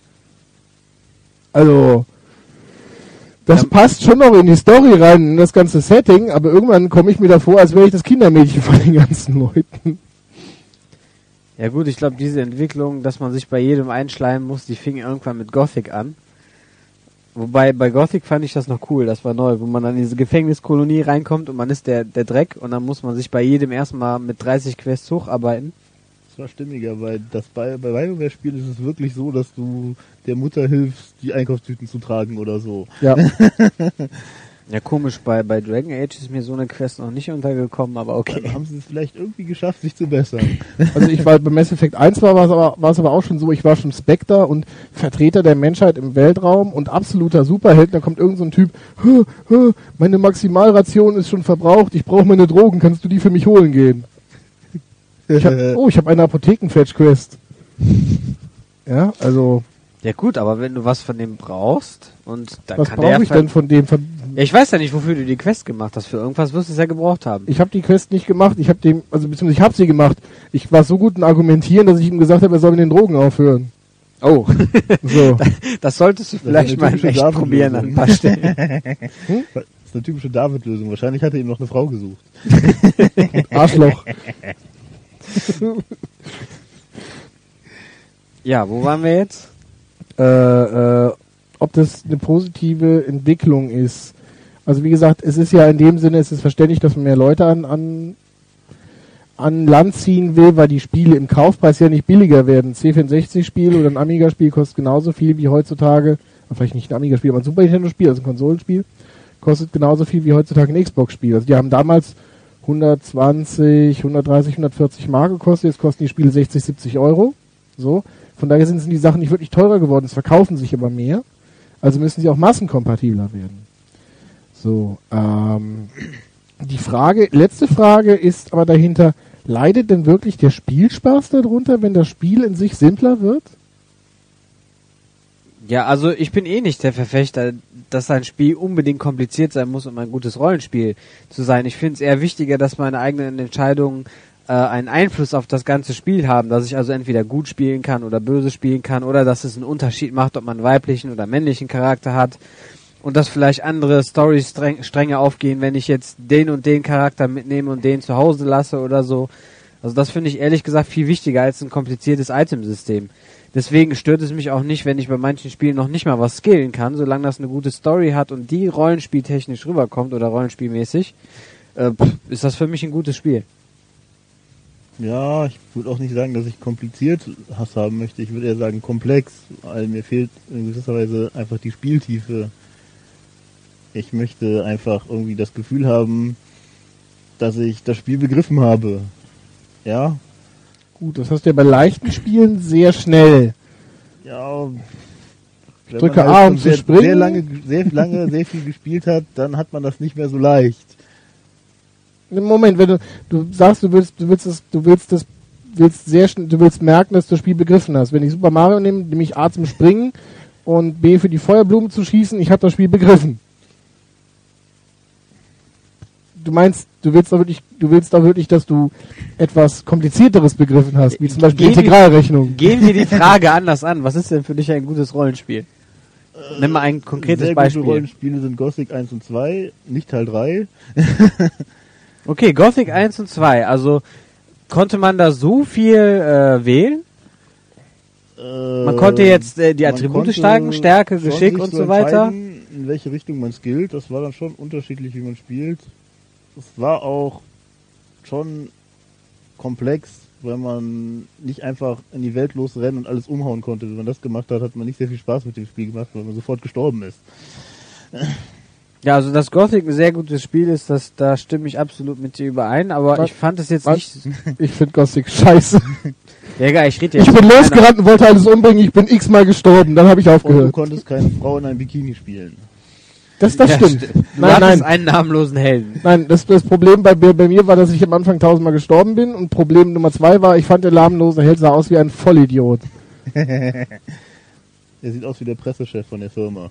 [SPEAKER 1] Also, das
[SPEAKER 2] Ja.
[SPEAKER 1] passt schon noch in die Story rein, in das ganze Setting, aber irgendwann komme ich mir davor, als wäre ich das Kindermädchen von den ganzen Leuten.
[SPEAKER 2] Ja gut, ich glaube, diese Entwicklung, dass man sich bei jedem einschleimen muss, die fing irgendwann mit Gothic an. Wobei, bei Gothic fand ich das noch cool, das war neu, wo man dann in diese Gefängniskolonie reinkommt und man ist der, der Dreck und dann muss man sich bei jedem erstmal mit dreißig Quests hocharbeiten.
[SPEAKER 3] Das war stimmiger, weil das bei, bei WoW-Spielen ist es wirklich so, dass du der Mutter hilfst, die Einkaufstüten zu tragen oder so.
[SPEAKER 1] Ja.
[SPEAKER 2] Ja, komisch, bei, bei Dragon Age ist mir so eine Quest noch nicht untergekommen, aber okay.
[SPEAKER 3] Dann haben sie es vielleicht irgendwie geschafft, sich zu bessern.
[SPEAKER 1] Also ich war bei Mass Effect eins war, war es aber, war es aber auch schon so, ich war schon Spectre und Vertreter der Menschheit im Weltraum und absoluter Superheld, dann kommt irgend so ein Typ, "Hö, hö, meine Maximalration ist schon verbraucht, ich brauche meine Drogen, kannst du die für mich holen gehen? Ich hab, oh, ich habe eine Apotheken-Fetch-Quest. Ja, also,
[SPEAKER 2] Ja gut, aber wenn du was von dem brauchst und dann
[SPEAKER 1] was
[SPEAKER 2] kann der
[SPEAKER 1] brauche ich
[SPEAKER 2] ver-
[SPEAKER 1] denn von dem? Von,
[SPEAKER 2] Ja, ich weiß ja nicht, wofür du die Quest gemacht hast. Für irgendwas wirst du es ja gebraucht haben.
[SPEAKER 1] ich habe die Quest nicht gemacht, ich habe dem, also beziehungsweise ich habe sie gemacht. Ich war so gut in Argumentieren, dass ich ihm gesagt habe, er soll mit den Drogen aufhören.
[SPEAKER 2] Oh,
[SPEAKER 1] So.
[SPEAKER 2] das solltest du
[SPEAKER 3] ist
[SPEAKER 2] vielleicht
[SPEAKER 3] eine
[SPEAKER 2] mal in
[SPEAKER 3] typische
[SPEAKER 2] echt
[SPEAKER 3] David-Lösung.
[SPEAKER 2] probieren an ein paar Stellen.
[SPEAKER 3] Das ist eine typische David-Lösung. Wahrscheinlich hat er ihm noch eine Frau gesucht.
[SPEAKER 1] Arschloch.
[SPEAKER 2] Ja, wo waren wir jetzt?
[SPEAKER 1] äh, äh, ob das eine positive Entwicklung ist. Also wie gesagt, es ist ja in dem Sinne, es ist verständlich, dass man mehr Leute an, an, an Land ziehen will, weil die Spiele im Kaufpreis ja nicht billiger werden. Ein C vierundsechzig-Spiel oder ein Amiga-Spiel kostet genauso viel wie heutzutage, vielleicht nicht ein Amiga-Spiel, aber ein Super Nintendo-Spiel, also ein Konsolenspiel, kostet genauso viel wie heutzutage ein Xbox-Spiel. Also die haben damals hundertzwanzig, hundertdreißig, hundertvierzig Mark gekostet. Jetzt kosten die Spiele sechzig, siebzig Euro. So. Von daher sind die Sachen nicht wirklich teurer geworden. Es verkaufen sich aber mehr. Also müssen sie auch massenkompatibler werden. So. Ähm, die Frage, letzte Frage ist aber dahinter, leidet denn wirklich der Spielspaß darunter, wenn das Spiel in sich simpler wird?
[SPEAKER 2] Ja, also ich bin eh nicht der Verfechter, dass ein Spiel unbedingt kompliziert sein muss, um ein gutes Rollenspiel zu sein. Ich finde es eher wichtiger, dass meine eigenen Entscheidungen äh, einen Einfluss auf das ganze Spiel haben, dass ich also entweder gut spielen kann oder böse spielen kann oder dass es einen Unterschied macht, ob man einen weiblichen oder männlichen Charakter hat und dass vielleicht andere Story-Stränge aufgehen, wenn ich jetzt den und den Charakter mitnehme und den zu Hause lasse oder so. Also das finde ich ehrlich gesagt viel wichtiger als ein kompliziertes Itemsystem. Deswegen stört es mich auch nicht, wenn ich bei manchen Spielen noch nicht mal was skillen kann, solange das eine gute Story hat und die rollenspieltechnisch rüberkommt oder rollenspielmäßig, äh, pff, ist das für mich ein gutes Spiel.
[SPEAKER 3] Ja, ich würde auch nicht sagen, dass ich kompliziert Hass haben möchte. Ich würde eher sagen komplex, weil mir fehlt in gewisser Weise einfach die Spieltiefe. Ich möchte einfach irgendwie das Gefühl haben, dass ich das Spiel begriffen habe. Ja?
[SPEAKER 1] Gut, das hast du ja bei leichten Spielen sehr schnell.
[SPEAKER 3] Ja, wenn
[SPEAKER 1] Drücke
[SPEAKER 3] man halt
[SPEAKER 1] A, um
[SPEAKER 3] schon
[SPEAKER 1] zu
[SPEAKER 3] sehr,
[SPEAKER 1] springen.
[SPEAKER 3] sehr lange, sehr lange, sehr viel gespielt hat, dann hat man das nicht mehr so leicht.
[SPEAKER 1] Moment, wenn du, du sagst, du willst, du willst das, du willst das, willst sehr schnell, du willst merken, dass du das Spiel begriffen hast. Wenn ich Super Mario nehme, nehme ich A zum Springen und B für die Feuerblumen zu schießen, ich habe das Spiel begriffen. Du meinst, du willst doch wirklich, du willst doch wirklich, dass du etwas komplizierteres begriffen hast, wie zum Beispiel
[SPEAKER 2] Gehen
[SPEAKER 1] Integralrechnung.
[SPEAKER 2] Gehen wir die Frage anders an. Was ist denn für dich ein gutes Rollenspiel? Nimm mal ein konkretes
[SPEAKER 3] Sehr
[SPEAKER 2] Beispiel.
[SPEAKER 3] gute Rollenspiele sind Gothic eins und zwei, nicht Teil drei.
[SPEAKER 2] Okay, Gothic eins und zwei. Also konnte man da so viel äh, wählen? Man konnte jetzt äh, die Attribute steigen, Stärke, Geschick und so weiter.
[SPEAKER 3] In welche Richtung man skillt, das war dann schon unterschiedlich, wie man spielt. Es war auch schon komplex, weil man nicht einfach in die Welt losrennen und alles umhauen konnte. Wenn man das gemacht hat, hat man nicht sehr viel Spaß mit dem Spiel gemacht, weil man sofort gestorben ist.
[SPEAKER 2] Ja, also dass Gothic ein sehr gutes Spiel ist, das, da stimme ich absolut mit dir überein, aber
[SPEAKER 1] Was?
[SPEAKER 2] ich fand es jetzt
[SPEAKER 1] Was?
[SPEAKER 2] nicht...
[SPEAKER 1] Ich finde Gothic scheiße.
[SPEAKER 2] Ja, egal, ich rede jetzt...
[SPEAKER 1] Ich bin
[SPEAKER 2] von
[SPEAKER 1] losgerannt und wollte alles umbringen, ich bin x-mal gestorben, dann habe ich
[SPEAKER 3] Und du
[SPEAKER 1] aufgehört.
[SPEAKER 3] konntest keine Frau in einem Bikini spielen.
[SPEAKER 1] Das, das
[SPEAKER 2] Ja,
[SPEAKER 1] stimmt.
[SPEAKER 2] st- Du
[SPEAKER 1] Nein,
[SPEAKER 2] hattest
[SPEAKER 1] nein.
[SPEAKER 2] einen namenlosen Helden.
[SPEAKER 1] Nein, das, das Problem bei, bei mir war, dass ich am Anfang tausendmal gestorben bin und Problem Nummer zwei war, ich fand der namenlose Held sah aus wie ein Vollidiot.
[SPEAKER 3] Er sieht aus wie der Pressechef von der Firma.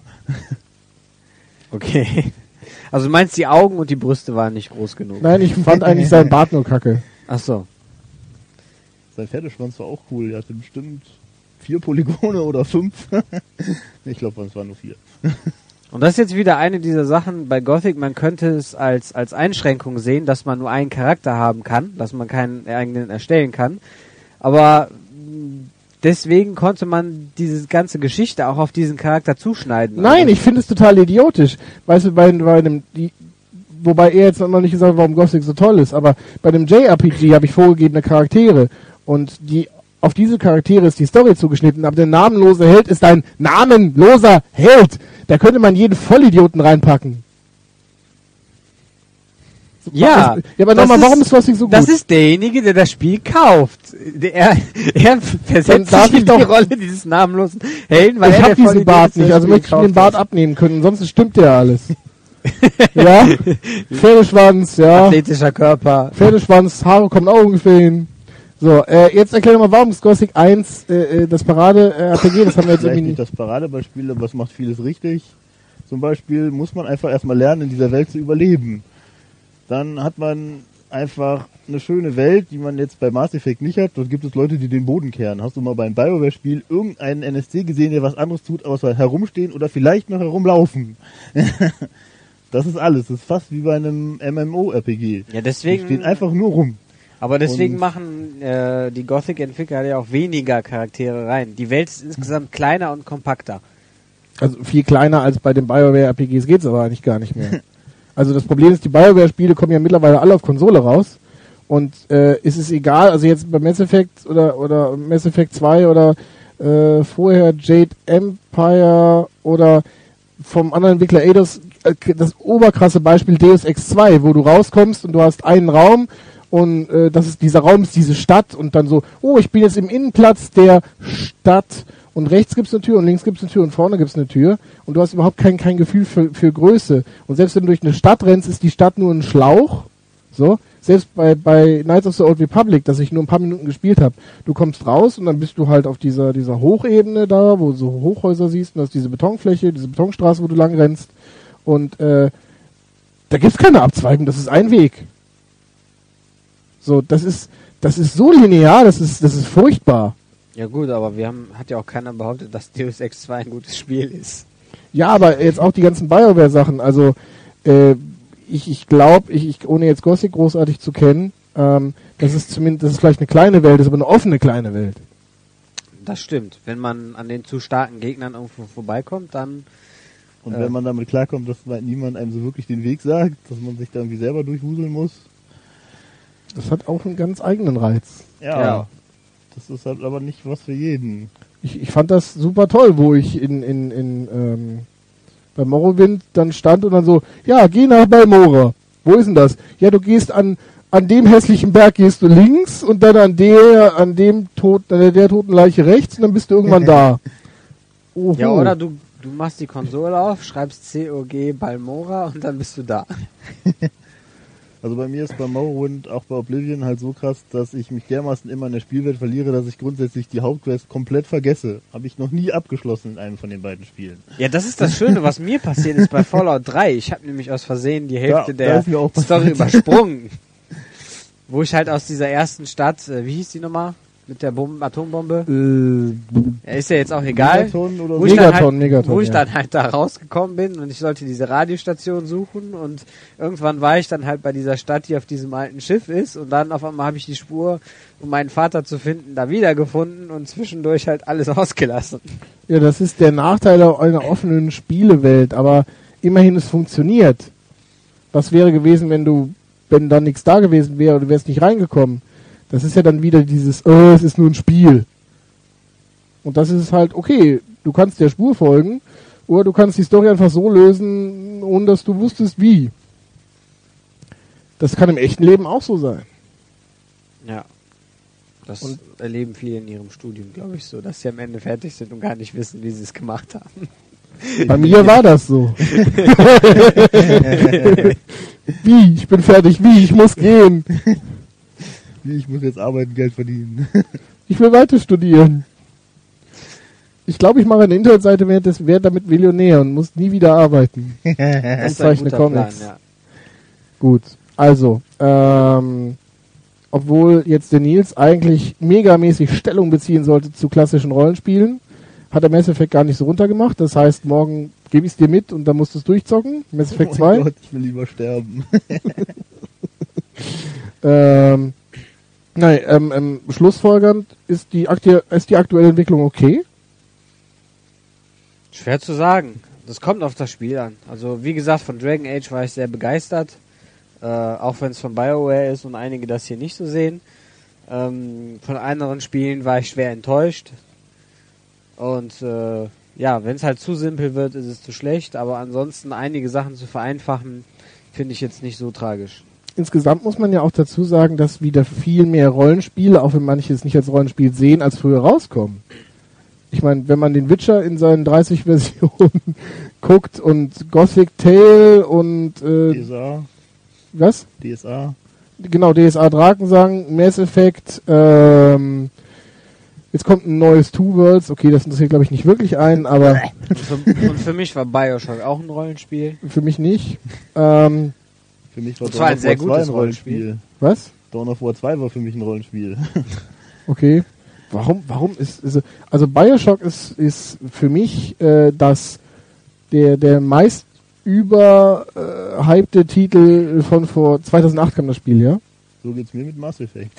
[SPEAKER 2] Okay. Also du meinst, die Augen und die Brüste waren nicht groß genug?
[SPEAKER 1] Nein, ich fand eigentlich seinen Bart nur kacke.
[SPEAKER 2] Ach so.
[SPEAKER 3] Sein Pferdeschwanz war auch cool. Er hatte bestimmt vier Polygone oder fünf. Ich glaube, es waren nur vier.
[SPEAKER 2] Und das ist jetzt wieder eine dieser Sachen bei Gothic, man könnte es als, als Einschränkung sehen, dass man nur einen Charakter haben kann, dass man keinen eigenen erstellen kann. Aber mh, deswegen konnte man diese ganze Geschichte auch auf diesen Charakter zuschneiden.
[SPEAKER 1] Nein,
[SPEAKER 2] Also,
[SPEAKER 1] ich finde es total idiotisch. Weißt du, bei, bei einem, die, wobei er jetzt noch nicht gesagt hat, warum Gothic so toll ist, aber bei dem J R P G habe ich vorgegebene Charaktere und die auf diese Charaktere ist die Story zugeschnitten, aber der namenlose Held ist ein namenloser Held. Da könnte man jeden Vollidioten reinpacken.
[SPEAKER 2] Ja,
[SPEAKER 1] ja, aber
[SPEAKER 2] das
[SPEAKER 1] nochmal,
[SPEAKER 2] ist-
[SPEAKER 1] warum ist Gothic so gut?
[SPEAKER 2] das ist derjenige, der das Spiel kauft. Der, er
[SPEAKER 1] Dann
[SPEAKER 2] versetzt
[SPEAKER 1] darf
[SPEAKER 2] sich in
[SPEAKER 1] ich
[SPEAKER 2] die
[SPEAKER 1] doch-
[SPEAKER 2] Rolle dieses namenlosen Helden, weil
[SPEAKER 1] ich
[SPEAKER 2] er
[SPEAKER 1] habe
[SPEAKER 2] der
[SPEAKER 1] diesen
[SPEAKER 2] Vollidiot
[SPEAKER 1] Bart
[SPEAKER 2] ist, der
[SPEAKER 1] nicht,
[SPEAKER 2] das
[SPEAKER 1] also
[SPEAKER 2] Spiel
[SPEAKER 1] möchte ich den
[SPEAKER 2] gekauft
[SPEAKER 1] Bart
[SPEAKER 2] hat.
[SPEAKER 1] abnehmen können, sonst stimmt ja alles. Ja, Pferdeschwanz, ja,
[SPEAKER 2] Athletischer Körper.
[SPEAKER 1] Pferdeschwanz, Haare kommen auch ungefähr hin. So, äh, jetzt erklär doch mal, warum ist Gothic eins äh, äh, das Parade-R P G, das haben wir jetzt
[SPEAKER 3] Vielleicht
[SPEAKER 1] irgendwie
[SPEAKER 3] nicht das Paradebeispiel, aber es macht vieles richtig. Zum Beispiel muss man einfach erstmal lernen, in dieser Welt zu überleben. Dann hat man einfach eine schöne Welt, die man jetzt bei Mass Effect nicht hat. Dort gibt es Leute, die den Boden kehren. Hast du mal beim BioWare-Spiel irgendeinen N S C gesehen, der was anderes tut, außer herumstehen oder vielleicht noch herumlaufen? Das ist alles. Das ist fast wie bei einem M M O R P G.
[SPEAKER 2] Ja,
[SPEAKER 3] Die
[SPEAKER 2] deswegen.
[SPEAKER 3] stehen einfach nur rum.
[SPEAKER 2] Aber deswegen
[SPEAKER 3] Und-
[SPEAKER 2] machen äh, die Gothic-Entwickler ja auch weniger Charaktere rein. Die Welt ist insgesamt kleiner und kompakter.
[SPEAKER 1] Also viel kleiner als bei den BioWare-R P Gs geht's aber eigentlich gar nicht mehr. Also das Problem ist, die BioWare-Spiele kommen ja mittlerweile alle auf Konsole raus. Und äh, ist es egal, also jetzt bei Mass Effect oder oder Mass Effect zwei oder äh, vorher Jade Empire oder vom anderen Entwickler Eidos äh, das oberkrasse Beispiel Deus Ex zwei, wo du rauskommst und du hast einen Raum und äh, das ist dieser Raum ist diese Stadt und dann so, oh, ich bin jetzt im Innenplatz der Stadt und rechts gibt's eine Tür und links gibt's eine Tür und vorne gibt's eine Tür und du hast überhaupt kein kein Gefühl für für Größe und selbst wenn du durch eine Stadt rennst, ist die Stadt nur ein Schlauch, so. Selbst bei, bei Knights of the Old Republic, das ich nur ein paar Minuten gespielt habe, du kommst raus und dann bist du halt auf dieser dieser Hochebene da, wo du so Hochhäuser siehst und hast diese Betonfläche, diese Betonstraße, wo du lang rennst und äh, da gibt's keine Abzweigung, das ist ein Weg. So, das ist das ist so linear, das ist das ist furchtbar.
[SPEAKER 2] Ja gut, aber wir haben hat ja auch keiner behauptet, dass Deus Ex zwei ein gutes Spiel ist.
[SPEAKER 1] Ja, aber jetzt auch die ganzen BioWare-Sachen, also äh, ich, ich glaube, ich, ich, ohne jetzt Gothic großartig zu kennen, ähm, das ist zumindest, das ist vielleicht eine kleine Welt, das ist aber eine offene kleine Welt.
[SPEAKER 2] Das stimmt. Wenn man an den zu starken Gegnern irgendwo vorbeikommt, dann...
[SPEAKER 3] Und
[SPEAKER 2] äh,
[SPEAKER 3] wenn man damit klarkommt, dass niemand einem so wirklich den Weg sagt, dass man sich da irgendwie selber durchwuseln muss.
[SPEAKER 1] Das hat auch einen ganz eigenen Reiz.
[SPEAKER 3] Ja.
[SPEAKER 2] Ja.
[SPEAKER 3] Das ist halt aber nicht was für jeden.
[SPEAKER 1] Ich, ich fand das super toll, wo ich in, in, in ähm, bei Morrowind dann stand und dann so, ja, geh nach Balmora. Wo ist denn das? Ja, du gehst an an dem hässlichen Berg gehst du links und dann an der an dem Tod, an der, der toten Leiche rechts und dann bist du irgendwann da. Oho.
[SPEAKER 2] ja, oder du du machst die Konsole auf, schreibst C O G Balmora und dann bist du da.
[SPEAKER 3] Also bei mir ist bei Morrowind, auch bei Oblivion halt so krass, dass ich mich dermaßen immer in der Spielwelt verliere, dass ich grundsätzlich die Hauptquest komplett vergesse. Habe ich noch nie abgeschlossen in einem von den beiden Spielen.
[SPEAKER 2] Ja, das ist das Schöne, was mir passiert ist bei Fallout drei. Ich habe nämlich aus Versehen die Hälfte
[SPEAKER 3] Ja, da
[SPEAKER 2] der
[SPEAKER 3] ist mir auch
[SPEAKER 2] Story
[SPEAKER 3] passiert.
[SPEAKER 2] übersprungen. Wo ich halt aus dieser ersten Stadt, äh, wie hieß die nochmal? Mit der Bom- Atombombe?
[SPEAKER 1] Äh,
[SPEAKER 2] Ja, ist ja jetzt auch egal.
[SPEAKER 3] Megaton oder
[SPEAKER 2] Wo
[SPEAKER 3] so?
[SPEAKER 2] ich, dann
[SPEAKER 1] Megaton,
[SPEAKER 2] halt,
[SPEAKER 1] Megaton,
[SPEAKER 2] wo ich
[SPEAKER 1] ja.
[SPEAKER 2] dann halt da rausgekommen bin und ich sollte diese Radiostation suchen und irgendwann war ich dann halt bei dieser Stadt, die auf diesem alten Schiff ist und dann auf einmal habe ich die Spur, um meinen Vater zu finden, da wiedergefunden und zwischendurch halt alles ausgelassen.
[SPEAKER 1] ja, das ist der Nachteil einer offenen Spielewelt, aber immerhin es funktioniert. Was wäre gewesen, wenn du, wenn da nichts da gewesen wäre oder du wärst nicht reingekommen? Das ist ja dann wieder dieses, oh, es ist nur ein Spiel. Und das ist halt, okay, du kannst der Spur folgen, oder du kannst die Story einfach so lösen, ohne dass du wusstest, wie. Das kann im echten Leben auch so sein.
[SPEAKER 2] Ja. Das
[SPEAKER 1] Und-
[SPEAKER 2] erleben viele in ihrem Studium, glaube ich, so, dass sie am Ende fertig sind und gar nicht wissen, wie sie es gemacht haben.
[SPEAKER 1] Bei mir war das so. Wie? Ich bin fertig. Wie? Ich muss gehen.
[SPEAKER 3] Wie, ich muss jetzt arbeiten, Geld verdienen.
[SPEAKER 1] Ich will weiter studieren. Ich glaube, ich mache eine Internetseite, werde des- werde damit Millionär und muss nie wieder arbeiten.
[SPEAKER 2] Das ist ein
[SPEAKER 1] zeichne
[SPEAKER 2] guter
[SPEAKER 1] Comics.
[SPEAKER 2] Plan, ja.
[SPEAKER 1] Gut, also, ähm, obwohl jetzt der Nils eigentlich megamäßig Stellung beziehen sollte zu klassischen Rollenspielen, hat er Mass Effect gar nicht so runtergemacht. Das heißt, morgen gebe ich es dir mit und dann musst du es durchzocken. Mass Effect
[SPEAKER 3] Oh
[SPEAKER 1] zwei.
[SPEAKER 3] mein Gott, ich will lieber sterben.
[SPEAKER 1] Ähm, nein, ähm, ähm, schlussfolgernd ist die, aktu ist die aktuelle Entwicklung okay.
[SPEAKER 2] Schwer zu sagen. Das kommt auf das Spiel an. Also wie gesagt, von Dragon Age war ich sehr begeistert. Äh, auch wenn es von BioWare ist und einige das hier nicht so sehen. Ähm, von anderen Spielen war ich schwer enttäuscht. Und äh, ja, wenn es halt zu simpel wird, ist es zu schlecht. Aber ansonsten einige Sachen zu vereinfachen, finde ich jetzt nicht so tragisch.
[SPEAKER 1] Insgesamt muss man ja auch dazu sagen, dass wieder viel mehr Rollenspiele, auch wenn manche es nicht als Rollenspiel sehen, als früher rauskommen. Ich meine, wenn man den Witcher in seinen dreißig Versionen guckt und Gothic Tale und
[SPEAKER 3] D
[SPEAKER 1] äh,
[SPEAKER 3] S A,
[SPEAKER 1] was?
[SPEAKER 3] D S A.
[SPEAKER 1] Genau, D S A Drakensang, Mass Effect, ähm, jetzt kommt ein neues Two Worlds, okay, das interessiert glaube ich nicht wirklich einen, aber
[SPEAKER 2] Und für, und für mich war Bioshock auch ein Rollenspiel.
[SPEAKER 1] für mich nicht. Ähm,
[SPEAKER 3] Für mich war
[SPEAKER 2] Und zwar ein
[SPEAKER 3] Dawn of
[SPEAKER 2] sehr
[SPEAKER 3] War zwei
[SPEAKER 2] gutes
[SPEAKER 3] ein Rollenspiel.
[SPEAKER 1] was?
[SPEAKER 3] Dawn of War zwei war für mich ein Rollenspiel.
[SPEAKER 1] Okay. Warum, warum ist, ist also Bioshock ist, ist für mich äh, das der der meist über äh, hypte Titel von vor zweitausendacht kam das Spiel, ja?
[SPEAKER 3] So geht's mir mit Mass Effect.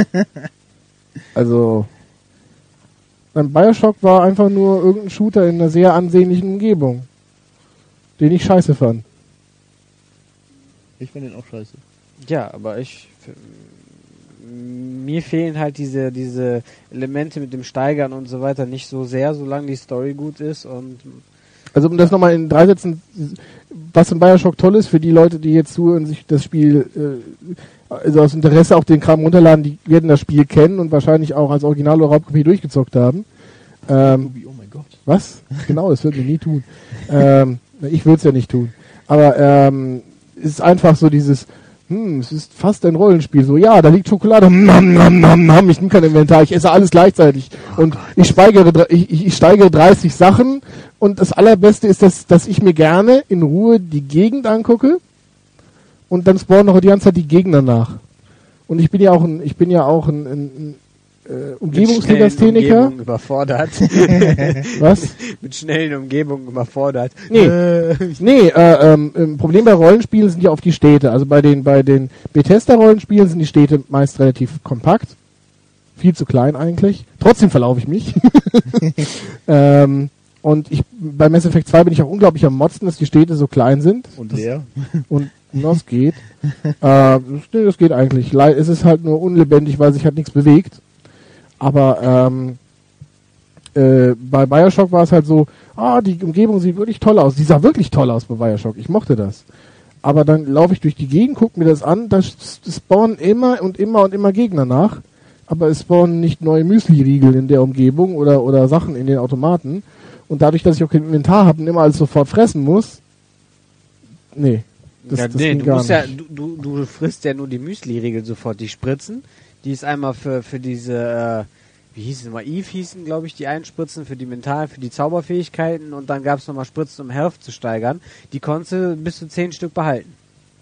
[SPEAKER 1] Also ein Bioshock war einfach nur irgendein Shooter in einer sehr ansehnlichen Umgebung, den ich scheiße fand.
[SPEAKER 3] Ich fand den auch scheiße.
[SPEAKER 2] Ja, aber ich f- mir fehlen halt diese diese Elemente mit dem Steigern und so weiter nicht so sehr, solange die Story gut ist und
[SPEAKER 1] Also um das nochmal in drei Sätzen, was in Bioshock toll ist für die Leute, die jetzt zuhören, sich das Spiel, äh, also aus Interesse auch den Kram runterladen, die werden das Spiel kennen und wahrscheinlich auch als Original- oder Raubkopie durchgezockt haben. Ähm,
[SPEAKER 3] Oh mein Gott.
[SPEAKER 1] was? Genau, das würden wir nie tun. ähm, ich würde es ja nicht tun. Aber ähm, es ist einfach so dieses, hm, es ist fast ein Rollenspiel. So, ja, da liegt Schokolade. Nam, nam, nam, nam. Ich nehme kein Inventar, ich esse alles gleichzeitig.
[SPEAKER 2] Oh
[SPEAKER 1] und
[SPEAKER 2] Gott.
[SPEAKER 1] ich steigere, ich, ich steigere dreißig Sachen. Und das Allerbeste ist, dass, dass ich mir gerne in Ruhe die Gegend angucke. Und dann spawnen noch die ganze Zeit die Gegner nach. Und ich bin ja auch ein, ich bin ja auch ein, ein, ein äh, Umgebungslegastheniker.
[SPEAKER 2] Umgebungen überfordert.
[SPEAKER 1] Was?
[SPEAKER 2] Mit schnellen Umgebungen überfordert.
[SPEAKER 1] Nee,
[SPEAKER 2] Äh,
[SPEAKER 1] nee, äh, ähm, ähm, Problem bei Rollenspielen sind ja oft die Städte. Also bei den bei den Bethesda-Rollenspielen sind die Städte meist relativ kompakt. Viel zu klein eigentlich. Trotzdem verlaufe ich mich. ähm, und ich bei Mass Effect zwei bin ich auch unglaublich am Motzen, dass die Städte so klein sind.
[SPEAKER 3] Und leer.
[SPEAKER 1] Und das geht. äh, das, nee, das geht eigentlich. Le- Es ist halt nur unlebendig, weil sich halt nichts bewegt. Aber ähm, äh, bei Bioshock war es halt so, ah, die Umgebung sieht wirklich toll aus. Die sah wirklich toll aus bei Bioshock. Ich mochte das. Aber dann laufe ich durch die Gegend, gucke mir das an, da s- spawnen immer und immer und immer Gegner nach. Aber es spawnen nicht neue Müsli-Riegel in der Umgebung oder, oder Sachen in den Automaten. Und dadurch, dass ich auch kein Inventar habe und immer alles sofort fressen muss, nee. Das,
[SPEAKER 2] ja,
[SPEAKER 1] das
[SPEAKER 2] nee,
[SPEAKER 1] ging
[SPEAKER 2] du
[SPEAKER 1] gar
[SPEAKER 2] musst
[SPEAKER 1] nicht.
[SPEAKER 2] ja, du, du, du frisst ja nur die Müsli-Riegel sofort, die Spritzen. Die ist einmal für, für diese, äh, wie hieß es nochmal, Eve hießen, glaube ich, die Einspritzen für die Mental, für die Zauberfähigkeiten und dann gab es nochmal Spritzen, um Health zu steigern. Die konntest du bis zu zehn Stück behalten.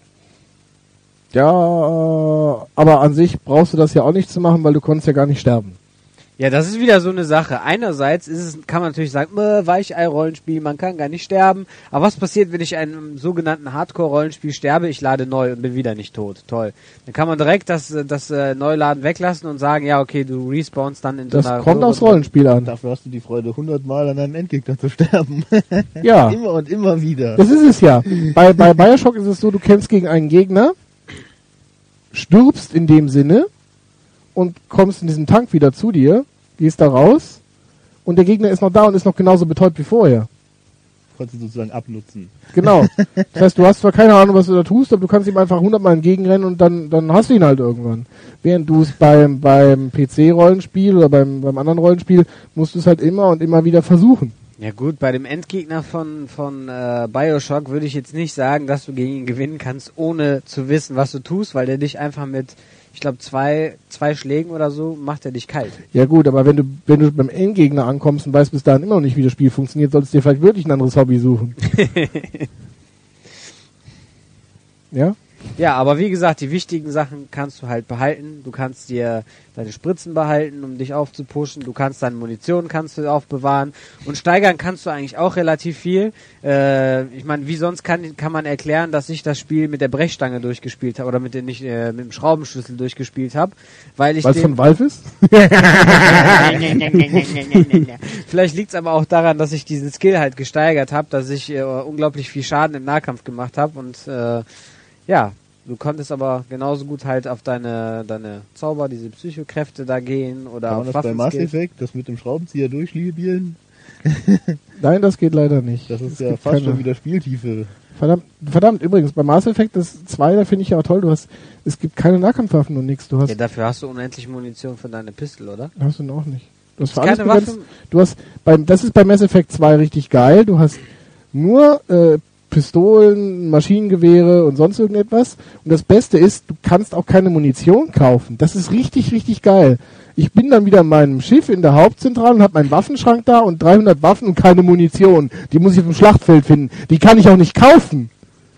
[SPEAKER 1] Ja, aber an sich brauchst du das ja auch nicht zu machen, weil du konntest ja gar nicht sterben.
[SPEAKER 2] Ja, das ist wieder so eine Sache. Einerseits ist es, kann man natürlich sagen, äh, Weichei-Rollenspiel, man kann gar nicht sterben. Aber was passiert, wenn ich in einem sogenannten Hardcore-Rollenspiel sterbe? Ich lade neu und bin wieder nicht tot. Toll. Dann kann man direkt das, das äh, Neuladen weglassen und sagen, ja, okay, du respawnst dann in so
[SPEAKER 1] Das
[SPEAKER 2] einer...
[SPEAKER 1] kommt aufs Rollenspiel an.
[SPEAKER 3] Dafür hast du die Freude, hundertmal an einem Endgegner zu sterben.
[SPEAKER 1] Ja,
[SPEAKER 3] Immer und immer wieder.
[SPEAKER 1] das ist es ja. Bei, bei Bioshock ist es so, du kämpfst gegen einen Gegner, stirbst in dem Sinne und kommst in diesen Tank wieder zu dir, gehst da raus und der Gegner ist noch da und ist noch genauso betäubt wie vorher.
[SPEAKER 3] Konntest du sozusagen abnutzen.
[SPEAKER 1] Genau. Das heißt, du hast zwar keine Ahnung, was du da tust, aber du kannst ihm einfach hundertmal entgegenrennen und dann, dann hast du ihn halt irgendwann. Während du es beim, beim P C-Rollenspiel oder beim, beim anderen Rollenspiel musst du es halt immer und immer wieder versuchen.
[SPEAKER 2] Ja gut, bei dem Endgegner von, von äh, Bioshock würde ich jetzt nicht sagen, dass du gegen ihn gewinnen kannst, ohne zu wissen, was du tust, weil der dich einfach mit, ich glaube, zwei, zwei Schlägen oder so, macht er dich kalt.
[SPEAKER 1] Ja gut, aber wenn du, wenn du beim Endgegner ankommst und weißt bis dahin immer noch nicht, wie das Spiel funktioniert, solltest du dir vielleicht wirklich ein anderes Hobby suchen. Ja?
[SPEAKER 2] Ja, aber wie gesagt, die wichtigen Sachen kannst du halt behalten. Du kannst dir deine Spritzen behalten, um dich aufzupushen. Du kannst deine Munition kannst du aufbewahren. Und steigern kannst du eigentlich auch relativ viel. Äh, ich meine, wie sonst kann, kann man erklären, dass ich das Spiel mit der Brechstange durchgespielt habe oder mit, den, nicht, äh, mit dem Schraubenschlüssel durchgespielt habe. Weil ich
[SPEAKER 1] Weil es
[SPEAKER 2] den
[SPEAKER 1] von Valve ist?
[SPEAKER 2] Vielleicht liegt es aber auch daran, dass ich diesen Skill halt gesteigert habe, dass ich äh, unglaublich viel Schaden im Nahkampf gemacht habe und äh, ja, du konntest aber genauso gut halt auf deine deine Zauber, diese Psychokräfte da gehen oder
[SPEAKER 3] Kann man
[SPEAKER 2] auf
[SPEAKER 3] das bei Mass
[SPEAKER 2] Waffenskills.
[SPEAKER 3] Effect, das mit dem Schraubenzieher durchlibieren?
[SPEAKER 1] Nein, das geht leider nicht.
[SPEAKER 3] Das ist
[SPEAKER 1] Es
[SPEAKER 3] ja
[SPEAKER 1] gibt
[SPEAKER 3] fast
[SPEAKER 1] keine-
[SPEAKER 3] schon wieder Spieltiefe.
[SPEAKER 1] Verdammt, verdammt, übrigens, bei Mass Effect das zwei, da finde ich ja auch toll, du hast, es gibt keine Nahkampfwaffen und nichts, du hast,
[SPEAKER 2] Ja, dafür hast du unendlich Munition für deine Pistol, oder?
[SPEAKER 1] hast du noch nicht. Du hast für
[SPEAKER 2] Keine
[SPEAKER 1] alles begrenzt,
[SPEAKER 2] Waffen?
[SPEAKER 1] du hast, beim, das ist bei Mass Effect zwei richtig geil, du hast nur, äh, Pistolen, Maschinengewehre und sonst irgendetwas. Und das Beste ist, du kannst auch keine Munition kaufen. Das ist richtig, richtig geil. Ich bin dann wieder in meinem Schiff in der Hauptzentrale und habe meinen Waffenschrank da und dreihundert Waffen und keine Munition. Die muss ich auf dem Schlachtfeld finden. Die kann ich auch nicht kaufen.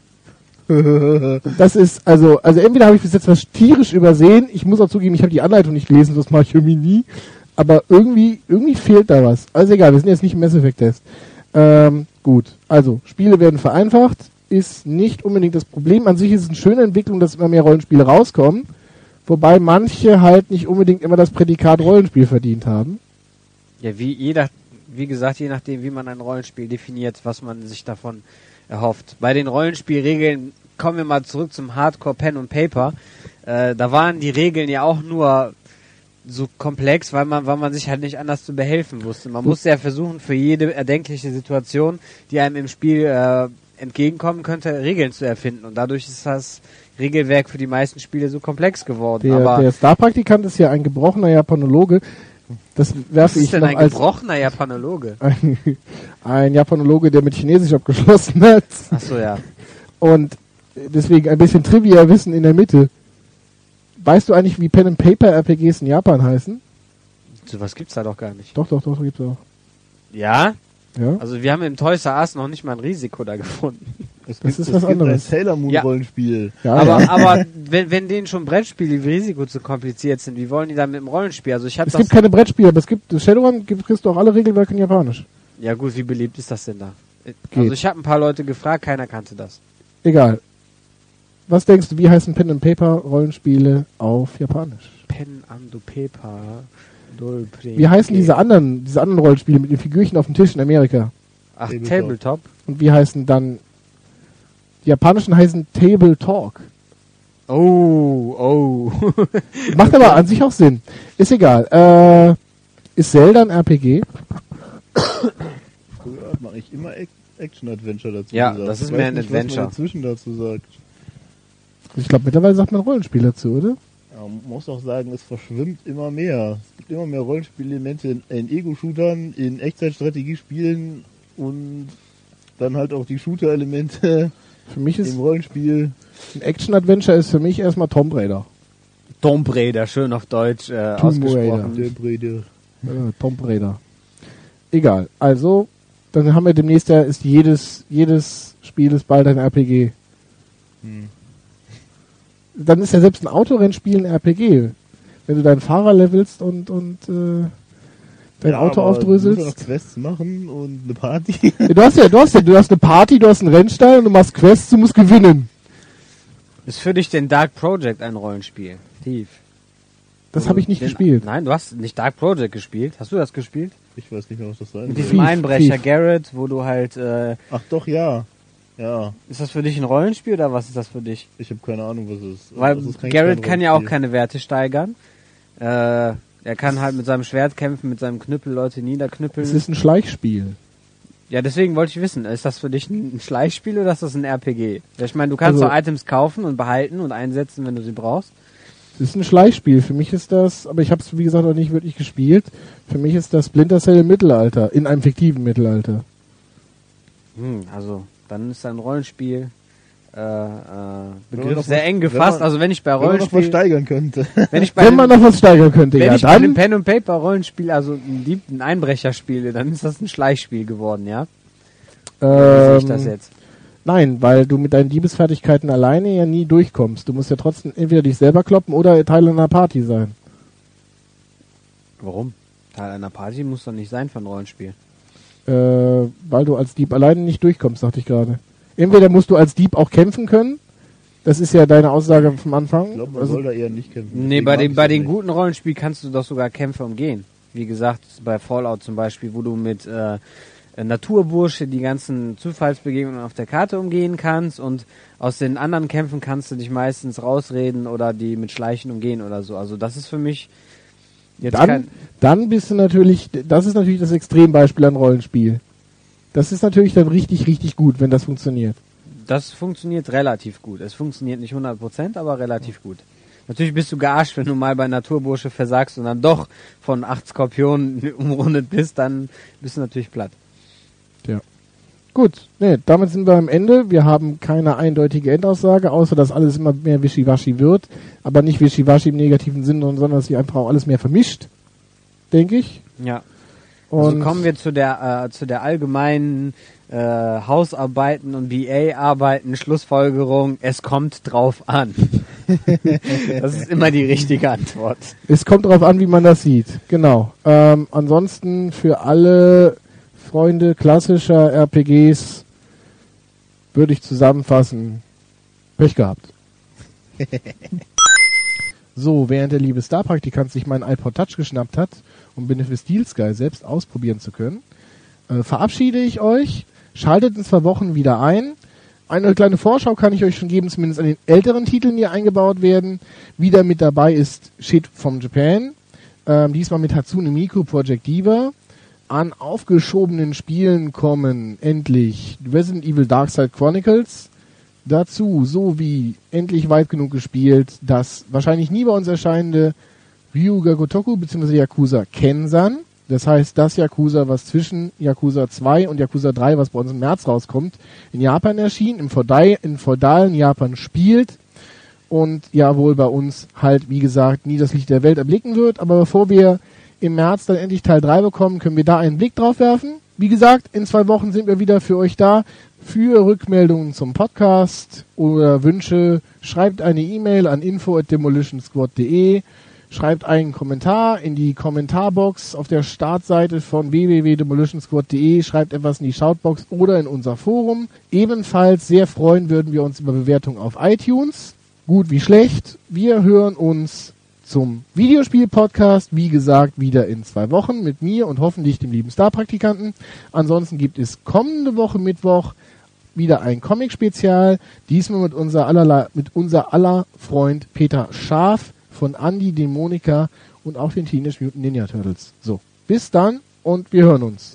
[SPEAKER 1] Das ist, also, also entweder habe ich bis jetzt was tierisch übersehen. Ich muss auch zugeben, ich habe die Anleitung nicht gelesen, das mache ich irgendwie nie. Aber irgendwie, irgendwie fehlt da was. Also egal, wir sind jetzt nicht im Mass Effect Test. Ähm, gut, also Spiele werden vereinfacht, ist nicht unbedingt das Problem. An sich ist es eine schöne Entwicklung, dass immer mehr Rollenspiele rauskommen, wobei manche halt nicht unbedingt immer das Prädikat Rollenspiel verdient haben.
[SPEAKER 2] Ja, wie jeder, wie gesagt, je nachdem, wie man ein Rollenspiel definiert, was man sich davon erhofft. Bei den Rollenspielregeln kommen wir mal zurück zum Hardcore Pen und Paper. Äh, da waren die Regeln ja auch nur so komplex, weil man, weil man sich halt nicht anders zu behelfen wusste. Man musste ja versuchen, für jede erdenkliche Situation, die einem im Spiel äh, entgegenkommen könnte, Regeln zu erfinden. Und dadurch ist das Regelwerk für die meisten Spiele so komplex geworden.
[SPEAKER 1] Der,
[SPEAKER 2] Aber
[SPEAKER 1] der Star-Praktikant ist ja ein gebrochener Japanologe. Das werfe
[SPEAKER 2] was ist
[SPEAKER 1] ich
[SPEAKER 2] denn
[SPEAKER 1] noch
[SPEAKER 2] ein
[SPEAKER 1] als
[SPEAKER 2] gebrochener Japanologe?
[SPEAKER 1] ein, ein Japanologe, der mit Chinesisch abgeschlossen hat.
[SPEAKER 2] Ach so, ja.
[SPEAKER 1] Und deswegen ein bisschen Trivia-Wissen in der Mitte. Weißt du eigentlich, wie Pen-and-Paper-R P Gs in Japan heißen?
[SPEAKER 2] Sowas gibt's da doch gar nicht.
[SPEAKER 1] Doch, doch, doch, gibt's auch.
[SPEAKER 2] Ja?
[SPEAKER 1] Ja?
[SPEAKER 2] Also wir haben im Toys R Us noch nicht mal ein Risiko da gefunden.
[SPEAKER 3] Es
[SPEAKER 1] Das
[SPEAKER 3] gibt,
[SPEAKER 1] ist
[SPEAKER 3] es
[SPEAKER 1] was
[SPEAKER 3] gibt
[SPEAKER 1] anderes.
[SPEAKER 3] ein Sailor Moon
[SPEAKER 2] Ja.
[SPEAKER 3] Rollenspiel.
[SPEAKER 1] Ja,
[SPEAKER 2] aber
[SPEAKER 1] ja.
[SPEAKER 2] aber wenn, wenn denen schon Brettspiele wie Risiko zu kompliziert sind, wie wollen die dann mit dem Rollenspiel? Also ich habe
[SPEAKER 1] Es
[SPEAKER 2] das...
[SPEAKER 1] gibt keine Brettspiele, aber es gibt Shadowrun, gibt, kriegst du auch alle Regelwerke in Japanisch.
[SPEAKER 2] Ja gut, wie beliebt ist das denn da?
[SPEAKER 1] Geht.
[SPEAKER 2] Also ich habe ein paar Leute gefragt, keiner kannte das.
[SPEAKER 1] Egal. Was denkst du, wie heißen Pen-and-Paper-Rollenspiele auf Japanisch?
[SPEAKER 2] Pen and Paper. Dolphin.
[SPEAKER 1] Wie heißen diese anderen, diese anderen Rollenspiele mit den Figürchen auf dem Tisch in Amerika?
[SPEAKER 2] Ach,
[SPEAKER 3] Tabletop.
[SPEAKER 2] Tabletop.
[SPEAKER 1] Und wie heißen dann, die japanischen heißen Table Talk.
[SPEAKER 2] Oh, oh.
[SPEAKER 1] Macht aber an sich auch Sinn. Ist egal. Äh, ist Zelda ein R P G?
[SPEAKER 3] Früher mache ich immer Ac- Action-Adventure dazu.
[SPEAKER 2] Ja,
[SPEAKER 3] gesagt.
[SPEAKER 2] das ist
[SPEAKER 3] Ich
[SPEAKER 2] mehr
[SPEAKER 3] weiß
[SPEAKER 2] ein
[SPEAKER 3] nicht,
[SPEAKER 2] Adventure.
[SPEAKER 3] Was man dazwischen dazu sagt.
[SPEAKER 1] Ich glaube, mittlerweile sagt man Rollenspiel dazu, oder?
[SPEAKER 3] Ja, man muss auch sagen, es verschwimmt immer mehr. Es gibt immer mehr Rollenspielelemente in, in Ego-Shootern, in Echtzeitstrategiespielen und dann halt auch die Shooter-Elemente
[SPEAKER 1] Für mich ist
[SPEAKER 3] im Rollenspiel.
[SPEAKER 1] ein Action-Adventure ist für mich erstmal Tomb Raider.
[SPEAKER 2] Tomb Raider, schön auf Deutsch äh,
[SPEAKER 1] Tomb
[SPEAKER 2] ausgesprochen.
[SPEAKER 3] Der Brede.
[SPEAKER 1] Äh, Tomb Raider. Egal. Also, dann haben wir demnächst ja, ist jedes, jedes Spiel ist bald ein R P G.
[SPEAKER 3] Hm.
[SPEAKER 1] Dann ist ja selbst ein Autorennspiel ein R P G. Wenn du deinen Fahrer levelst und, und äh, dein
[SPEAKER 3] Ja,
[SPEAKER 1] Auto
[SPEAKER 3] aber Du musst ja noch
[SPEAKER 1] aufdröselst.
[SPEAKER 3] Quests machen und eine Party.
[SPEAKER 1] Ja, du hast ja, du hast ja, du hast eine Party, du hast einen Rennstall und du machst Quests, du musst gewinnen.
[SPEAKER 2] Ist für dich denn Dark Project ein Rollenspiel? Tief.
[SPEAKER 1] Das habe ich nicht
[SPEAKER 2] Den-
[SPEAKER 1] gespielt.
[SPEAKER 2] Nein, du hast nicht Dark Project gespielt. Hast du das gespielt?
[SPEAKER 3] Ich weiß nicht mehr, was das sein
[SPEAKER 2] Mit
[SPEAKER 3] soll.
[SPEAKER 2] diesem
[SPEAKER 1] Thief,
[SPEAKER 2] Einbrecher
[SPEAKER 1] Thief.
[SPEAKER 2] Garrett, wo du halt, äh,
[SPEAKER 3] Ach doch, ja. Ja,
[SPEAKER 2] ist das für dich ein Rollenspiel oder was ist das für dich?
[SPEAKER 3] ich habe keine Ahnung, was es ist.
[SPEAKER 2] Weil
[SPEAKER 3] Das ist kein
[SPEAKER 2] Garrett kann ja auch
[SPEAKER 3] Rollenspiel.
[SPEAKER 2] keine Werte steigern. Äh, er kann halt mit seinem Schwert kämpfen, mit seinem Knüppel Leute niederknüppeln.
[SPEAKER 1] Es ist ein Schleichspiel.
[SPEAKER 2] Ja, deswegen wollte ich wissen, ist das für dich ein Schleichspiel oder ist das ein R P G? Ja, ich meine, du kannst
[SPEAKER 1] Also-
[SPEAKER 2] doch Items kaufen und behalten und einsetzen, wenn du sie brauchst.
[SPEAKER 1] Es ist ein Schleichspiel. Für mich ist das, aber ich habe es wie gesagt auch nicht wirklich gespielt. Für mich ist das Splinter Cell im Mittelalter, in einem fiktiven Mittelalter.
[SPEAKER 2] Hm, also, dann ist ein Rollenspiel äh, äh,
[SPEAKER 3] Wenn man
[SPEAKER 2] Begriff
[SPEAKER 3] noch
[SPEAKER 2] sehr
[SPEAKER 3] was-
[SPEAKER 2] eng
[SPEAKER 3] wenn
[SPEAKER 2] gefasst.
[SPEAKER 3] man-
[SPEAKER 2] Also wenn ich bei
[SPEAKER 3] Wenn man noch was
[SPEAKER 2] Rollenspiel,
[SPEAKER 3] steigern könnte.
[SPEAKER 2] wenn ich bei
[SPEAKER 1] Wenn
[SPEAKER 2] einem,
[SPEAKER 1] man noch was steigern könnte,
[SPEAKER 2] wenn
[SPEAKER 1] ja,
[SPEAKER 2] ich bei einem
[SPEAKER 1] dann.
[SPEAKER 2] Pen and Paper Rollenspiel, also ein Dieb, ein Einbrecher spiele, dann ist das ein Schleichspiel geworden, ja? Wie sehe ich das
[SPEAKER 1] Ähm,
[SPEAKER 2] jetzt?
[SPEAKER 1] nein, weil du mit deinen Diebesfertigkeiten alleine ja nie durchkommst. Du musst ja trotzdem entweder dich selber kloppen oder Teil einer Party sein.
[SPEAKER 2] Warum? Teil einer Party muss doch nicht sein für ein Rollenspiel.
[SPEAKER 1] Äh, weil du als Dieb alleine nicht durchkommst, dachte ich gerade. Entweder musst du als Dieb auch kämpfen können. Das ist ja deine Aussage vom Anfang.
[SPEAKER 3] Ich glaube, man
[SPEAKER 1] Also,
[SPEAKER 3] soll da eher nicht kämpfen.
[SPEAKER 2] Nee,
[SPEAKER 3] Deswegen
[SPEAKER 2] bei
[SPEAKER 3] mag
[SPEAKER 2] den,
[SPEAKER 3] ich
[SPEAKER 2] bei
[SPEAKER 3] das
[SPEAKER 2] den
[SPEAKER 3] nicht.
[SPEAKER 2] guten Rollenspielen kannst du doch sogar Kämpfe umgehen. Wie gesagt, bei Fallout zum Beispiel, wo du mit äh, Naturbursche die ganzen Zufallsbegegnungen auf der Karte umgehen kannst und aus den anderen Kämpfen kannst du dich meistens rausreden oder die mit Schleichen umgehen oder so. Also das ist für mich jetzt
[SPEAKER 1] dann,
[SPEAKER 2] kein...
[SPEAKER 1] dann bist du natürlich, das ist natürlich das Extrembeispiel an Rollenspiel. Das ist natürlich dann richtig, richtig gut, wenn das funktioniert.
[SPEAKER 2] Das funktioniert relativ gut. Es funktioniert nicht hundert Prozent, aber relativ gut. Natürlich bist du gearscht, wenn du mal bei Naturbursche versagst und dann doch von acht Skorpionen umrundet bist, dann bist du natürlich platt.
[SPEAKER 1] Gut, nee, damit sind wir am Ende. Wir haben keine eindeutige Endaussage, außer dass alles immer mehr Wischiwaschi wird. Aber nicht Wischiwaschi im negativen Sinn, sondern dass sich einfach auch alles mehr vermischt, denke ich.
[SPEAKER 2] Ja.
[SPEAKER 1] Und
[SPEAKER 2] Also kommen wir zu der äh, zu der allgemeinen äh, Hausarbeiten und B A-Arbeiten Schlussfolgerung, es kommt drauf an. Das ist immer die richtige Antwort.
[SPEAKER 1] es kommt darauf an, wie man das sieht. Genau. Ähm, ansonsten für alle Freunde klassischer R P Gs würde ich zusammenfassen, Pech gehabt. So, während der liebe Star-Praktikant sich meinen iPod Touch geschnappt hat, um Benefit Steel Sky selbst ausprobieren zu können, äh, verabschiede ich euch. Schaltet in zwei Wochen wieder ein. Eine kleine Vorschau kann ich euch schon geben, zumindest an den älteren Titeln, die eingebaut werden. Wieder mit dabei ist Shit from Japan. ähm, diesmal mit Hatsune Miku Project Diva. An aufgeschobenen Spielen kommen endlich Resident Evil Darkside Chronicles. Dazu sowie endlich weit genug gespielt, das wahrscheinlich nie bei uns erscheinende Ryuga Gotoku bzw. Yakuza Kensan. Das heißt, das Yakuza, was zwischen Yakuza zwei und Yakuza drei, was bei uns im März rauskommt, in Japan erschien, im feudalen, in feudalen Japan spielt und ja wohl bei uns halt, wie gesagt, nie das Licht der Welt erblicken wird. Aber bevor wir im März dann endlich Teil drei bekommen, können wir da einen Blick drauf werfen. Wie gesagt, in zwei Wochen sind wir wieder für euch da. Für Rückmeldungen zum Podcast oder Wünsche, schreibt eine E-Mail an info at demolitionsquad punkt de, schreibt einen Kommentar in die Kommentarbox auf der Startseite von w w w punkt demolitionsquad punkt de, schreibt etwas in die Shoutbox oder in unser Forum. Ebenfalls sehr freuen würden wir uns über Bewertungen auf iTunes. Gut wie schlecht. Wir hören uns zum Videospiel-Podcast, wie gesagt, wieder in zwei Wochen mit mir und hoffentlich dem lieben Star-Praktikanten. Ansonsten gibt es kommende Woche Mittwoch wieder ein Comic-Spezial, diesmal mit unser aller, mit unser aller Freund Peter Scharf von Andy, Dämonica und auch den Teenage Mutant Ninja Turtles. So, bis dann und wir hören uns.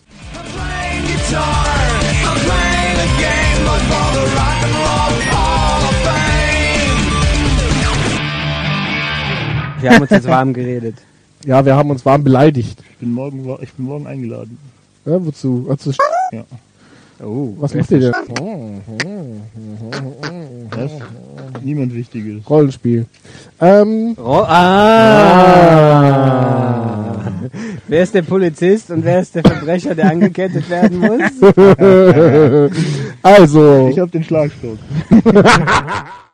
[SPEAKER 2] Wir haben uns jetzt warm geredet.
[SPEAKER 1] Ja, wir haben uns warm beleidigt.
[SPEAKER 3] Ich bin morgen, ich bin morgen eingeladen.
[SPEAKER 1] Ja, wozu? wozu?
[SPEAKER 3] Ja.
[SPEAKER 1] Oh, was macht ihr denn?
[SPEAKER 3] Was? Niemand Wichtiges.
[SPEAKER 1] Rollenspiel. Ähm,
[SPEAKER 2] Ro- ah. Wer ist der Polizist und wer ist der Verbrecher, der angekettet werden muss?
[SPEAKER 1] also.
[SPEAKER 3] Ich hab den Schlagstock.